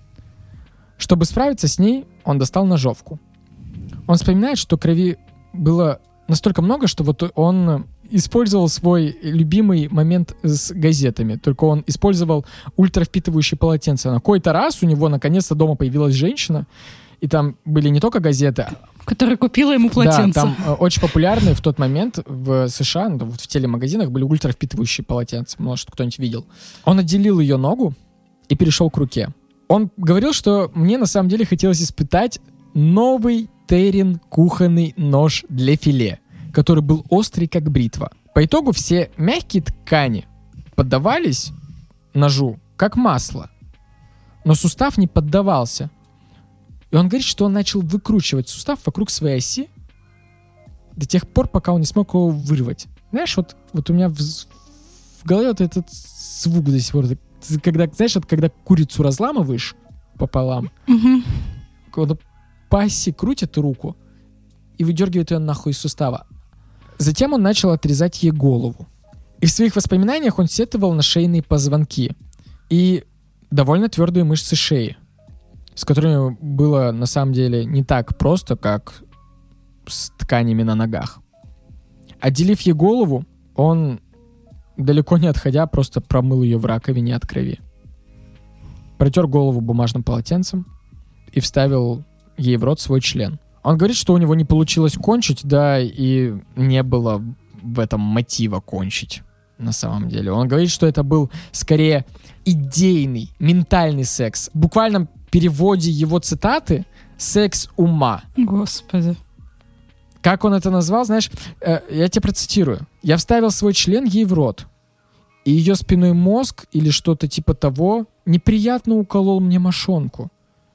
Чтобы справиться с ней, он достал ножовку. Он вспоминает, что крови было настолько много, что вот он использовал свой любимый момент с газетами, только он использовал ультравпитывающее полотенце. На какой-то раз у него наконец-то дома появилась женщина, и там были не только газеты, которая купила ему полотенце. Да, там э, очень популярные в тот момент в США, ну, в телемагазинах были ультравпитывающие полотенца. Может, кто-нибудь видел. Он отделил ее ногу и перешел к руке. Он говорил, что мне на самом деле хотелось испытать новый Террин кухонный нож для филе, который был острый, как бритва. По итогу все мягкие ткани поддавались ножу, как масло. Но сустав не поддавался. И он говорит, что он начал выкручивать сустав вокруг своей оси до тех пор, пока он не смог его вырвать. Знаешь, вот, вот у меня в, в голове вот этот звук до сих пор. Когда, знаешь, вот когда курицу разламываешь пополам, mm-hmm. когда по оси крутит руку и выдергивает ее нахуй из сустава. Затем он начал отрезать ей голову. И в своих воспоминаниях он сетовал на шейные позвонки и довольно твердые мышцы шеи, с которыми было на самом деле не так просто, как с тканями на ногах. Отделив ей голову, он, далеко не отходя, просто промыл ее в раковине от крови. Протер голову бумажным полотенцем и вставил ей в рот свой член. Он говорит, что у него не получилось кончить, да, и не было в этом мотива кончить на самом деле. Он говорит, что это был скорее идейный, ментальный секс. В буквальном переводе его цитаты «секс ума». Господи. Как он это назвал, знаешь, э, я тебе процитирую. «Я вставил свой член ей в рот, и ее спинной мозг или что-то типа того неприятно уколол мне мошонку.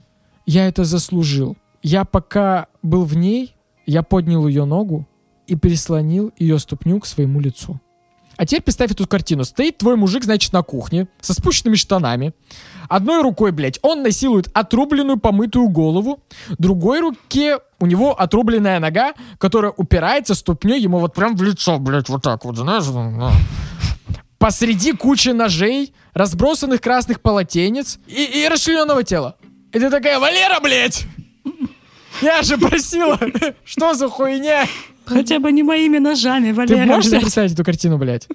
Я это заслужил. Я пока был в ней, я поднял ее ногу и прислонил ее ступню к своему лицу». А теперь представь эту картину. Стоит твой мужик, значит, на кухне, со спущенными штанами. Одной рукой, блядь, он насилует отрубленную помытую голову. Другой руке у него отрубленная нога, которая упирается ступней ему вот прям в лицо, блядь, вот так вот, знаешь. Посреди кучи ножей разбросанных красных полотенец и, и расчлененного тела. И ты такая: Валера, блядь! Я же просила! Что за хуйня? Хотя бы не моими ножами, Валера, Ты можешь себе блядь. представить эту картину, блядь?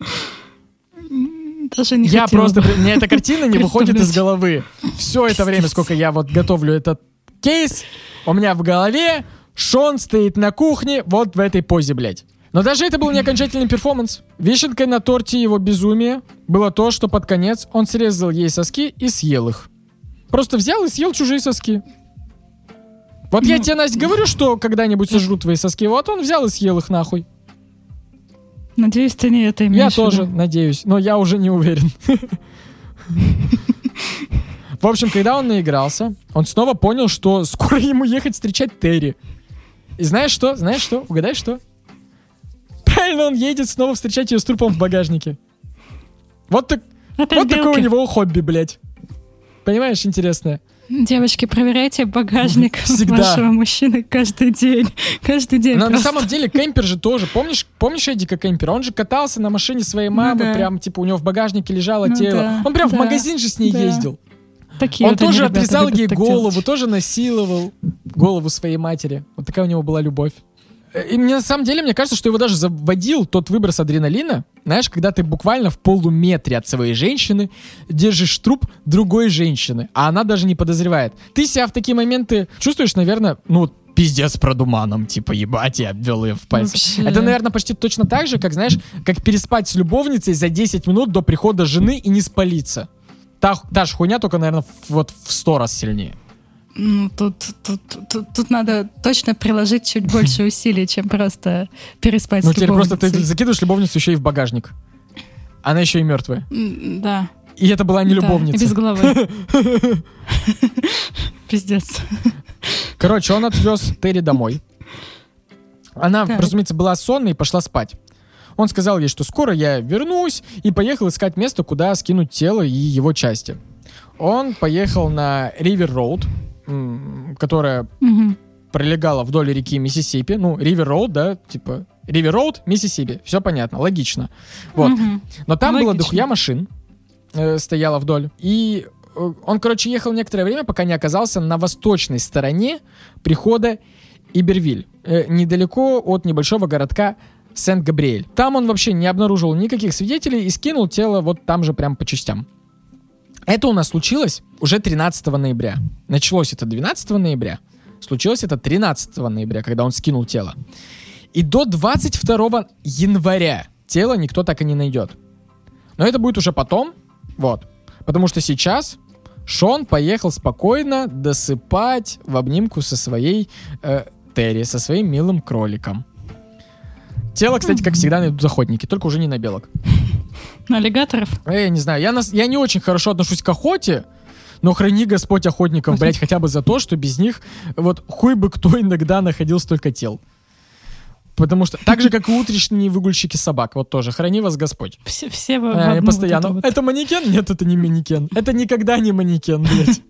Даже не Я хотела просто... бы. Мне эта картина не выходит из представлять. головы. Все это время, сколько я вот готовлю этот кейс, у меня в голове Шон стоит на кухне вот в этой позе, блядь. Но даже это был не окончательный перформанс. Вишенкой на торте его безумия было то, что под конец он срезал ей соски и съел их. Просто взял и съел чужие соски. Вот я тебе, Настя, говорю, что когда-нибудь сожру твои соски. Вот он взял и съел их нахуй. Надеюсь, ты не это имеешь Я в виду. тоже надеюсь, но я уже не уверен. В общем, когда он наигрался, он снова понял, что скоро ему ехать встречать Терри. И знаешь что? Знаешь что? Угадай что? Правильно, он едет снова встречать ее с трупом в багажнике. Вот, так, Опять вот такое у белки. него хобби, блядь. Понимаешь, интересное. Девочки, проверяйте багажник Всегда. вашего мужчины каждый день. Каждый день Но на просто. самом деле Кемпер же тоже. Помнишь, помнишь Эдика Кемпера? Он же катался на машине своей мамы, да. прям типа у него в багажнике лежало Ну тело. да, Он прям в да, магазин же с ней да. ездил. Такие Он вот они, тоже ребята, отрезал любят ей так голову, делать. тоже насиловал голову своей матери. Вот такая у него была любовь. И мне на самом деле, мне кажется, что его даже заводил тот выброс адреналина. Знаешь, когда ты буквально в полуметре от своей женщины держишь труп другой женщины, а она даже не подозревает. Ты себя в такие моменты чувствуешь, наверное, ну, пиздец продуманом, типа, ебать, я обвел ее в пальцы. Вообще. Это, наверное, почти точно так же, как, знаешь, как переспать с любовницей за десять минут до прихода жены и не спалиться. Та, та же хуйня, только, наверное, в- вот в сто раз сильнее. Ну, тут, тут, тут, тут надо точно приложить чуть больше усилий, чем просто переспать Ну, с теперь просто ты любовницей. закидываешь любовницу еще и в багажник. Она еще и мертвая. М, Да. И это была не Да, любовница. и без головы. Пиздец. Короче, он отвез Терри домой. Она, Так. разумеется, была сонной и пошла спать. Он сказал ей, что скоро я вернусь, и поехал искать место, куда скинуть тело и его части. Он поехал на Ривер Роуд, м, которая Мгм. пролегала вдоль реки Миссисипи. Ну, Ривер Роуд, да, типа... Ривер Роуд, Миссисипи. Все понятно, логично. Вот. Мгм. Но там было Логично. дохуя машин, э, стояло вдоль. И э, он, короче, ехал некоторое время, пока не оказался на восточной стороне прихода Ибервиль, э, недалеко от небольшого городка Сент-Габриэль. Там он вообще не обнаружил никаких свидетелей и скинул тело вот там же прям по частям. Это у нас случилось уже тринадцатого ноября. Началось это двенадцатого ноября. Случилось это тринадцатого ноября, когда он скинул тело. И до двадцать второго января тело никто так и не найдет. Но это будет уже потом, вот. Потому что сейчас Шон поехал спокойно досыпать в обнимку со своей э, Терри, со своим милым кроликом. Тело, кстати, как всегда, найдут охотники, только уже не на белок. Аллигаторов? Э, Я не знаю, я, нас, я не очень хорошо отношусь к охоте, но храни Господь охотников, блять, хотя бы за то, что без них вот хуй бы кто иногда находил столько тел. Потому что, так же, как и утренние выгульщики собак, вот тоже, храни вас Господь. Все, все в, в Э, одну постоянно. вот эту вот. Это манекен? Нет, это не манекен. Это никогда не манекен, блядь.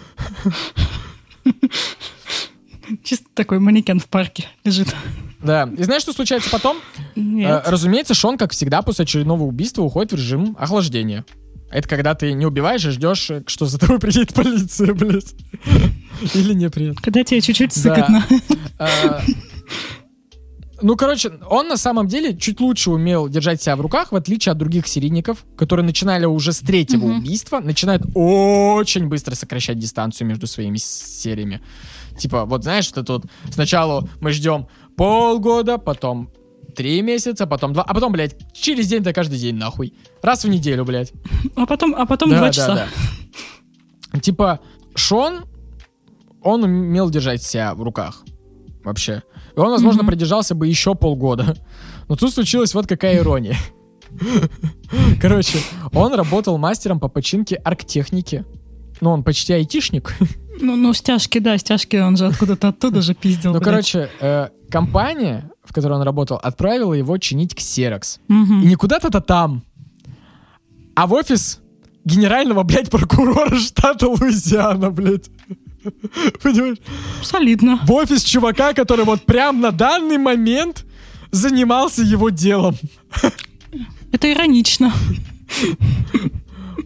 Чисто такой манекен в парке лежит. Да. И знаешь, что случается потом? Нет. Э, разумеется, Шон, как всегда, после очередного убийства уходит в режим охлаждения. Это когда ты не убиваешь и ждешь, э, что за тобой приедет полиция, блядь. Или не приедет. Когда тебе чуть-чуть Да. сыкотно. Э, Ну, короче, он на самом деле чуть лучше умел держать себя в руках, в отличие от других серийников, которые начинали уже с третьего Мгм. убийства, начинают очень быстро сокращать дистанцию между своими с- сериями. Типа, вот знаешь, что тут сначала мы ждем полгода, потом три месяца, потом два, а потом, блядь, через день-то каждый день, нахуй. Раз в неделю, блядь. А потом, а потом Да, два да, часа. да. Типа, Шон, он умел держать себя в руках. Вообще. И он, возможно, Мгм. продержался бы еще полгода. Но тут случилась вот какая ирония. Короче, он работал мастером по починке арктехники. Ну, он почти айтишник. Ну, ну, стяжки, да, стяжки, он же откуда-то оттуда же пиздил. Ну, блядь. короче, э, компания, в которой он работал, отправила его чинить к Xerox. Мгм. И не куда-то там, а в офис генерального, блядь, прокурора штата Луизиана, блядь. Понимаешь? Солидно. В офис чувака, который вот прям на данный момент занимался его делом. Это иронично.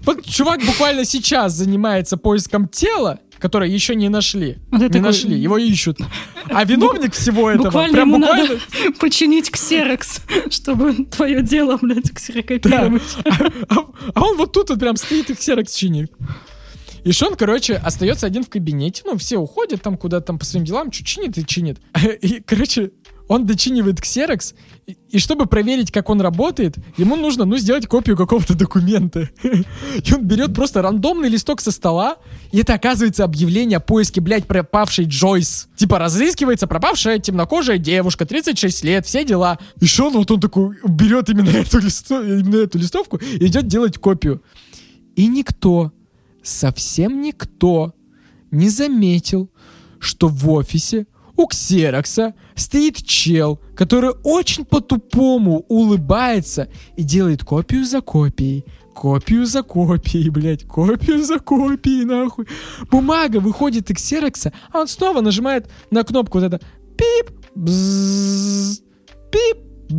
Вот чувак буквально сейчас занимается поиском тела, которое еще не нашли. Вот не такой... нашли, его ищут. А виновник всего этого... Буквально прям ему буквально... надо починить ксерокс, чтобы твое дело, блядь, ксерокопировать. Да. А, а, а он вот тут вот прям стоит и ксерокс чинит. И Шон, короче, остается один в кабинете. Ну, все уходят там куда-то там по своим делам, что чинит и чинит. И, короче, он дочинивает ксерокс, и, и чтобы проверить, как он работает, ему нужно, ну, сделать копию какого-то документа. И он берет просто рандомный листок со стола, и это, оказывается, объявление о поиске, блядь, пропавшей Джойс. Типа, разыскивается пропавшая темнокожая девушка, тридцать шесть лет, все дела. И Шон, вот он такой, берет именно эту, листо, именно эту листовку и идет делать копию. И никто... Совсем никто не заметил, что в офисе у ксерокса стоит чел, который очень по-тупому улыбается и делает копию за копией, копию за копией, блядь, копию за копией, нахуй. Бумага выходит из ксерокса, а он снова нажимает на кнопку вот это пип, бззз, пип,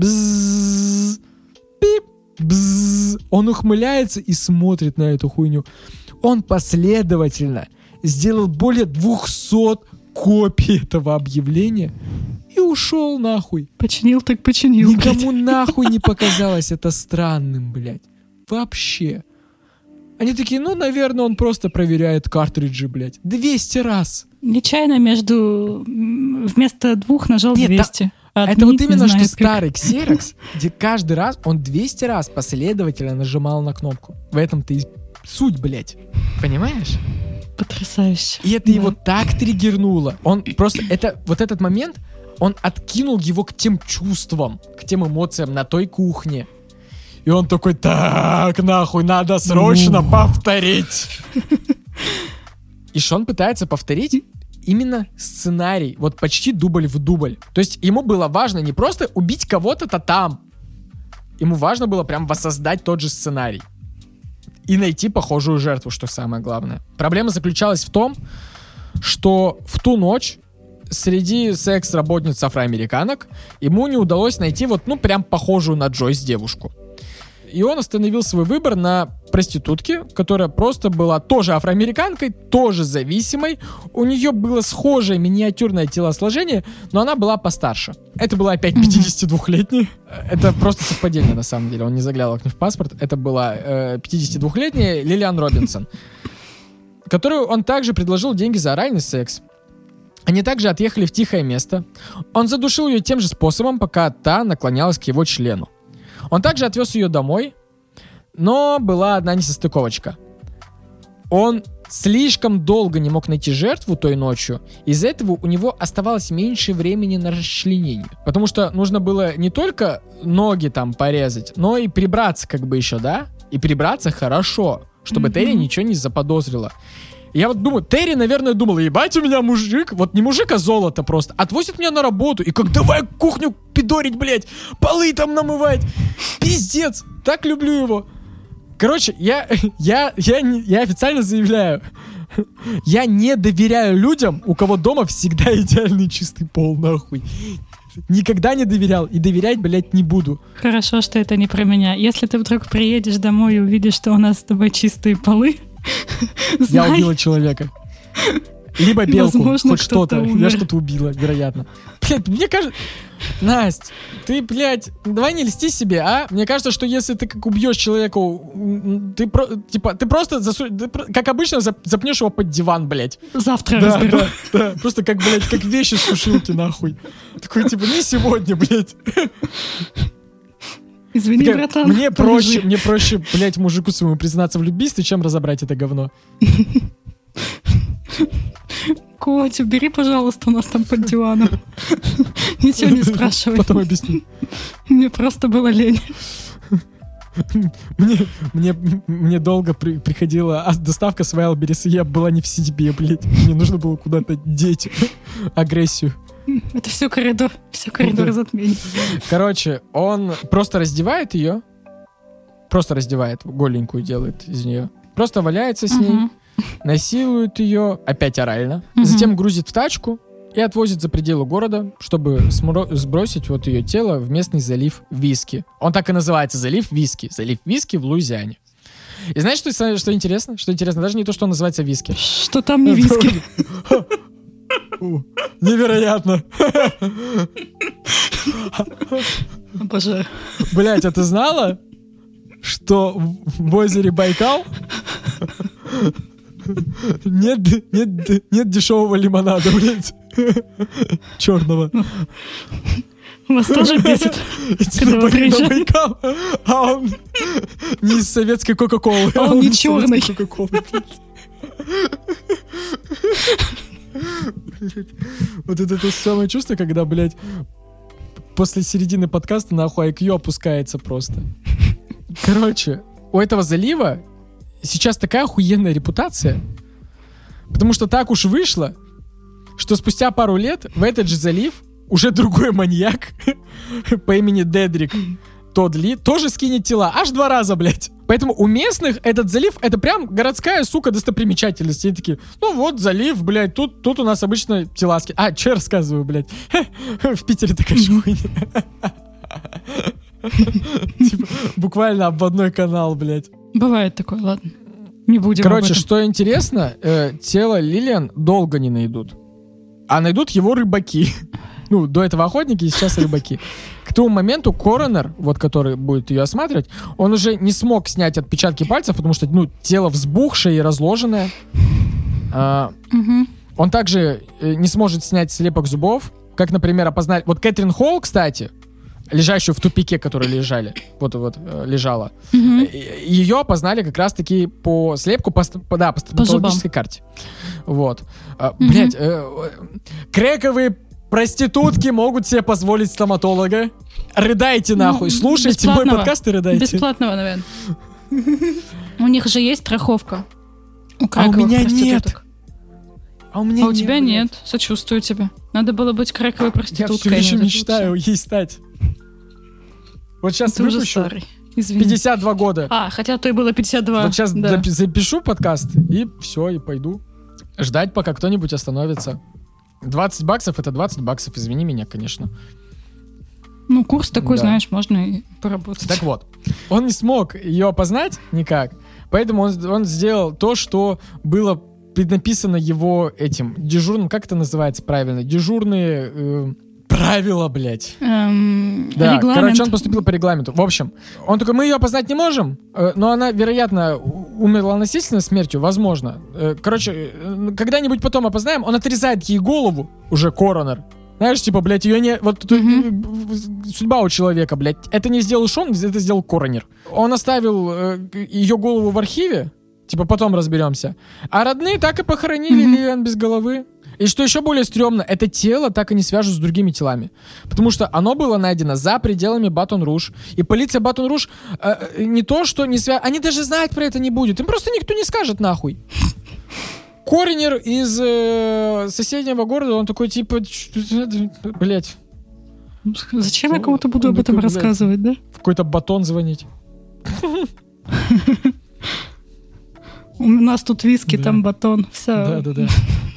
бззз, пип, бззз. Он ухмыляется и смотрит на эту хуйню. Он последовательно сделал более двухсот копий этого объявления и ушел нахуй. Починил так починил. Никому блядь. Нахуй не показалось это странным, блядь. Вообще. Они такие, ну, наверное, он просто проверяет картриджи, блядь. двести раз. Нечаянно между... Вместо двух нажал Нет, двести. Да, это вот именно что старый ксерокс, где каждый раз он двести раз последовательно нажимал на кнопку. В этом-то и суть, блядь. Понимаешь? Потрясающе. И это да. его так триггернуло. Он просто... это вот этот момент, он откинул его к тем чувствам, к тем эмоциям на той кухне. И он такой, так, нахуй, надо срочно повторить. И Шон пытается повторить именно сценарий. Вот почти дубль в дубль. То есть ему было важно не просто убить кого-то-то там. Ему важно было прям воссоздать тот же сценарий. И найти похожую жертву, что самое главное. Проблема заключалась в том, что в ту ночь среди секс-работниц афроамериканок ему не удалось найти вот, ну, прям похожую на Джойс девушку. И он остановил свой выбор на проститутке, которая просто была тоже афроамериканкой, тоже зависимой. У нее было схожее миниатюрное телосложение, но она была постарше. Это была опять пятидесятидвухлетняя. Это просто совпадение, на самом деле. Он не заглядывал к ней в паспорт. Это была э, пятидесятидвухлетняя Лилиан Робинсон, которую он также предложил деньги за оральный секс. Они также отъехали в тихое место. Он задушил ее тем же способом, пока та наклонялась к его члену. Он также отвез ее домой, но была одна несостыковочка. Он слишком долго не мог найти жертву той ночью, из-за этого у него оставалось меньше времени на расчленение. Потому что нужно было не только ноги там порезать, но и прибраться как бы еще, да? И прибраться хорошо, чтобы mm-hmm. Терри ничего не заподозрила. Я вот думаю, Терри, наверное, думала, ебать, у меня мужик, вот не мужик, а золото просто, отвозит меня на работу, и как давай кухню пидорить, блядь, полы там намывать, пиздец, так люблю его. Короче, я, я, я, я официально заявляю, я не доверяю людям, у кого дома всегда идеальный чистый пол, нахуй. Никогда не доверял и доверять, блядь, не буду. Хорошо, что это не про меня. Если ты вдруг приедешь домой и увидишь, что у нас с тобой чистые полы, я убила человека. Либо белку, возможно, хоть что-то. Умер. Я что-то убила, вероятно. Блядь, мне кажется... Настя, ты, блядь, давай не льсти себе, а? Мне кажется, что если ты как убьешь человека, ты, про, типа, ты просто, засу... ты, как обычно, запнешь его под диван, блядь. Завтра да, разберу. Да, да, просто как, блядь, как вещи с сушилки, нахуй. Такой, типа, не сегодня, блядь. Извини, так, братан. Мне проще, мне проще, блядь, мужику своему признаться в любви, чем разобрать это говно. Котя, бери, пожалуйста, у нас там под диваном. Ничего не спрашивай. Потом объясню. Мне просто было лень. Мне, мне, мне долго при, приходила доставка с Wildberries, и я была не в себе, блядь. Мне нужно было куда-то деть агрессию. Это все коридор, все коридор затмений. Короче, он просто раздевает ее, просто раздевает, голенькую делает из нее, просто валяется с ней, uh-huh. насилует ее, опять орально, uh-huh. затем грузит в тачку и отвозит за пределы города, чтобы смро- сбросить вот ее тело в местный залив Виски. Он так и называется, залив Виски, залив Виски в Луизиане. И знаешь, что, что интересно? Что интересно? Даже не то, что он называется виски. Что там не виски. Невероятно. Обожаю. Блять, а ты знала, что в озере Байкал нет, нет, нет дешевого лимонада, блядь, черного. Вас тоже бесит, когда вы приезжаете? Байкал, а он не из советской Кока-Колы. А он не черный. Вот это то самое чувство, когда, блядь, после середины подкаста нахуй ай кью опускается просто. Короче, у этого залива сейчас такая охуенная репутация, потому что так уж вышло, что спустя пару лет в этот же залив уже другой маньяк по имени Дедрик Тодли тоже скинет тела. Аж два раза, блядь. Поэтому у местных этот залив — это прям городская, сука, достопримечательность. И они такие, ну вот залив, блядь, тут, тут у нас обычно тела скинет. А, че я рассказываю, блядь? В Питере такая же хуйня. Типа, буквально обводной канал, блядь. Бывает такое, ладно. Не будем. Короче, что интересно, тело Лилиан долго не найдут. А найдут его рыбаки. Ну, до этого охотники, сейчас рыбаки. К тому моменту коронер, вот который будет ее осматривать, он уже не смог снять отпечатки пальцев, потому что, ну, тело взбухшее и разложенное. А, угу. Он также не сможет снять слепок зубов, как, например, опознать... Вот Кэтрин Холл, кстати, лежащую в тупике, которые лежали, вот вот лежала, угу. ее опознали как раз-таки по слепку, по, по, да, по стоматологической карте. Вот. А, угу. Блять, э, крэковые проститутки могут себе позволить стоматолога. Рыдайте нахуй, ну, слушайте мой подкаст и рыдайте. Бесплатного, наверное. У них же есть страховка. У а у меня нет. А у меня а у тебя нет. Сочувствую тебе. Надо было быть крэковой проституткой. Я все еще мечтаю ей стать. Вот сейчас ты выпущу. пятьдесят два года. А, хотя то и было пятьдесят два. Вот сейчас да. запишу подкаст и все, и пойду. Ждать, пока кто-нибудь остановится. двадцать баксов — это двадцать баксов, извини меня, конечно. Ну, курс такой, да. Знаешь, можно и поработать. Так вот, он не смог ее опознать никак, поэтому он, он сделал то, что было преднаписано его этим дежурным, как это называется правильно? Дежурные э, правила, блядь. Эм, да, регламент. Короче, он поступил по регламенту. В общем, он такой, мы ее опознать не можем, э, но она, вероятно, умерла насильственной смертью, возможно. Э, короче, э, когда-нибудь потом опознаем, он отрезает ей голову, уже коронер. Знаешь, типа, блядь, ее не... Вот mm-hmm. судьба у человека, блядь. Это не сделал Шон, это сделал коронер. Он оставил э, ее голову в архиве, типа, потом разберемся. А родные так и похоронили mm-hmm. Лилиан без головы. И что еще более стрёмно, это тело так и не свяжут с другими телами. Потому что оно было найдено за пределами Батон-Руж. И полиция Батон-Руж э, не то, что не связывает... Они даже знать про это не будет. Им просто никто не скажет нахуй. Коронер из э, соседнего города, он такой, типа... Блять. Зачем я кому-то буду об этом рассказывать, да? В какой-то Батон звонить. У нас тут виски, там Батон. Все. Да-да-да.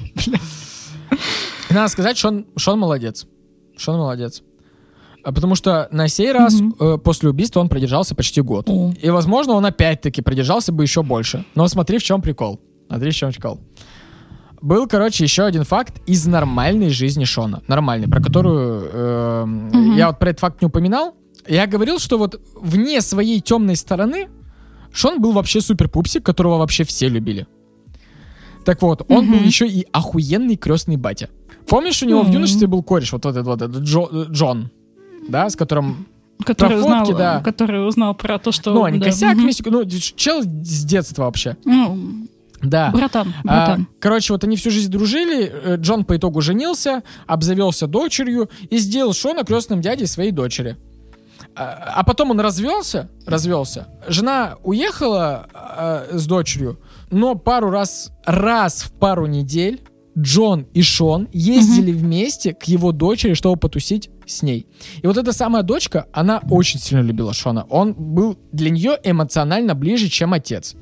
Надо сказать, Шон, Шон молодец. Шон молодец. Потому что на сей раз mm-hmm. э, после убийства он продержался почти год. Mm. И, возможно, он опять-таки продержался бы еще больше. Но смотри, в чем прикол. Смотри, в чем прикол. Был, короче, еще один факт из нормальной жизни Шона. Нормальный, про которую... Э, mm-hmm. Я вот про этот факт не упоминал. Я говорил, что вот вне своей темной стороны Шон был вообще супер-пупсик, которого вообще все любили. Так вот, он mm-hmm. был еще и охуенный крестный батя. Помнишь, у него mm-hmm. в юношестве был кореш, вот этот вот этот Джо, Джон, да, с которым... Который, про фотки, узнал, да. который узнал про то, что... Ну, они да. косяк mm-hmm. вместе, ну, чел с детства вообще. Mm. Да. Братан, братан. А, короче, вот они всю жизнь дружили, Джон по итогу женился, обзавелся дочерью и сделал Шона крестным дядей своей дочери. А, а потом он развелся, развелся. Жена уехала а, с дочерью, но пару раз, раз в пару недель Джон и Шон ездили mm-hmm. вместе к его дочери, чтобы потусить с ней. И вот эта самая дочка, она очень сильно любила Шона. Он был для нее эмоционально ближе, чем отец.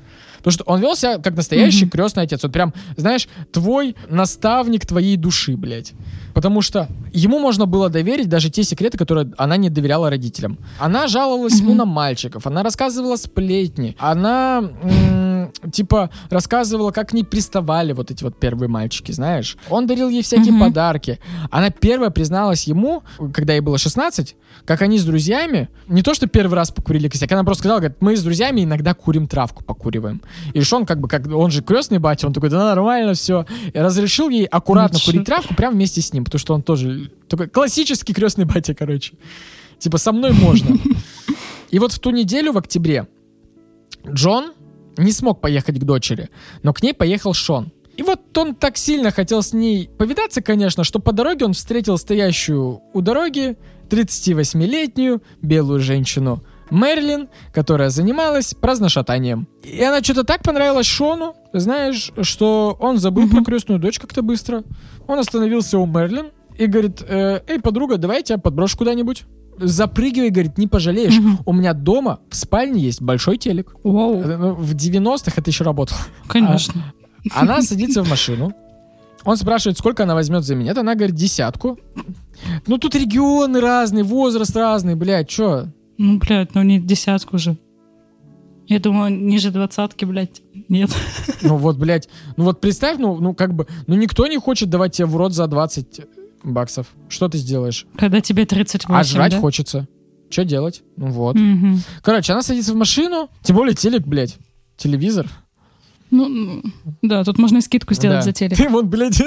Потому что он вел себя как настоящий mm-hmm. крестный отец. Вот прям, знаешь, твой наставник твоей души, блядь. Потому что ему можно было доверить даже те секреты, которые она не доверяла родителям. Она жаловалась mm-hmm. ему на мальчиков, она рассказывала сплетни, она м- типа рассказывала, как к ней приставали вот эти вот первые мальчики, знаешь. Он дарил ей всякие mm-hmm. подарки. Она первая призналась ему, когда ей было шестнадцать, как они с друзьями, не то что первый раз покурили косяк, она просто сказала, говорит, мы с друзьями иногда курим травку, покуриваем. И Шон как бы, как он же крестный батя, он такой, да нормально все. И разрешил ей аккуратно Ничего. курить травку прямо вместе с ним, потому что он тоже такой классический крестный батя, короче. Типа со мной можно. И вот в ту неделю, в октябре, Джон не смог поехать к дочери, но к ней поехал Шон. И вот он так сильно хотел с ней повидаться, конечно, что по дороге он встретил стоящую у дороги тридцативосьмилетнюю белую женщину Мэрилин, которая занималась праздношатанием. И она что-то так понравилась Шону, знаешь, что он забыл mm-hmm. про крестную дочь как-то быстро. Он остановился у Мэрилин и говорит, э, эй, подруга, давай я тебя подброшу куда-нибудь. Запрыгивай, говорит, не пожалеешь. Mm-hmm. У меня дома в спальне есть большой телек. Wow. В девяностых это еще работало. Конечно. А, она садится в машину. Он спрашивает, сколько она возьмет за минет. Она говорит, десятку. Ну, тут регионы разные, возраст разный, блядь, чё? Ну, блядь, ну не десятку же. Я думала, ниже двадцатки, блядь, нет. Ну вот, блядь, ну вот представь, ну, ну как бы, ну никто не хочет давать тебе в рот за двадцать баксов. Что ты сделаешь? Когда тебе тридцать восемь, А жрать да? хочется. Что делать? Ну вот. Угу. Короче, она садится в машину, тем более телек, блядь, телевизор. Ну, да, тут можно и скидку сделать да. за телек. Ты вон, блядь,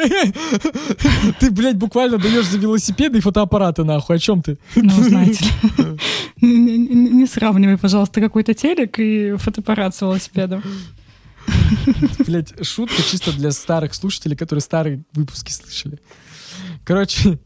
ты, блядь, буквально даешь за велосипеды и фотоаппараты, нахуй. О чем ты? Ну, знаете ли. Не, не, не сравнивай, пожалуйста, какой-то телек и фотоаппарат с велосипедом. Блядь, шутка чисто для старых слушателей, которые старые выпуски слышали. Короче...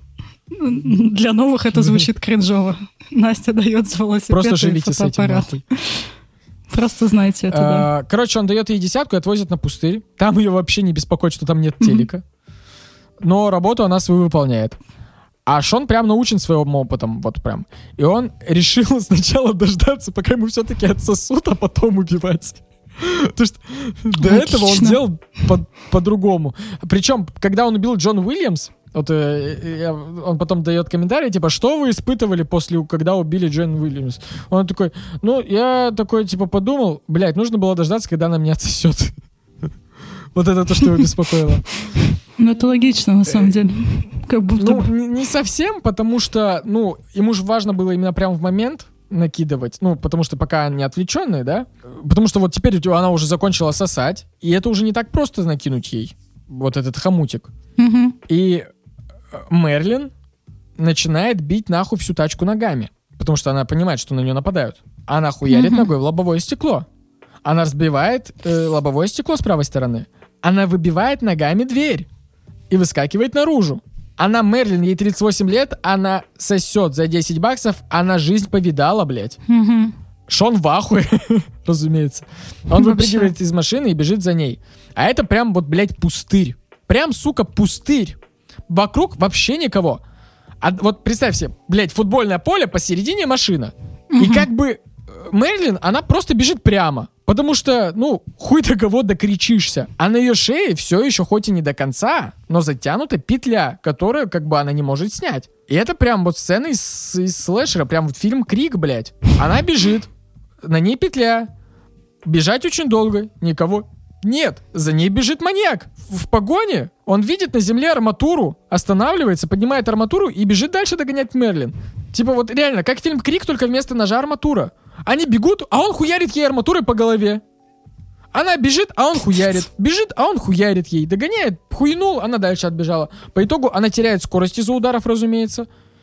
Для новых это звучит кринжово. Настя дает за велосипед Просто и живите с этим, нахуй. Просто знаете это, да. А, короче, он дает ей десятку и отвозит на пустырь. Там ее вообще не беспокоит, что там нет телека. Mm-hmm. Но работу она свою выполняет. А Шон прям научен своим опытом, вот прям. И он решил сначала дождаться, пока ему все-таки отсосут, а потом убивать. Потому что до этого он делал по- по-другому. Причем, когда он убил Джон Уильямс, вот э, я, он потом дает комментарий, типа, что вы испытывали после, когда убили Джон Уильямс? Он такой, ну, я такой, типа, подумал, блядь, нужно было дождаться, когда она меня отсосет. Вот это то, что его беспокоило. Ну, это логично, на самом деле. Как будто ну, не, не совсем, потому что, ну, ему же важно было именно прямо в момент накидывать, ну, потому что пока они отвлеченные, да? Потому что вот теперь она уже закончила сосать, и это уже не так просто накинуть ей, вот этот хомутик. Угу. И Мэрилин начинает бить нахуй всю тачку ногами, потому что она понимает, что на нее нападают. Она хуярит mm-hmm. ногой в лобовое стекло. Она разбивает э, лобовое стекло с правой стороны. Она выбивает ногами дверь и выскакивает наружу. Она Мэрилин, ей тридцать восемь лет, она сосет за десять баксов, она жизнь повидала, блядь. Mm-hmm. Шон в ахуе, разумеется. Он выпрыгивает из машины и бежит за ней. А это прям вот, блядь, пустырь. Прям, сука, пустырь. Вокруг вообще никого. А вот представь себе, блядь, футбольное поле, посередине машина. Uh-huh. И как бы Мэрилин, она просто бежит прямо. Потому что, ну, хуй до кого докричишься. А на ее шее все еще, хоть и не до конца, но затянута петля, которую как бы она не может снять. И это прям вот сцена из, из слэшера, прям вот фильм «Крик», блядь. Она бежит, на ней петля. Бежать очень долго, никого... Нет, за ней бежит маньяк. В погоне он видит на земле арматуру, останавливается, поднимает арматуру и бежит дальше догонять Мэрилин. Типа вот реально, как фильм «Крик», только вместо ножа арматура. Они бегут, а он хуярит ей арматурой по голове. Она бежит, а он хуярит. Бежит, а он хуярит ей. Догоняет, хуйнул, она дальше отбежала. По итогу она теряет скорость из-за ударов, разумеется.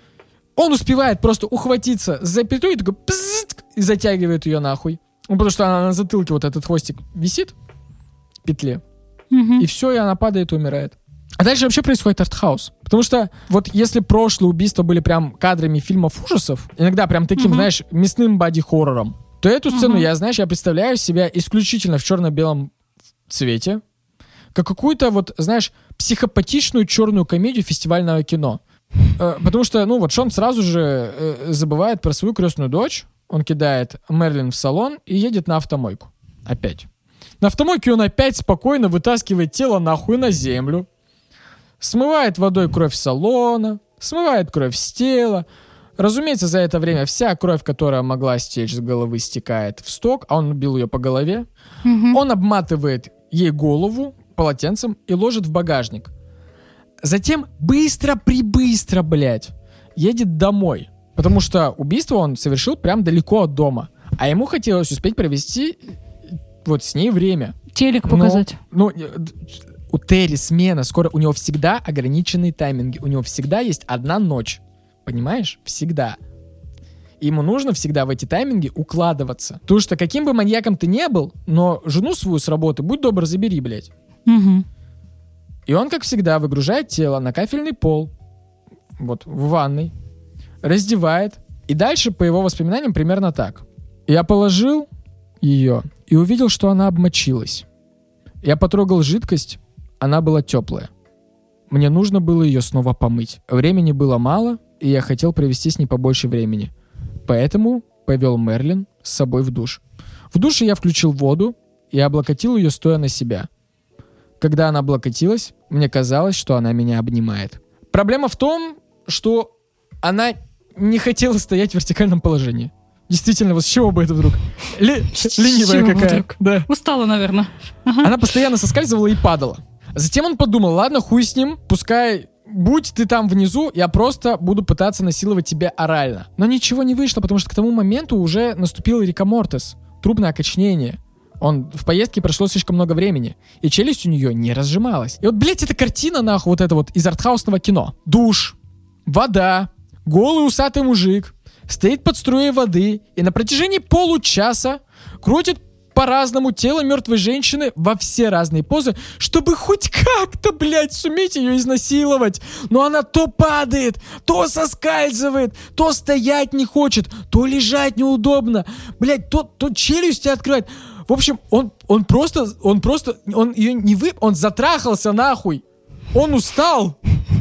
Он успевает просто ухватиться за петлю и такой пзззк, и затягивает ее нахуй. Ну, потому что она на затылке вот этот хвостик висит. Петле. Mm-hmm. И все, и она падает и умирает. А дальше вообще происходит артхаус. Потому что вот если прошлые убийства были прям кадрами фильмов ужасов, иногда прям таким, mm-hmm. знаешь, мясным боди-хоррором, то эту сцену mm-hmm. я, знаешь, я представляю себя исключительно в черно-белом цвете, как какую-то вот, знаешь, психопатичную черную комедию фестивального кино. Э, потому что, ну вот Шон сразу же э, забывает про свою крестную дочь, он кидает Мэрилин в салон и едет на автомойку. Опять. На автомойке он опять спокойно вытаскивает тело нахуй на землю. Смывает водой кровь с салона, смывает кровь с тела. Разумеется, за это время вся кровь, которая могла стечь с головы, стекает в сток, а он убил ее по голове. Мгм. Он обматывает ей голову полотенцем и ложит в багажник. Затем быстро-прибыстро, блядь, едет домой. Потому что убийство он совершил прям далеко от дома. А ему хотелось успеть провести вот с ней время. Телек Но- показать. Ну, э, д- у Терри смена скоро, у него всегда ограниченные тайминги, у него всегда есть одна ночь, понимаешь? Всегда. И ему нужно всегда в эти тайминги укладываться. Потому что каким бы маньяком ты не был, но жену свою с работы, будь добр, забери, блядь. Мгм. И он, как всегда, выгружает тело на кафельный пол, вот, в ванной, раздевает. И дальше, по его воспоминаниям, примерно так. Я положил ее и увидел, что она обмочилась. Я потрогал жидкость, она была теплая. Мне нужно было ее снова помыть. Времени было мало, и я хотел провести с ней побольше времени. Поэтому повел Мерлин с собой в душ. В душе я включил воду и облокотил ее, стоя на себя. Когда она облокотилась, мне казалось, что она меня обнимает. Проблема в том, что она не хотела стоять в вертикальном положении. Действительно, вот с чего бы это вдруг? Ли- С ленивая чего какая. вдруг? Да. Устала, наверное. Она постоянно соскальзывала и падала. Затем он подумал, ладно, хуй с ним, пускай, будь ты там внизу, я просто буду пытаться насиловать тебя орально. Но ничего не вышло, потому что к тому моменту уже наступил рикомортес, трупное окоченение. Он в поездке прошло слишком много времени, и челюсть у нее не разжималась. И вот, блядь, эта картина, нахуй, вот это вот из артхаусного кино. Душ, вода, голый усатый мужик, стоит под струей воды и на протяжении получаса крутит по-разному тело мертвой женщины во все разные позы, чтобы хоть как-то, блядь, суметь ее изнасиловать. Но она то падает, то соскальзывает, то стоять не хочет, то лежать неудобно, блядь, то, то челюсти открывает. В общем, он, он просто, он просто, он ее не вы, он затрахался нахуй. Он устал.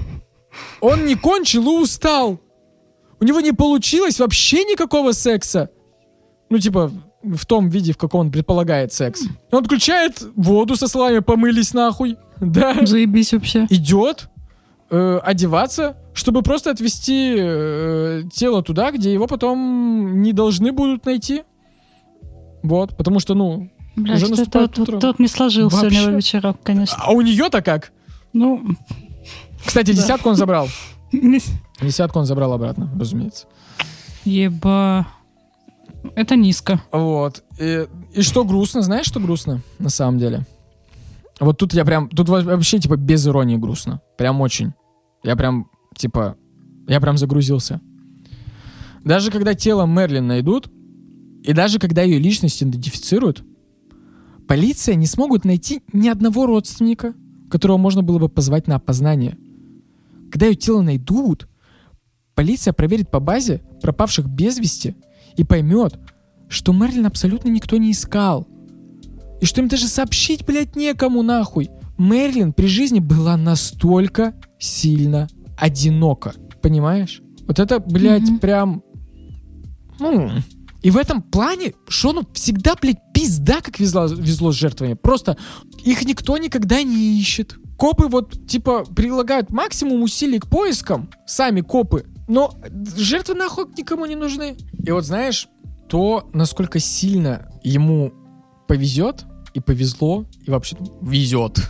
Он не кончил и устал. У него не получилось вообще никакого секса. Ну, типа, в том виде, в каком он предполагает секс. Он включает воду со словами «помылись нахуй». Да. Заебись вообще. Идет э, одеваться, чтобы просто отвезти э, тело туда, где его потом не должны будут найти. Вот, потому что, ну, Блядь, уже что-то наступает тут, утро. тут не сложился Вообще. у него вечерок, конечно. А у нее-то как? Ну, Кстати, Да. десятку он забрал. не- Десятку он забрал обратно, разумеется. еба. Это низко. Вот. И, и что грустно, знаешь, что грустно на самом деле? Вот тут я прям, тут во- вообще типа без иронии грустно. Прям очень. Я прям, типа, я прям загрузился. Даже когда тело Мерлин найдут, и даже когда ее личность идентифицируют, полиция не смогут найти ни одного родственника, которого можно было бы позвать на опознание. Когда ее тело найдут, полиция проверит по базе пропавших без вести и поймет, что Мерлин абсолютно никто не искал. И что им даже сообщить, блядь, некому нахуй. Мерлин при жизни была настолько сильно одинока. Понимаешь? Вот это, блядь, Мгм. прям... Ну... И в этом плане Шону всегда, блядь, пизда, как везло, везло с жертвами. Просто их никто никогда не ищет. Копы вот, типа, прилагают максимум усилий к поискам, сами копы, но жертвы нахуй никому не нужны. И вот знаешь, то, насколько сильно ему повезет, и повезло, и вообще везет,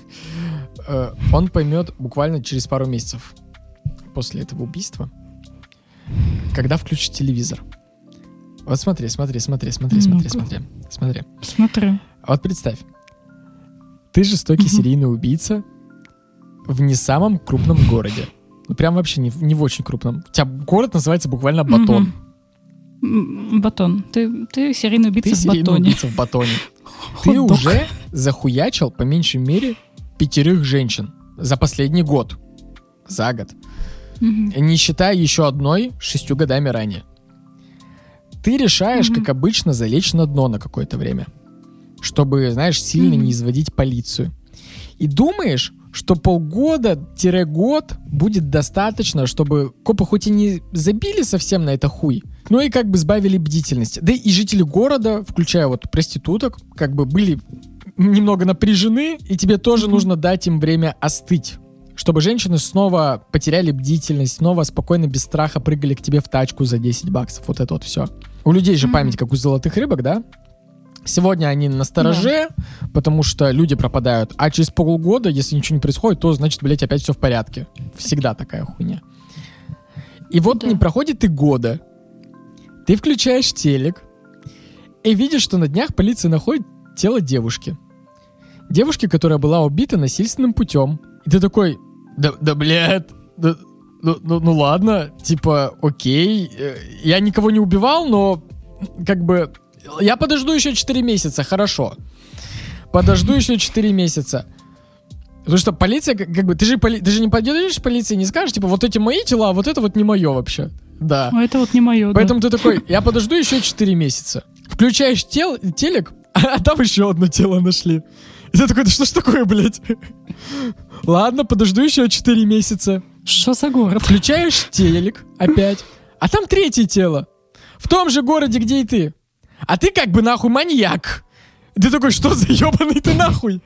э, он поймет буквально через пару месяцев после этого убийства, когда включит телевизор. Вот смотри, смотри, смотри, смотри, смотри, Ну-ка. смотри, смотри. Смотрю. А вот представь, ты жестокий Мгм. серийный убийца в не самом крупном городе. Ну, прям вообще не, в- не в очень крупном. У тебя город называется буквально Батон. Мгм. М, Батон. Ты, ты серийный убийца Ты в серийный батоне. убийца в Батоне. Ты Хот-дог. уже захуячил по меньшей мере пятерых женщин за последний год. За год. Мгм. Не считая еще одной шестью годами ранее. Ты решаешь, Мгм. как обычно, залечь на дно на какое-то время. Чтобы, знаешь, сильно Мгм. не изводить полицию. И думаешь, что полгода-год будет достаточно, чтобы копы хоть и не забили совсем на это хуй, Ну и как бы сбавили бдительность. Да и жители города, включая вот проституток, как бы были немного напряжены, и тебе тоже mm-hmm. нужно дать им время остыть, чтобы женщины снова потеряли бдительность, снова спокойно, без страха прыгали к тебе в тачку за десять баксов. Вот это вот все. У людей же mm-hmm. память, как у золотых рыбок, да? Сегодня они настороже, yeah. потому что люди пропадают, а через полгода, если ничего не происходит, то, значит, блядь, опять все в порядке. Всегда такая хуйня. И вот да. не проходит и года. Ты включаешь телек и видишь, что на днях полиция находит тело девушки. Девушки, которая была убита насильственным путем. И ты такой, да, да блядь, да, ну, ну, ну ладно, типа, окей. Я никого не убивал, но как бы я подожду еще четыре месяца, хорошо. Подожду еще четыре месяца. Потому что полиция, как, как бы, ты же, поли, ты же не пойдешь в полицию и не скажешь, типа, вот эти мои тела, а вот это вот не мое вообще. Да. А это вот не мое, Поэтому да. ты такой, я подожду еще четыре месяца. Включаешь тел, телек, а, а там еще одно тело нашли. И ты такой, да что ж такое, блядь? Ладно, подожду еще четыре месяца. Что за город? Включаешь телек опять, а там третье тело. В том же городе, где и ты. А ты как бы нахуй маньяк. И ты такой, что за ебаный ты нахуй?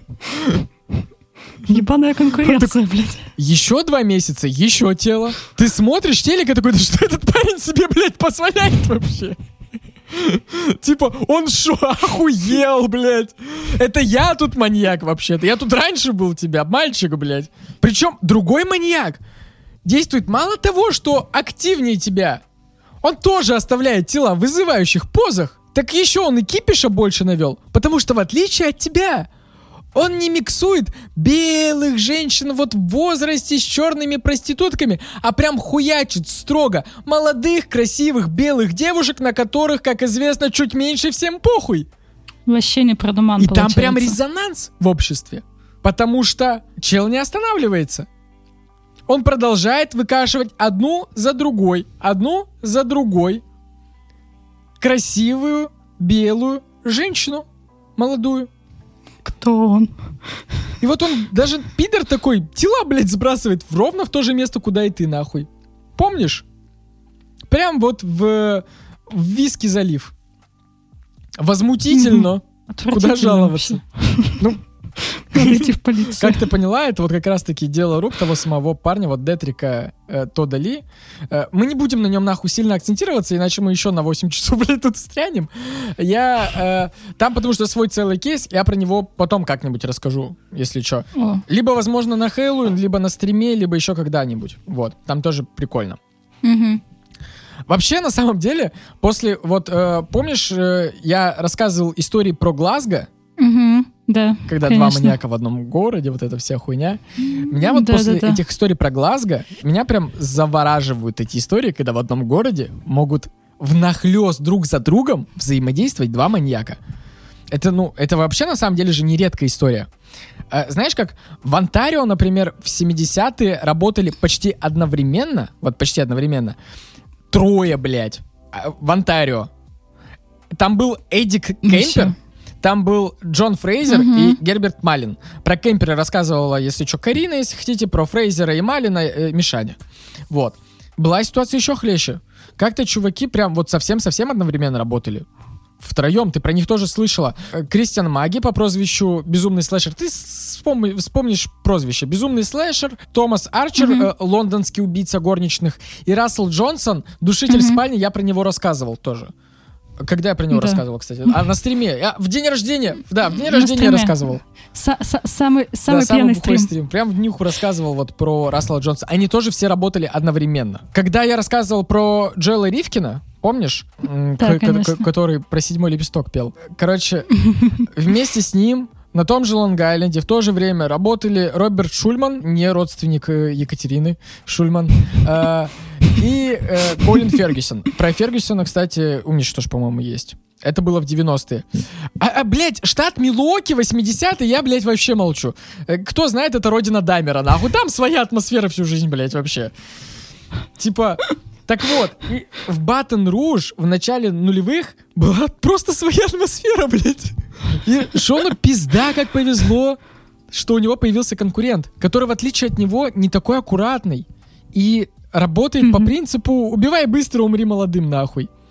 Ебаная конкуренция, блядь. Еще два месяца, еще тело. Ты смотришь телек и такой, да что этот парень себе, блядь, позволяет вообще? Типа, он шо, охуел, блядь? Это я тут маньяк вообще-то. Я тут раньше был тебя, мальчик, блядь. Причем другой маньяк действует мало того, что активнее тебя. Он тоже оставляет тела в вызывающих позах. Так еще он и кипиша больше навел. Потому что в отличие от тебя, он не миксует белых женщин вот в возрасте с черными проститутками, а прям хуячит строго молодых, красивых, белых девушек, на которых, как известно, чуть меньше всем похуй. Вообще не про думан, И получается. там прям резонанс в обществе. Потому что чел не останавливается. Он продолжает выкашивать одну за другой, одну за другой красивую, белую женщину, молодую. Кто он? И вот он, даже пидор такой, тела, блядь, сбрасывает ровно в то же место, куда и ты, нахуй. Помнишь? Прям вот в, в Виски залив. Возмутительно. Куда жаловаться? Ну, надо идти в полицию. Как ты поняла, это вот как раз-таки дело рук того самого парня, вот Детрика э, Тодда Ли. Э, мы не будем на нем нахуй сильно акцентироваться, иначе мы еще на восемь часов, блядь, тут встрянем. Я э, там, потому что свой целый кейс, я про него потом как-нибудь расскажу, если что. О. Либо, возможно, на Хэллоуин, либо на стриме, либо еще когда-нибудь. Вот, там тоже прикольно. Угу. Вообще, на самом деле, после, вот, э, помнишь, э, я рассказывал истории про Глазго? Угу. Да, когда конечно. Два маньяка в одном городе, вот эта вся хуйня. Меня вот да, после да, да. этих историй про Глазго, меня прям завораживают эти истории, когда в одном городе могут внахлёст друг за другом взаимодействовать два маньяка. Это, ну, это вообще на самом деле же не редкая история. А, знаешь, как в Онтарио, например, в семидесятые работали почти одновременно, вот почти одновременно, трое, блядь, в Онтарио. Там был Эдик Кемпер, там был Джон Фрейзер uh-huh. и Герберт Малин. Про Кемпера рассказывала, если что, Карина, если хотите, про Фрейзера и Малина э, Мишаня. Вот. Была ситуация еще хлеще. Как-то чуваки прям вот совсем-совсем одновременно работали. Втроем, ты про них тоже слышала. Кристиан Маги по прозвищу Безумный Слэшер. Ты вспомни, вспомнишь прозвище. Безумный Слэшер, Томас Арчер, uh-huh. э, лондонский убийца горничных, и Рассел Джонсон, душитель uh-huh. спальни, я про него рассказывал тоже. Когда я про него да. рассказывал, кстати? А на стриме. Я в день рождения. Да, в день на рождения стриме. рассказывал. С- с- самый самый да, пьяный самый стрим. стрим. Прям в днюху рассказывал вот про Рассела Джонса. Они тоже все работали одновременно. Когда я рассказывал про Джоэла Ривкина, помнишь? Да, к- к- который про седьмой лепесток пел. Короче, вместе с ним на том же Лонг-Айленде в то же время работали Роберт Шульман, не родственник Екатерины Шульман, э, и э, Колин Фергюсон. Про Фергюсона, кстати, у меня тоже, по-моему, есть. Это было в девяностые. А, а, блядь, штат Милуоки, восьмидесятые, я, блядь, вообще молчу. Кто знает, это родина Даймера, нахуй. Там своя атмосфера всю жизнь, блядь, вообще. Типа... Так вот, и в Батон-Руж в начале нулевых была просто своя атмосфера, блядь. И Шону пизда как повезло, что у него появился конкурент, который, в отличие от него, не такой аккуратный и работает mm-hmm. по принципу «убивай быстро, умри молодым, нахуй».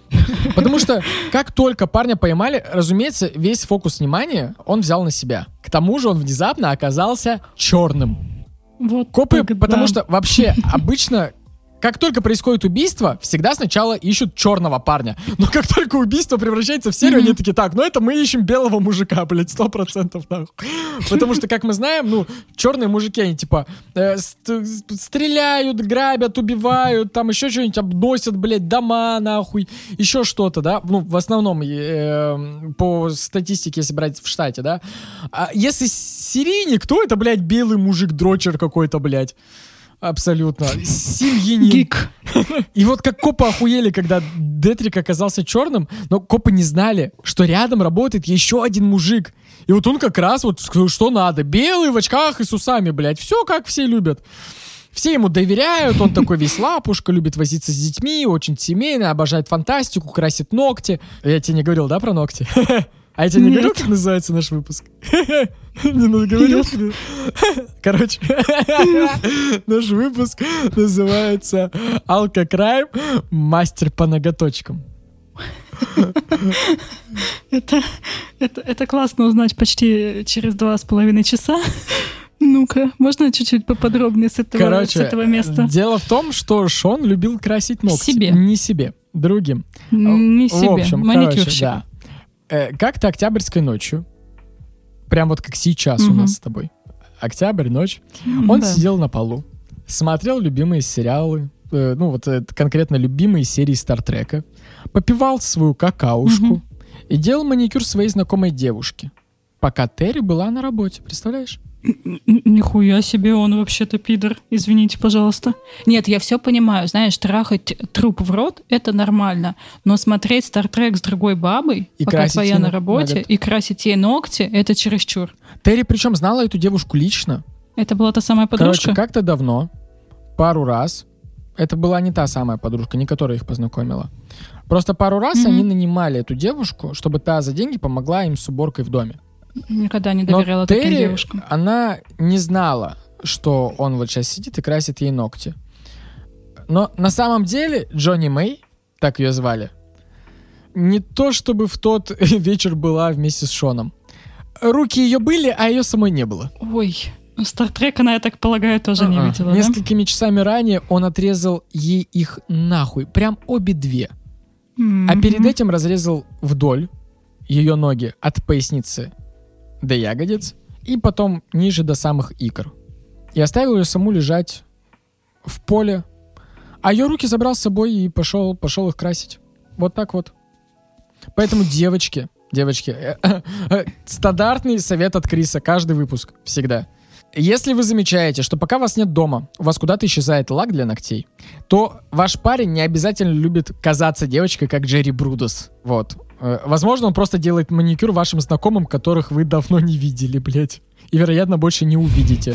Потому что как только парня поймали, разумеется, весь фокус внимания он взял на себя. К тому же он внезапно оказался черным. Вот Копы, так, потому да. что вообще обычно... Как только происходит убийство, всегда сначала ищут черного парня. Но как только убийство превращается в серию, mm-hmm. они такие, так, ну это мы ищем белого мужика, блядь, сто процентов нахуй. Потому что, как мы знаем, ну, черные мужики, они типа э, ст- стреляют, грабят, убивают, там еще что-нибудь обносят, блядь, дома, нахуй, еще что-то, да? Ну, в основном э, по статистике, если брать в штате, да? А если серийник, то это, блядь, белый мужик-дрочер какой-то, блядь. Абсолютно. Семьянин. Гик. И вот как копы охуели, когда Детрик оказался черным, но копы не знали, что рядом работает еще один мужик. И вот он как раз вот что надо. Белый, в очках и с усами, блядь. Все, как все любят. Все ему доверяют, он такой весь лапушка, любит возиться с детьми, очень семейный, обожает фантастику, красит ногти. Я тебе не говорил, да, про ногти? А я тебе не говорил, как называется наш выпуск? Не говорил? Короче, наш выпуск называется «Алкокрайм. Мастер по ноготочкам». Это, это, это классно узнать почти через два с половиной часа. Ну-ка, можно чуть-чуть поподробнее с этого, Короче, с этого места? Дело в том, что Шон любил красить ногти. Себе. Не себе, другим. Не себе, в общем, маникюрщик. Короче, да. Как-то октябрьской ночью, прям вот как сейчас угу. у нас с тобой, октябрь, ночь, он да. сидел на полу, смотрел любимые сериалы, э, ну вот э, конкретно любимые серии Стартрека, попивал свою какаушку угу. и делал маникюр своей знакомой девушке, пока Терри была на работе, представляешь? Нихуя себе, он вообще-то пидор. Извините, пожалуйста. Нет, я все понимаю. Знаешь, трахать труп в рот — это нормально. Но смотреть Стартрек с другой бабой, и пока твоя на работе, ноготь. И красить ей ногти — это чересчур. Терри причем знала эту девушку лично. Это была та самая подружка? Короче, как-то давно, пару раз, это была не та самая подружка, не которая их познакомила. Просто пару раз mm-hmm. они нанимали эту девушку, чтобы та за деньги помогла им с уборкой в доме. Никогда не доверяла Но таким Терри, девушкам. Она не знала, что он вот сейчас сидит и красит ей ногти. Но на самом деле Джонни Мэй, так ее звали, не то чтобы в тот вечер была вместе с Шоном. Руки ее были, а ее самой не было. Ой, Стартрек она, я так полагаю, тоже А-а. не видела, Несколькими да? часами ранее он отрезал ей их нахуй. Прям обе две. Mm-hmm. А перед этим разрезал вдоль ее ноги от поясницы до ягодиц, и потом ниже до самых икр. И оставил ее саму лежать в поле, а ее руки забрал с собой и пошел, пошел их красить. Вот так вот. Поэтому, девочки, девочки, стандартный совет от Криса, каждый выпуск, всегда. Если вы замечаете, что пока вас нет дома, у вас куда-то исчезает лак для ногтей, то ваш парень не обязательно любит казаться девочкой, как Джерри Брудос. Вот. Возможно, он просто делает маникюр вашим знакомым, которых вы давно не видели, блядь. И, вероятно, больше не увидите.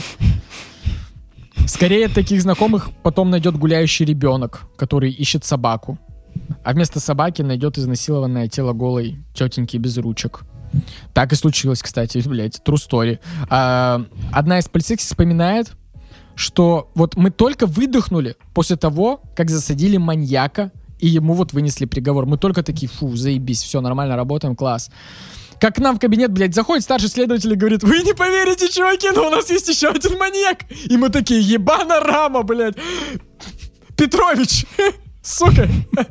Скорее, таких знакомых потом найдет гуляющий ребенок, который ищет собаку. А вместо собаки найдет изнасилованное тело голой тетеньки без ручек. Так и случилось, кстати, блядь, true story. А, одна из полицейских вспоминает, что вот мы только выдохнули после того, как засадили маньяка, и ему вот вынесли приговор. Мы только такие, фу, заебись, все, нормально, работаем, класс. Как к нам в кабинет, блядь, заходит старший следователь и говорит: вы не поверите, чуваки, но у нас есть еще один маньяк. И мы такие, ебана рама, блядь. Петрович, сука.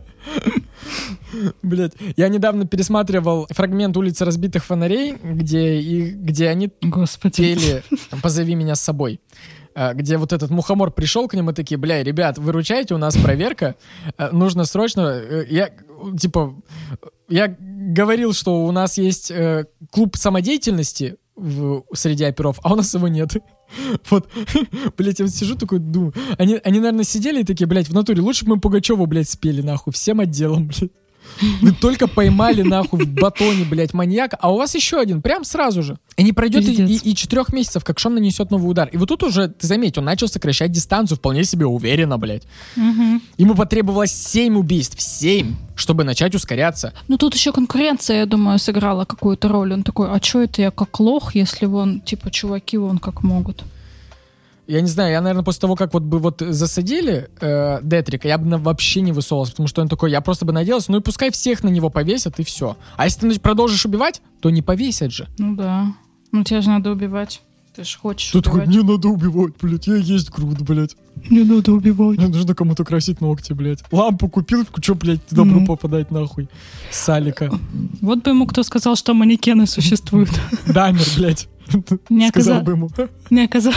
Блядь, я недавно пересматривал фрагмент «Улицы разбитых фонарей», где, и, где они Господи. пели «Позови меня с собой». Где вот этот мухомор пришел к ним и такие: бля, ребят, выручайте, у нас проверка, нужно срочно. Я, типа, я говорил, что у нас есть э, клуб самодеятельности в, среди оперов, а у нас его нет. Вот, блядь, я вот сижу такой, думаю, они, они, наверное, сидели и такие, блядь, в натуре, лучше бы мы Пугачеву, блядь, спели, нахуй, всем отделом, блядь. Вы только поймали, нахуй, в батоне, блядь, маньяка, а у вас еще один, прям сразу же. И не пройдет и, и, и четырех месяцев, как Шон нанесет новый удар. И вот тут уже, ты заметь, он начал сокращать дистанцию вполне себе уверенно, блядь. Угу. Ему потребовалось семь убийств, семь, чтобы начать ускоряться. Ну тут еще конкуренция, я думаю, сыграла какую-то роль. Он такой: а что это я как лох, если вон, типа, чуваки вон как могут? Я не знаю, я, наверное, после того, как вот бы вот засадили э, Детрика, я бы вообще не высовывался, потому что он такой, я просто бы надеялся, ну и пускай всех на него повесят, и все. А если ты продолжишь убивать, то не повесят же. Ну да. Ну тебе же надо убивать. Ты же хочешь Ты убивать. такой, не надо убивать, блядь, я есть Грут, блядь. Не надо убивать. Мне нужно кому-то красить ногти, блядь. Лампу купил, что, блядь, добру mm. попадать нахуй. Салика. Вот бы ему кто сказал, что манекены существуют. Дамер, блядь. Не Сказал оказа... бы ему. Не оказалось.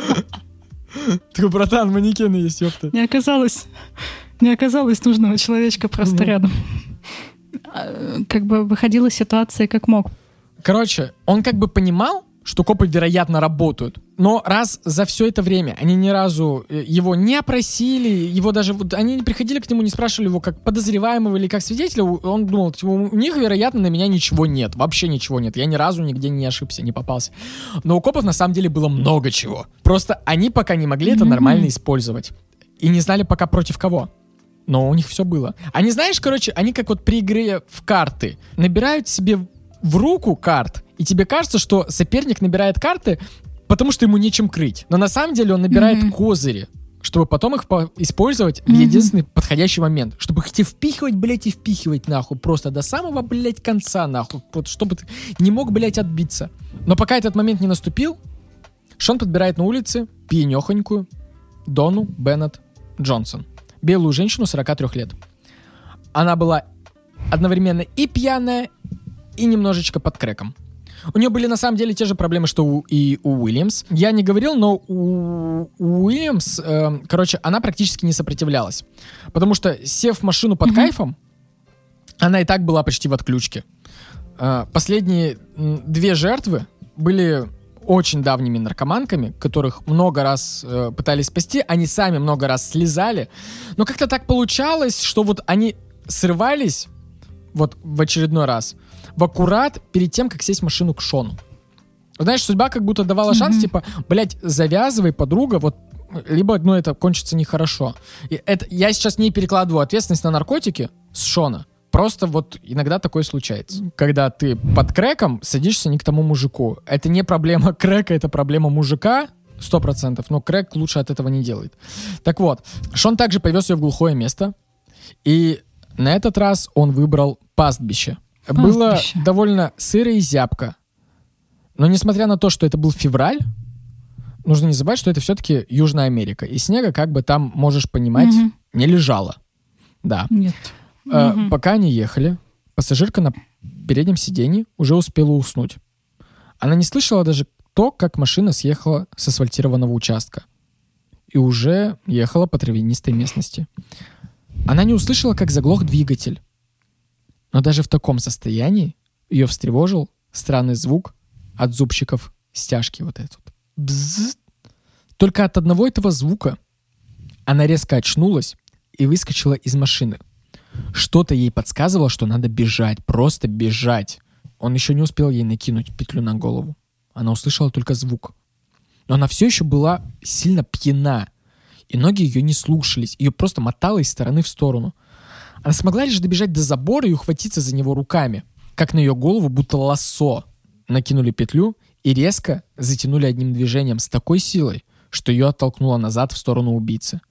Такой, братан, манекены есть, ёпта. Не оказалось. Не оказалось нужного человечка просто mm. рядом. Как бы выходила из ситуации как мог. Короче, он как бы понимал, что копы, вероятно, работают. Но раз за все это время они ни разу его не опросили, его даже... Вот, они не приходили к нему, не спрашивали его как подозреваемого или как свидетеля, он думал, типа, у них, вероятно, на меня ничего нет. Вообще ничего нет. Я ни разу нигде не ошибся, не попался. Но у копов на самом деле было много чего. Просто они пока не могли это нормально использовать. И не знали пока против кого. Но у них все было. Они, знаешь, короче, они как вот при игре в карты набирают себе в руку карт, и тебе кажется, что соперник набирает карты, потому что ему нечем крыть. Но на самом деле он набирает mm-hmm. козыри, чтобы потом их по- использовать mm-hmm. в единственный подходящий момент. Чтобы их тебе впихивать, блядь, и впихивать, нахуй. Просто до самого, блядь, конца, нахуй. Вот, чтобы ты не мог, блядь, отбиться. Но пока этот момент не наступил, Шон подбирает на улице пьянехонькую Дону Беннет Джонсон. Белую женщину сорок три лет. Она была одновременно и пьяная, и немножечко под крэком. У нее были на самом деле те же проблемы, что у, и у Уильямс. Я не говорил, но у, у Уильямс, э, короче, она практически не сопротивлялась. Потому что, сев в машину под mm-hmm. кайфом, она и так была почти в отключке. Э, последние две жертвы были очень давними наркоманками, которых много раз э, пытались спасти. Они сами много раз слезали. Но как-то так получалось, что вот они срывались вот в очередной раз в аккурат перед тем, как сесть в машину к Шону. Знаешь, судьба как будто давала mm-hmm. шанс, типа, блядь, завязывай, подруга, вот, либо, ну, это кончится нехорошо. И это, я сейчас не перекладываю ответственность на наркотики с Шона. Просто вот иногда такое случается. Когда ты под крэком садишься не к тому мужику. Это не проблема крэка, это проблема мужика, сто процентов, но крэк лучше от этого не делает. Так вот, Шон также повез ее в глухое место, и на этот раз он выбрал пастбище. Пастбище. Было довольно сыро и зябко. Но несмотря на то, что это был февраль, нужно не забывать, что это все-таки Южная Америка. И снега, как бы там, можешь понимать, mm-hmm. не лежало. Да. Нет. А, mm-hmm. Пока они ехали, пассажирка на переднем сиденье уже успела уснуть. Она не слышала даже то, как машина съехала с асфальтированного участка. И уже ехала по травянистой местности. Она не услышала, как заглох двигатель. Но даже в таком состоянии ее встревожил странный звук от зубчиков стяжки. Вот этот. Бзз. Только от одного этого звука она резко очнулась и выскочила из машины. Что-то ей подсказывало, что надо бежать, просто бежать. Он еще не успел ей накинуть петлю на голову. Она услышала только звук. Но она все еще была сильно пьяна. И ноги ее не слушались. Ее просто мотало из стороны в сторону. Она смогла лишь добежать до забора и ухватиться за него руками. Как на ее голову будто лассо. Накинули петлю и резко затянули одним движением с такой силой, что ее оттолкнуло назад в сторону убийцы.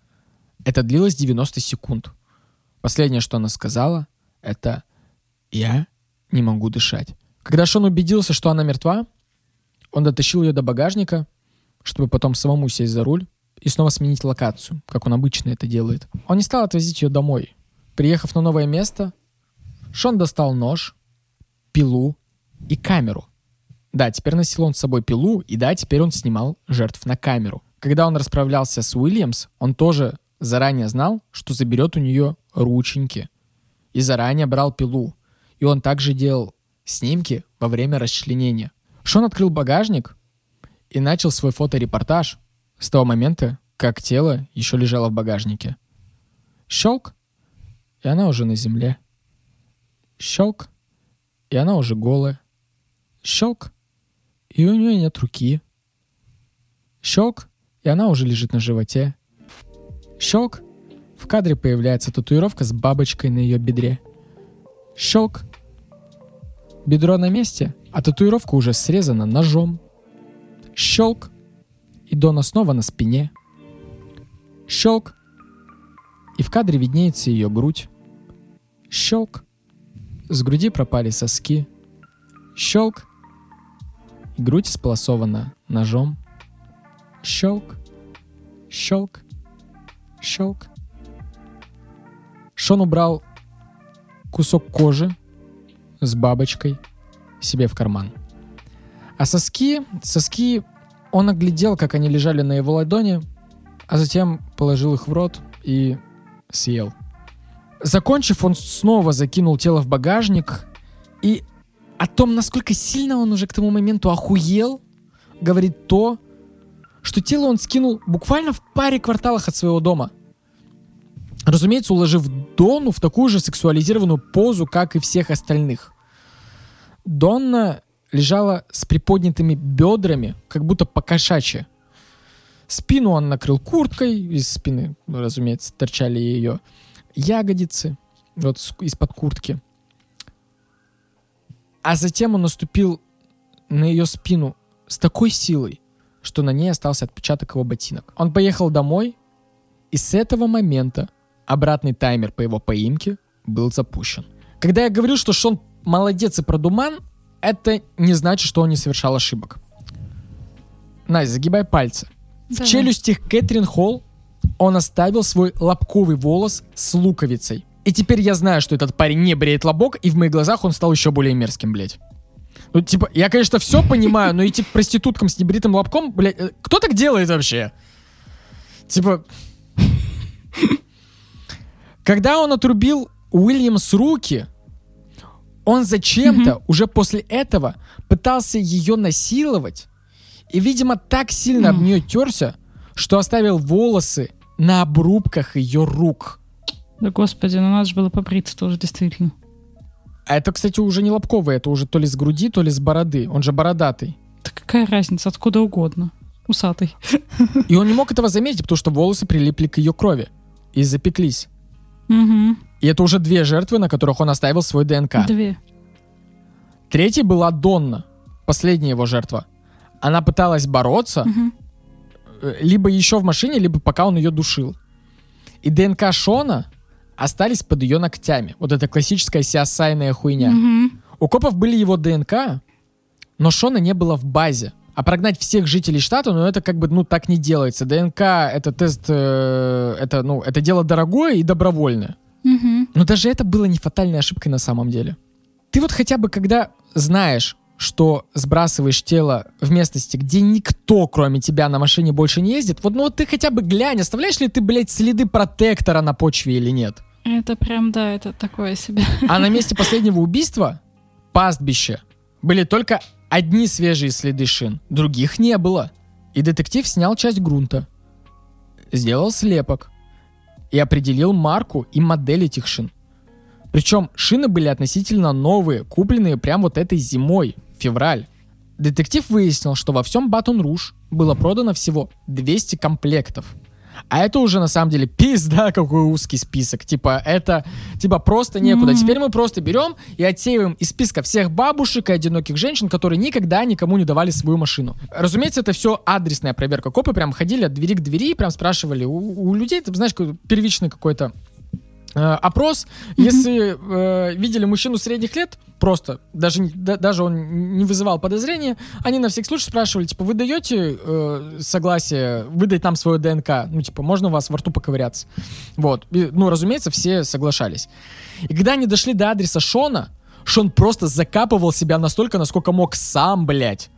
Это длилось девяносто секунд. Последнее, что она сказала, это «Я не могу дышать». Когда Шон убедился, что она мертва, он дотащил ее до багажника, чтобы потом самому сесть за руль и снова сменить локацию, как он обычно это делает. Он не стал отвозить ее домой. Приехав на новое место, Шон достал нож, пилу и камеру. Да, теперь носил он с собой пилу, и да, теперь он снимал жертв на камеру. Когда он расправлялся с Уильямс, он тоже заранее знал, что заберет у нее рученьки. И заранее брал пилу. И он также делал снимки во время расчленения. Шон открыл багажник и начал свой фоторепортаж с того момента, как тело еще лежало в багажнике. Щелк, и она уже на земле. Щелк, и она уже голая. Щелк, и у нее нет руки. Щелк, и она уже лежит на животе. Щелк, в кадре появляется татуировка с бабочкой на ее бедре. Щелк, бедро на месте, а татуировка уже срезана ножом. Щелк, и Донна снова на спине. Щелк. И в кадре виднеется ее грудь. Щелк. С груди пропали соски. Щелк. И грудь исполосована ножом. Щелк. Щелк. Щелк. Шон убрал кусок кожи с бабочкой себе в карман. А соски, соски он оглядел, как они лежали на его ладони, а затем положил их в рот и съел. Закончив, он снова закинул тело в багажник, и о том, насколько сильно он уже к тому моменту охуел, говорит то, что тело он скинул буквально в паре кварталах от своего дома. Разумеется, уложив Донну в такую же сексуализированную позу, как и всех остальных. Донна лежала с приподнятыми бедрами, как будто по-кошачьи. Спину он накрыл курткой, из спины, разумеется, торчали ее ягодицы, вот из-под куртки. А затем он наступил на ее спину с такой силой, что на ней остался отпечаток его ботинок. Он поехал домой, и с этого момента обратный таймер по его поимке был запущен. Когда я говорю, что Шон молодец и продуман, это не значит, что он не совершал ошибок. Настя, загибай пальцы. Да. В челюстях Кэтрин Холл он оставил свой лобковый волос с луковицей. И теперь я знаю, что этот парень не бреет лобок, и в моих глазах он стал еще более мерзким, блядь. Ну, типа, я, конечно, все понимаю, но идти к проституткам с небритым лобком, блядь, кто так делает вообще? Типа... Когда он отрубил Уильямс руки, он зачем-то mm-hmm. уже после этого пытался ее насиловать и, видимо, так сильно mm. об нее терся, что оставил волосы на обрубках ее рук. Да господи, ну надо же было побриться тоже, действительно. А это, кстати, уже не лобковый, это уже то ли с груди, то ли с бороды. Он же бородатый. Да какая разница, откуда угодно. Усатый. И он не мог этого заметить, потому что волосы прилипли к ее крови и запеклись. Угу. И это уже две жертвы, на которых он оставил свой ДНК. Две. Третьей была Донна, последняя его жертва. Она пыталась бороться, угу. либо еще в машине, либо пока он ее душил. И ДНК Шона остались под ее ногтями. Вот эта классическая сиасайная хуйня. Угу. У копов были его ДНК, но Шона не было в базе. А прогнать всех жителей штата, ну, это как бы, ну, так не делается. ДНК, это тест, э, это, ну, это дело дорогое и добровольное. Угу. Но даже это было не фатальной ошибкой на самом деле. Ты вот хотя бы, когда знаешь, что сбрасываешь тело в местности, где никто, кроме тебя, на машине больше не ездит, вот, ну, вот ты хотя бы глянь, оставляешь ли ты, блядь, следы протектора на почве или нет? Это прям, да, это такое себе. А на месте последнего убийства, пастбище, были только... одни свежие следы шин, других не было. И детектив снял часть грунта, сделал слепок и определил марку и модель этих шин. Причем шины были относительно новые, купленные прямо вот этой зимой, февраль. Детектив выяснил, что во всем Батон-Руж было продано всего двести комплектов. А это уже на самом деле пизда какой узкий список. Типа это типа просто некуда. Mm-hmm. Теперь мы просто берем и отсеиваем из списка всех бабушек и одиноких женщин, которые никогда никому не давали свою машину. Разумеется, это все адресная проверка. Копы прям ходили от двери к двери и прям спрашивали у, у людей, ты знаешь, первичный какой-то э, опрос. Mm-hmm. Если э, видели мужчину средних лет, просто, даже, да, даже он не вызывал подозрения, они на всякий случай спрашивали, типа, вы даете э, согласие выдать нам свое ДНК? Ну, типа, можно у вас во рту поковыряться? Вот. И, ну, разумеется, все соглашались. И когда они дошли до адреса Шона, Шон просто закапывал себя настолько, насколько мог сам, блядь.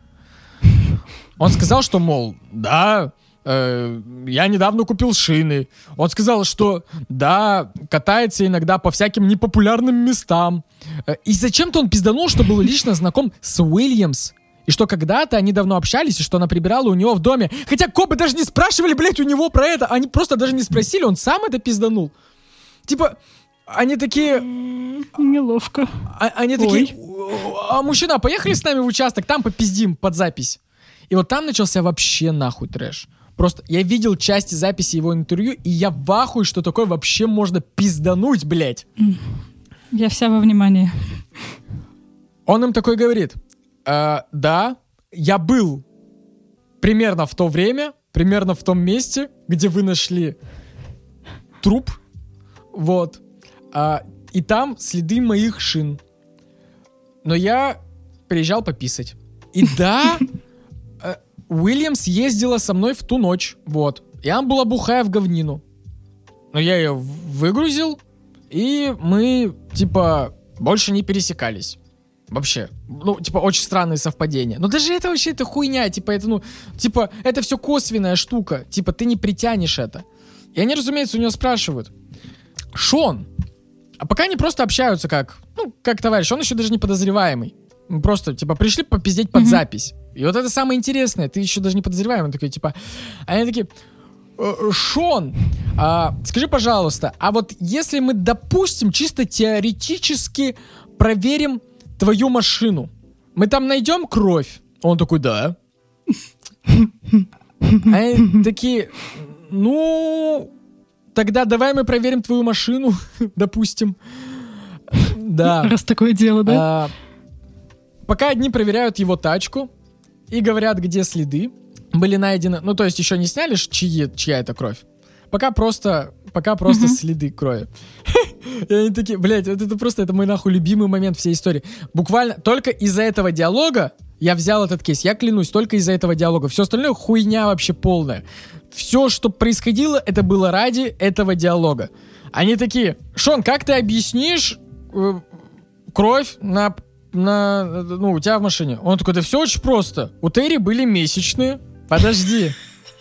Он сказал, что, мол, да... я недавно купил шины. Он сказал, что да, катается иногда по всяким непопулярным местам. И зачем-то он пизданул, что был лично знаком с Уильямс. И что когда-то они давно общались, и что она прибирала у него в доме. Хотя копы даже не спрашивали, блядь, у него про это. Они просто даже не спросили, он сам это пизданул. Типа, они такие... Неловко. А, они Ой. такие... А, мужчина, поехали с нами в участок, там попиздим под запись. И вот там начался вообще нахуй трэш. Просто я видел части записи его интервью, и я в ахуе, что такое вообще можно пиздануть, блядь. Я вся во внимании. Он им такой говорит, э, да, я был примерно в то время примерно в том месте, где вы нашли труп, вот, а, и там следы моих шин. Но я приезжал пописать. И да, Уильямс ездила со мной в ту ночь, вот, и она была бухая в говнину. Но я ее выгрузил, и мы, типа, больше не пересекались. Вообще. Ну, типа, очень странные совпадения. Но даже это вообще, это хуйня, типа, это, ну, типа, это все косвенная штука. Типа, ты не притянешь это. И они, разумеется, у него спрашивают: Шон, а пока они просто общаются как, ну, как товарищ, он еще даже не подозреваемый. Мы просто, типа, пришли попиздеть под mm-hmm. запись. И вот это самое интересное, ты еще даже не подозреваемый. Он такой, типа, они такие: Шон, а, скажи, пожалуйста, а вот если мы, допустим, чисто теоретически проверим твою машину, мы там найдем кровь? Он такой: да. Они такие: ну, тогда давай мы проверим твою машину, допустим. Да. Раз такое дело, да? А, пока одни проверяют его тачку и говорят, где следы были найдены. Ну, то есть еще не сняли, чьи, чья это кровь. Пока просто, пока просто mm-hmm. следы крови. И они такие, блядь, вот это просто, это мой нахуй любимый момент всей истории. Буквально только из-за этого диалога я взял этот кейс. Я клянусь, только из-за этого диалога. Все остальное хуйня вообще полная. Все, что происходило, это было ради этого диалога. Они такие: Шон, как ты объяснишь э, кровь на, на, ну, у тебя в машине? Он такой: да все очень просто. У Терри были месячные. Подожди.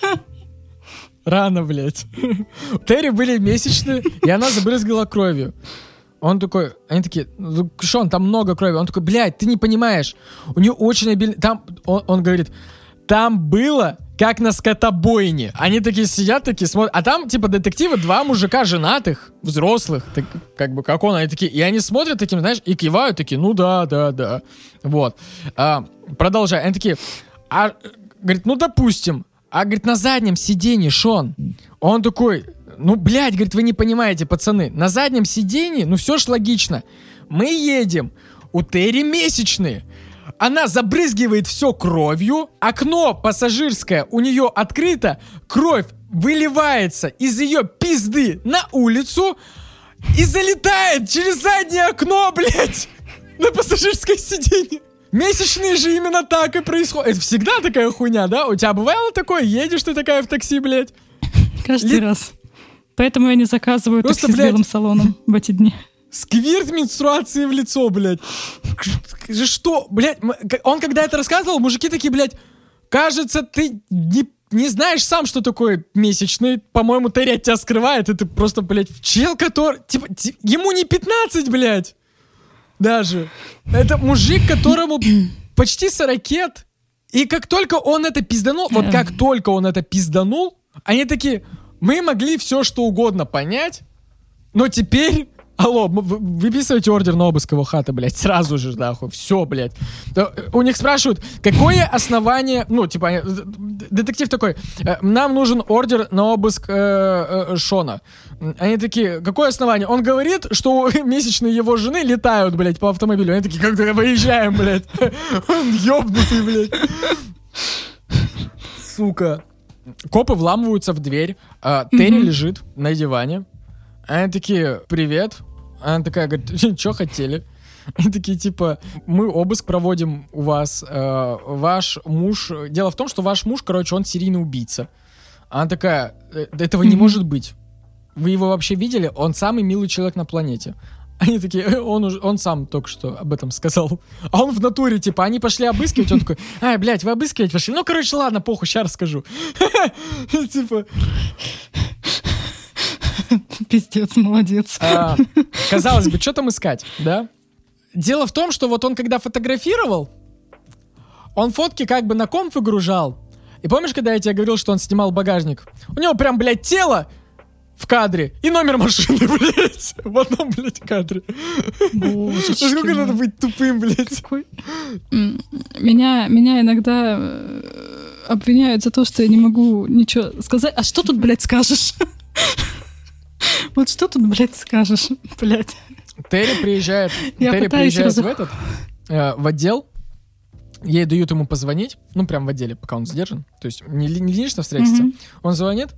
Рано, блядь. У Терри были месячные, и она забрызгала кровью. Он такой, они такие: Шон, там много крови. Он такой: блядь, ты не понимаешь. У нее очень обильно... Там, он, он говорит, там было как на скотобойне. Они такие сидят, такие смотрят. А там, типа, детективы, два мужика женатых, взрослых, так, как бы, как он. Они такие, и они смотрят таким, знаешь, и кивают, такие: ну да, да, да. Вот. А, продолжай. Они такие, а, говорит, ну допустим. А, говорит, на заднем сиденье, Шон. Он такой: ну, блядь, говорит, вы не понимаете, пацаны. На заднем сиденье, ну, все ж логично. Мы едем, у Терри месячные. Она забрызгивает все кровью. Окно пассажирское у нее открыто. Кровь выливается из ее пизды на улицу и залетает через заднее окно, блядь, на пассажирское сиденье. Месячные же именно так и происходит. Это всегда такая хуйня, да? У тебя бывало такое? Едешь ты такая в такси, блядь? Каждый Ли... раз. Поэтому я не заказываю просто, такси, блядь, с белым салоном в эти дни. Сквирт менструации в лицо, блядь. Что, блядь? Он когда это рассказывал, мужики такие, блядь, кажется, ты не, не знаешь сам, что такое месячный. По-моему, Терри от тебя скрывает. Это просто, блядь, чел, который... Типа, ему не пятнадцать, блядь. Даже. Это мужик, которому почти сорокет. И как только он это пизданул, вот как только он это пизданул, они такие: мы могли все, что угодно понять, но теперь... Алло, выписывайте ордер на обыск его хаты, блядь, сразу же, нахуй, все, блядь. У них спрашивают, какое основание, ну, типа, детектив такой: нам нужен ордер на обыск э, э, Шона. Они такие: какое основание? Он говорит, что месячные его жены летают, блядь, по автомобилю. Они такие: как-то выезжаем, блядь. Он ёбнутый, блядь. Сука. Копы вламываются в дверь. А, Терри mm-hmm. лежит на диване. Они такие: привет. Она такая говорит: что хотели? Они такие, типа: мы обыск проводим у вас. Э, ваш муж... Дело в том, что ваш муж, короче, он серийный убийца. Она такая: этого не может быть. Вы его вообще видели? Он самый милый человек на планете. Они такие: он, уже, он сам только что об этом сказал. А он в натуре, типа, они пошли обыскивать. Он такой: ай, блядь, вы обыскивать пошли? Ну, короче, ладно, похуй, сейчас расскажу. Типа... Пиздец, молодец. А, казалось бы, что там искать, да? Дело в том, что вот он когда фотографировал, он фотки как бы на комп выгружал. И помнишь, когда я тебе говорил, что он снимал багажник? У него прям, блядь, тело в кадре и номер машины, блядь, в одном, блядь, кадре. Божечки. Сколько надо быть тупым, блядь? Какой... Меня, меня иногда обвиняют за то, что я не могу ничего сказать. А что тут, блядь, скажешь? Вот что тут, блядь, скажешь, блядь? Терри приезжает, Терри приезжает в этот, э, в отдел, ей дают ему позвонить, ну, прям в отделе, пока он задержан. То есть не, не лично встретиться. Mm-hmm. Он звонит.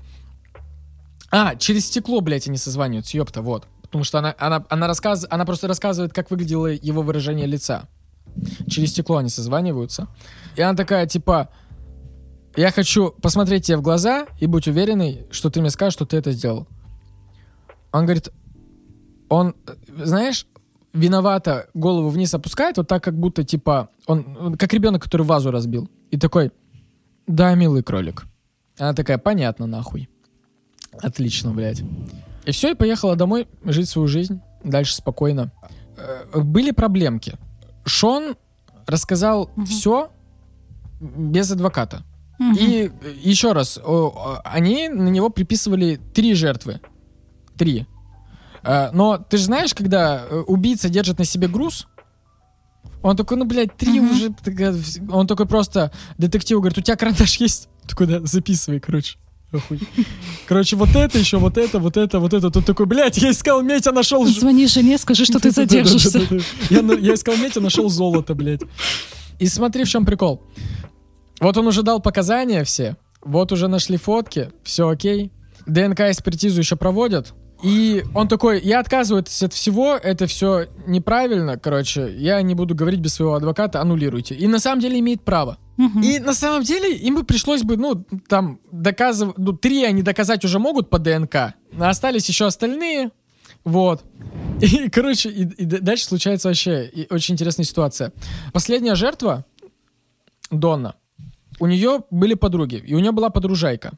А, через стекло, блядь, они созваниваются, ёпта, вот. Потому что она, она, она, рассказ, она просто рассказывает, как выглядело его выражение лица. Через стекло они созваниваются. И она такая, типа, я хочу посмотреть тебе в глаза и быть уверенной, что ты мне скажешь, что ты это сделал. Он говорит, он, знаешь, виновато голову вниз опускает, вот так, как будто, типа, он, как ребенок, который вазу разбил. И такой, да, милый кролик. Она такая, понятно, нахуй. Отлично, блядь. И все, и поехала домой жить свою жизнь. Дальше спокойно. Были проблемки. Шон рассказал uh-huh. все без адвоката. Uh-huh. И еще раз, они на него приписывали три жертвы. Три. Но ты же знаешь, когда убийца держит на себе груз, он такой, ну, блядь, три uh-huh. уже... Он такой просто детективу говорит, у тебя карандаш есть? Такой, да, записывай, короче. Охуй. Короче, вот это еще, вот это, вот это, вот это. Тут такой, блядь, я искал медь, а нашел... Звони жене, скажи, что ты задержишься. Я, я искал медь, а нашел золото, блядь. И смотри, в чем прикол. Вот он уже дал показания все, вот уже нашли фотки, все окей. ДНК-экспертизу еще проводят. И он такой, я отказываюсь от всего, это все неправильно, короче, я не буду говорить без своего адвоката, аннулируйте. И на самом деле имеет право. Uh-huh. И на самом деле им бы пришлось бы, ну, там, доказывать, ну, три они доказать уже могут по ДНК, а остались еще остальные, вот. И, короче, и, и дальше случается вообще и очень интересная ситуация. Последняя жертва, Донна, у нее были подруги, и у нее была подружайка.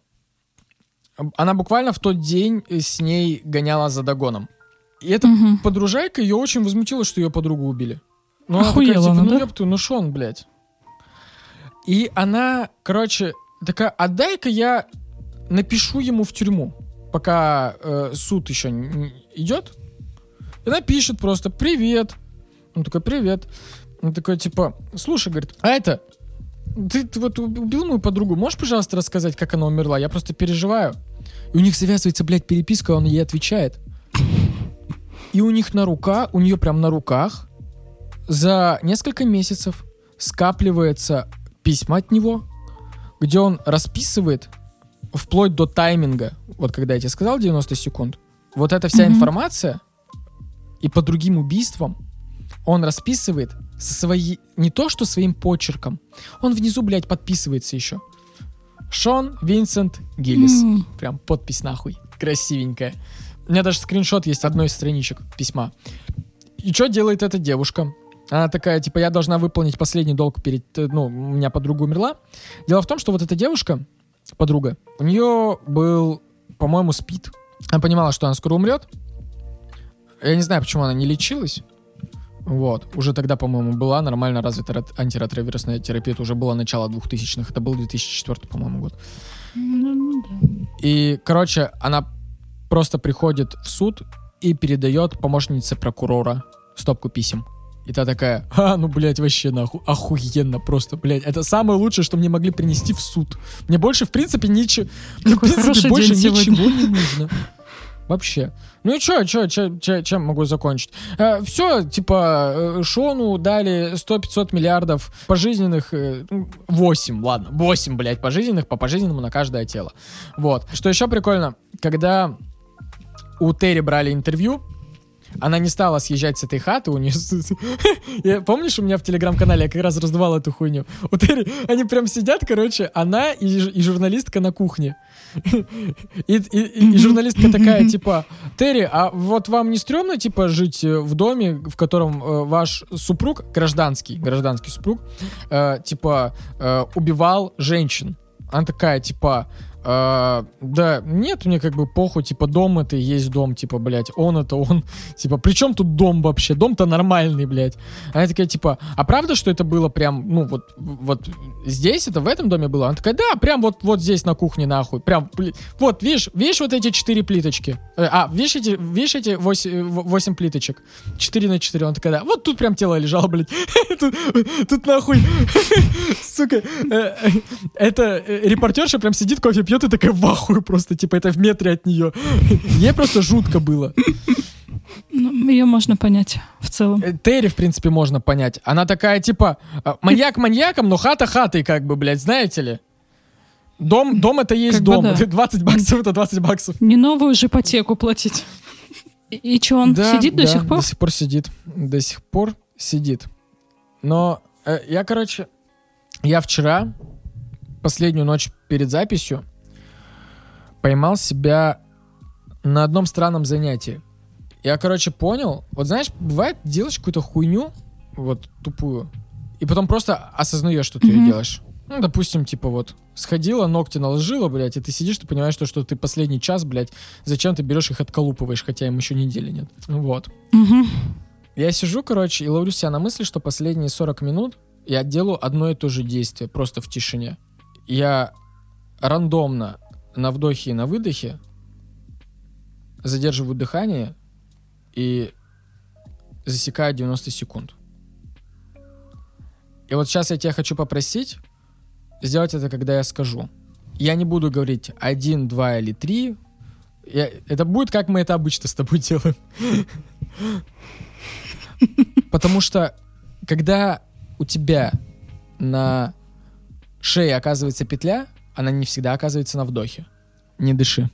Она буквально в тот день с ней гоняла за догоном. И эта угу. подружайка, ее очень возмутила, что ее подругу убили. Ну, охуела она такая, типа, она, ну, да? ёпту, ну шо он, блядь. И она, короче, такая, а дай-ка я напишу ему в тюрьму, пока э, суд еще не идет. И она пишет просто, привет. Он такой, привет. Он такой, типа, слушай, говорит, а это... Ты, ты вот убил мою подругу, можешь, пожалуйста, рассказать, как она умерла? Я просто переживаю. И у них завязывается, блядь, переписка, он ей отвечает. И у них на руках, у нее прям на руках за несколько месяцев скапливается письма от него, где он расписывает вплоть до тайминга, вот когда я тебе сказал девяносто секунд, вот эта вся mm-hmm. информация, и по другим убийствам он расписывает со своей, не то что своим почерком, он внизу, блядь, подписывается еще. Шон Винсент Гиллис. Mm. Прям подпись нахуй. Красивенькая. У меня даже скриншот есть одной из страничек письма. И что делает эта девушка? Она такая, типа, я должна выполнить последний долг перед... Ну, у меня подруга умерла. Дело в том, что вот эта девушка, подруга, у нее был, по-моему, СПИД. Она понимала, что она скоро умрет. Я не знаю, почему она не лечилась. Вот. Уже тогда, по-моему, была нормально развита антиретровирусная терапия. Это уже было начало двухтысячных. Это был две тысячи четвёртый, по-моему, год. Ну, да. И, короче, она просто приходит в суд и передает помощнице прокурора стопку писем. И та такая, а, ну, блядь, вообще нахуй, охуенно просто, блядь. Это самое лучшее, что мне могли принести в суд. Мне больше, в принципе, ничего... Мне, в принципе, больше ничего сегодня. не нужно. Вообще. Ну и чё, чё, чё, чё чем могу закончить? Э, все, типа, Шону дали сто-пятьсот миллиардов пожизненных, э, восемь, ладно, восемь, блядь, пожизненных по пожизненному на каждое тело. Вот. Что еще прикольно, когда у Терри брали интервью, она не стала съезжать с этой хаты, у нее... Помнишь, у меня в телеграм-канале я как раз раздувал эту хуйню? У Терри, они прям сидят, короче, она и, и журналистка на кухне. И, и, и журналистка такая, типа, Терри, а вот вам не стрёмно, типа, жить в доме, в котором э, ваш супруг, гражданский, гражданский супруг, э, типа, э, убивал женщин? Она такая, типа... Uh, да, нет, мне как бы похуй, типа, дом это и есть дом, типа, блядь, он это он, типа, при чем тут дом вообще? Дом-то нормальный, блядь. Она такая, типа, а правда, что это было прям, ну, вот, вот здесь, это в этом доме было? Она такая, да, прям вот, вот здесь на кухне, нахуй, прям, вот, видишь, видишь вот эти четыре плиточки? А, видишь эти, видишь эти восемь, восемь плиточек? Четыре на четыре, она такая, да, вот тут прям тело лежало, блядь, тут, тут нахуй, сука, это репортерша прям сидит, кофе пьет, и такая в ахуе просто, типа, это в метре от нее. Ей просто жутко было. Ну, ее можно понять в целом. Терри, в принципе, можно понять. Она такая, типа, маньяк маньяком, но хата хатой, как бы, блядь, знаете ли? Дом, дом это есть как дом. Да. двадцать баксов это двадцать баксов. Не новую же ипотеку платить. И, и что, он да, сидит до да, сих пор? до сих пор сидит. До сих пор сидит. Но э, я, короче, я вчера, последнюю ночь перед записью, поймал себя на одном странном занятии. Я, короче, понял, вот знаешь, бывает, делаешь какую-то хуйню, вот, тупую, и потом просто осознаешь, что ты mm-hmm. ее делаешь. Ну, допустим, типа вот, сходила, ногти наложила, блядь, и ты сидишь, ты понимаешь, что, что ты последний час, блядь, зачем ты берешь их отколупываешь, хотя им еще недели нет. Вот. Mm-hmm. Я сижу, короче, и ловлю себя на мысли, что последние сорок минут я делаю одно и то же действие, просто в тишине. Я рандомно на вдохе и на выдохе задерживаю дыхание и засекаю девяносто секунд. И вот сейчас я тебя хочу попросить сделать это, когда я скажу. Я не буду говорить один, два или три. Я... Это будет, как мы это обычно с тобой делаем. Потому что, когда у тебя на шее оказывается петля, она не всегда оказывается на вдохе. Не дыши.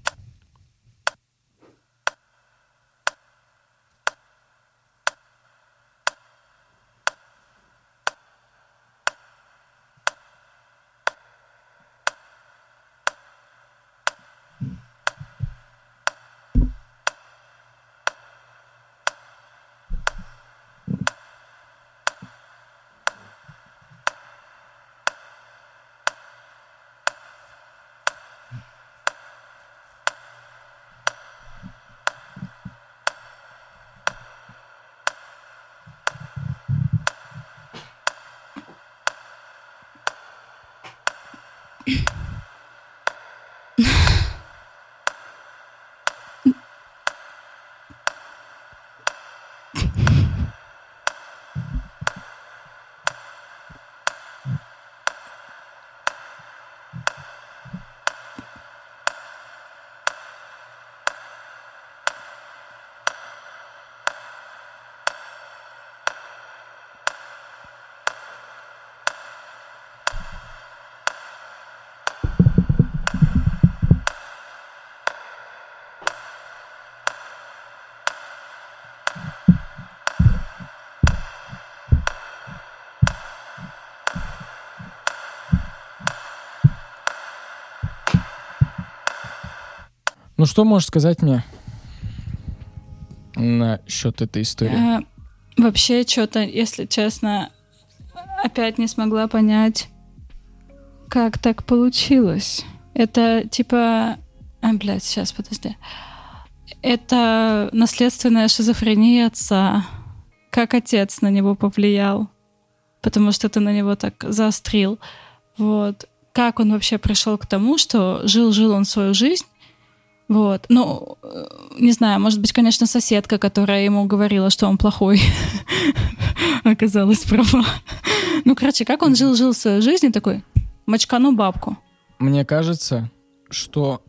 Ну, что можешь сказать мне насчет этой истории? Я вообще что-то, если честно, опять не смогла понять, как так получилось. Это типа... А, блядь, сейчас, подожди. Это наследственная шизофрения отца. Как отец на него повлиял. Потому что ты на него так заострил. Вот. Как он вообще пришел к тому, что жил-жил он свою жизнь. Вот. Ну, не знаю, может быть, конечно, соседка, которая ему говорила, что он плохой, оказалась права. Ну, короче, как он жил-жил свою жизнь и такой, мочкану бабку. Мне кажется, что...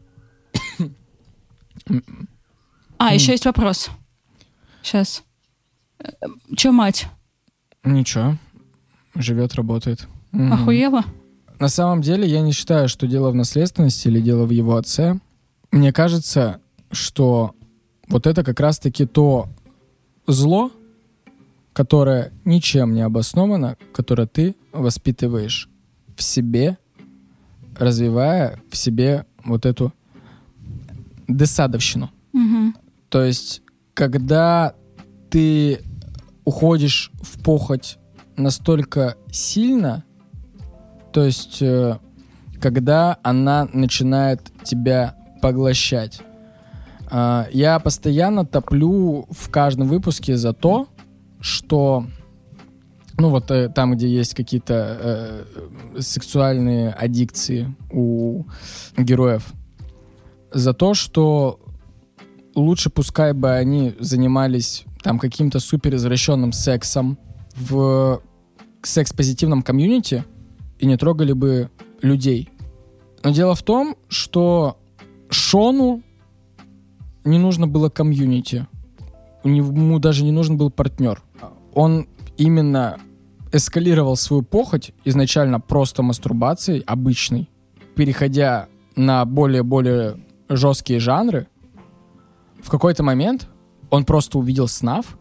А, еще есть вопрос. Сейчас. Че мать? Ничего. Живет, работает. Охуела? На самом деле, я не считаю, что дело в наследственности или дело в его отце. Мне кажется, что вот это как раз-таки то зло, которое ничем не обосновано, которое ты воспитываешь в себе, развивая в себе вот эту десадовщину. Угу. То есть, когда ты уходишь в похоть настолько сильно, то есть, э, когда она начинает тебя поглощать. Э, я постоянно топлю в каждом выпуске за то, что, ну вот э, там, где есть какие-то э, сексуальные аддикции у героев, за то, что лучше пускай бы они занимались там каким-то супер извращенным сексом в секс-позитивном комьюнити и не трогали бы людей. Но дело в том, что Шону не нужно было комьюнити. у него ему даже не нужен был партнер. Он именно эскалировал свою похоть изначально просто мастурбацией обычной, переходя на более-более жесткие жанры. В какой-то момент он просто увидел СНАФ,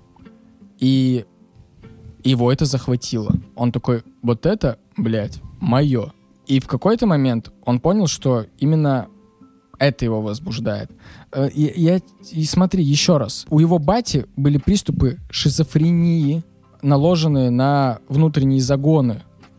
и его это захватило. Он такой, вот это, блядь, мое. И в какой-то момент он понял, что именно это его возбуждает. И, я, и смотри, еще раз. У его бати были приступы шизофрении, наложенные на внутренние загоны.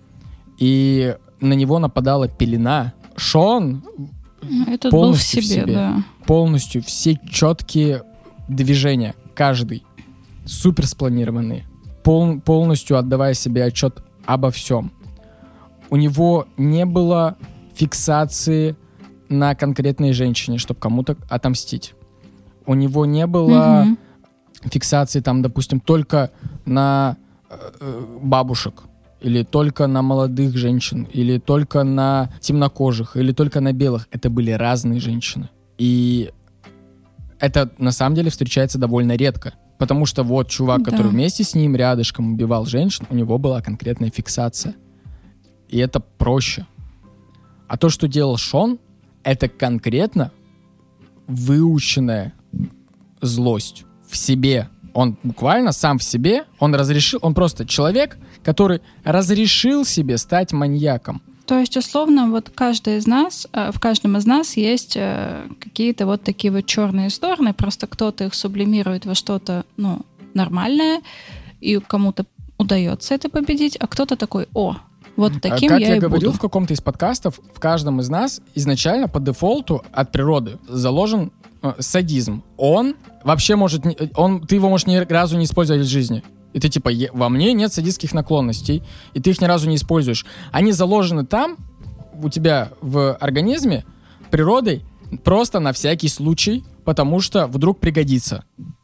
И на него нападала пелена. Шон Этот полностью был в себе, в себе. Да. Полностью все четкие движения, каждый, супер спланированные, пол, полностью отдавая себе отчет обо всем. У него не было фиксации на конкретной женщине, чтобы кому-то отомстить. У него не было mm-hmm. фиксации, там, допустим, только на э, бабушек, или только на молодых женщин, или только на темнокожих, или только на белых. Это были разные женщины. И это на самом деле встречается довольно редко. Потому что вот чувак, да. который вместе с ним рядышком убивал женщин, у него была конкретная фиксация. И это проще. А то, что делал Шон, это конкретно выученная злость в себе. Он буквально сам в себе, он разрешил, он просто человек, который разрешил себе стать маньяком. То есть, условно, вот каждый из нас, в каждом из нас есть какие-то вот такие вот черные стороны, просто кто-то их сублимирует во что-то, ну, нормальное, и кому-то удается это победить, а кто-то такой, о, вот таким как я, я и говорил буду. в каком-то из подкастов, в каждом из нас изначально по дефолту от природы заложен э, садизм. Он вообще может... Не, он, ты его можешь ни разу не использовать в жизни. И ты типа, во мне нет садистских наклонностей, и ты их ни разу не используешь. Они заложены там, у тебя в организме, природой, просто на всякий случай, потому что вдруг пригодится.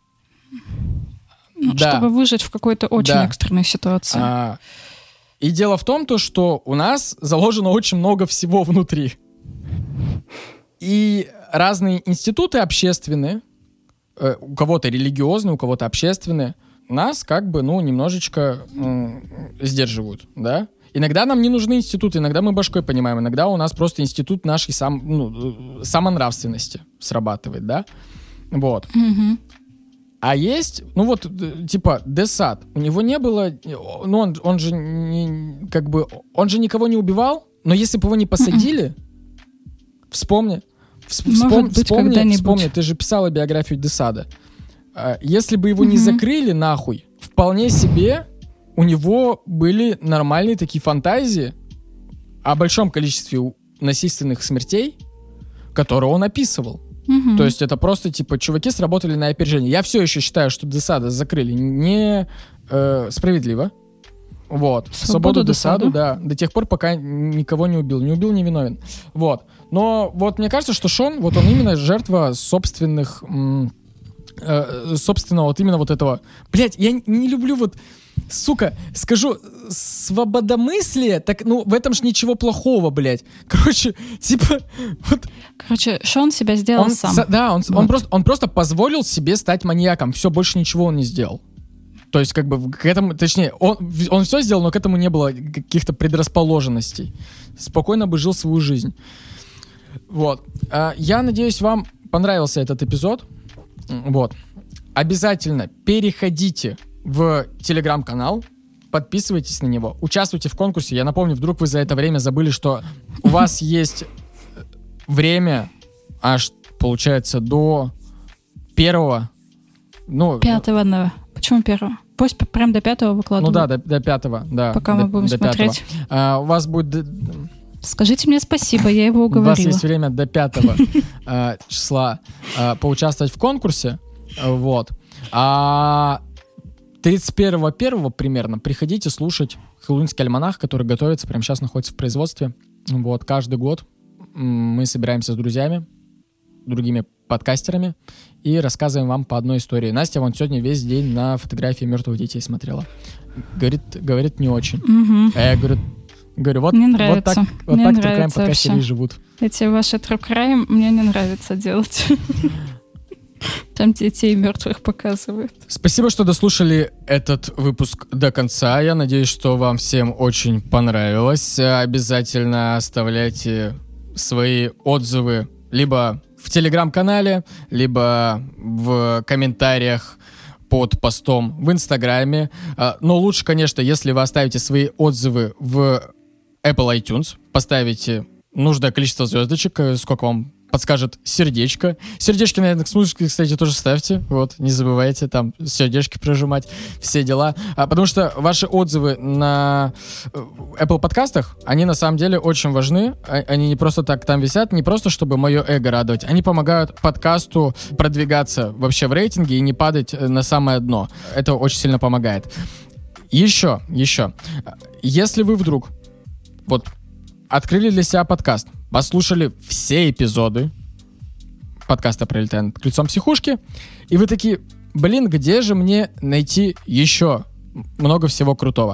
Ну, да. Чтобы выжить в какой-то очень да. экстренной ситуации. А, и дело в том, то, что у нас заложено очень много всего внутри. И разные институты общественные, э, у кого-то религиозные, у кого-то общественные, нас как бы, ну, немножечко м- сдерживают, да? Иногда нам не нужны институты, иногда мы башкой понимаем, иногда у нас просто институт нашей сам, ну, самонравственности срабатывает, да? Вот. Угу. А есть, ну вот, типа, Десад. У него не было, ну, он, он же не, как бы, он же никого не убивал, но если бы его не посадили, вспомни, вспом, быть, вспомни, вспомни, ты же писала биографию Десада. Если бы его mm-hmm. не закрыли нахуй, вполне себе у него были нормальные такие фантазии о большом количестве насильственных смертей, которые он описывал. Mm-hmm. То есть это просто, типа, чуваки сработали на опережение. Я все еще считаю, что Десада закрыли не э, справедливо. Вот. Свободу, Свободу Десаду, Десаду, да. До тех пор, пока никого не убил. Не убил, не виновен. Вот. Но вот мне кажется, что Шон, вот он именно жертва собственных... М- э, собственного вот именно вот этого... Блять, я не люблю вот... Сука, скажу, свободомыслие, так, ну, в этом ж ничего плохого, блядь. Короче, типа, вот... Короче, Шон себя сделал он, сам. С, да, он, вот. он, просто, он просто позволил себе стать маньяком. Все, больше ничего он не сделал. То есть, как бы, к этому, точнее, он, он все сделал, но к этому не было каких-то предрасположенностей. Спокойно бы жил свою жизнь. Вот. Я надеюсь, вам понравился этот эпизод. Вот. Обязательно переходите в телеграм-канал, подписывайтесь на него, участвуйте в конкурсе. Я напомню, вдруг вы за это время забыли, что у вас есть время аж, получается, до первого... Ну, пятого, да. Почему первого? Пусть прям до пятого выкладывают. Ну да, до, до пятого, да. Пока до, мы будем до смотреть. А, у вас будет... Скажите мне спасибо, я его уговорила. У вас есть время до пятого а, числа а, поучаствовать в конкурсе. Вот. А тридцать первого первого примерно приходите слушать «Хэллоуинский альманах», который готовится, прямо сейчас находится в производстве. Вот. Каждый год мы собираемся с друзьями, другими подкастерами и рассказываем вам по одной истории. Настя вон сегодня весь день на фотографии мертвых детей смотрела. Говорит, говорит не очень. Угу. А я говорю, говорю вот, мне вот нравится. так, вот мне так нравится тру-крайм подкастеры живут. Эти ваши тру-крайм мне не нравится делать. Там детей мертвых показывают. Спасибо, что дослушали этот выпуск до конца. Я надеюсь, что вам всем очень понравилось. Обязательно оставляйте свои отзывы либо в Телеграм-канале, либо в комментариях под постом в Инстаграме. Но лучше, конечно, если вы оставите свои отзывы в Apple iTunes, поставите нужное количество звездочек, сколько вам подскажет сердечко. Сердечки на Яндекс.Музыке, кстати, тоже ставьте. Вот, не забывайте там сердечки прожимать, все дела. А, потому что ваши отзывы на Apple подкастах, они на самом деле очень важны. Они не просто так там висят, не просто чтобы мое эго радовать. Они помогают подкасту продвигаться вообще в рейтинге и не падать на самое дно. Это очень сильно помогает. Еще, еще. Если вы вдруг вот открыли для себя подкаст, послушали все эпизоды подкаста «Пролетая над крыльцом психушки», и вы такие, блин, где же мне найти еще много всего крутого?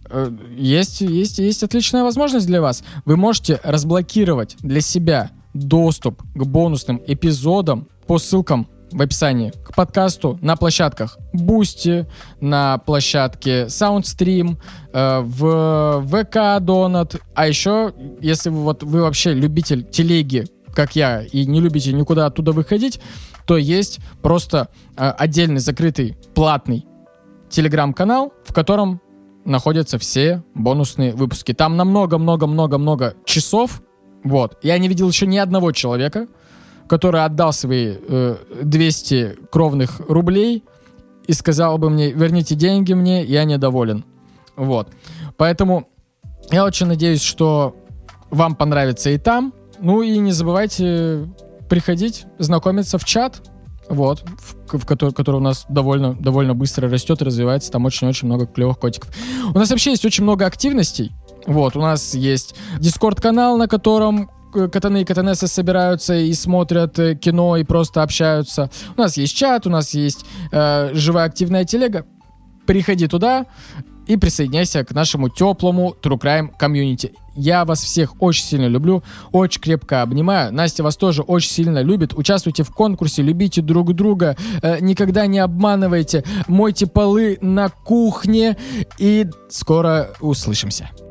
Есть, есть, есть отличная возможность для вас. Вы можете разблокировать для себя доступ к бонусным эпизодам по ссылкам в описании к подкасту на площадках Boosty, на площадке Soundstream, э, в ВК Donut. А еще, если вы, вот, вы вообще любитель телеги, как я, и не любите никуда оттуда выходить, то есть просто э, отдельный закрытый платный телеграм-канал, в котором находятся все бонусные выпуски. Там на много-много-много-много часов. Вот. Я не видел еще ни одного человека, который отдал свои э, двести кровных рублей и сказал бы мне, верните деньги мне, я недоволен. Вот. Поэтому я очень надеюсь, что вам понравится и там. Ну и не забывайте приходить, знакомиться в чат, вот, в, в который, который у нас довольно, довольно быстро растет и развивается. Там очень-очень много клевых котиков. У нас вообще есть очень много активностей. Вот, у нас есть Discord-канал, на котором катаны и катанессы собираются и смотрят э, кино и просто общаются. У нас есть чат, у нас есть э, живая активная телега. Приходи туда и присоединяйся к нашему теплому True Crime комьюнити. Я вас всех очень сильно люблю, очень крепко обнимаю. Настя вас тоже очень сильно любит. Участвуйте в конкурсе, любите друг друга, э, никогда не обманывайте, мойте полы на кухне и скоро услышимся.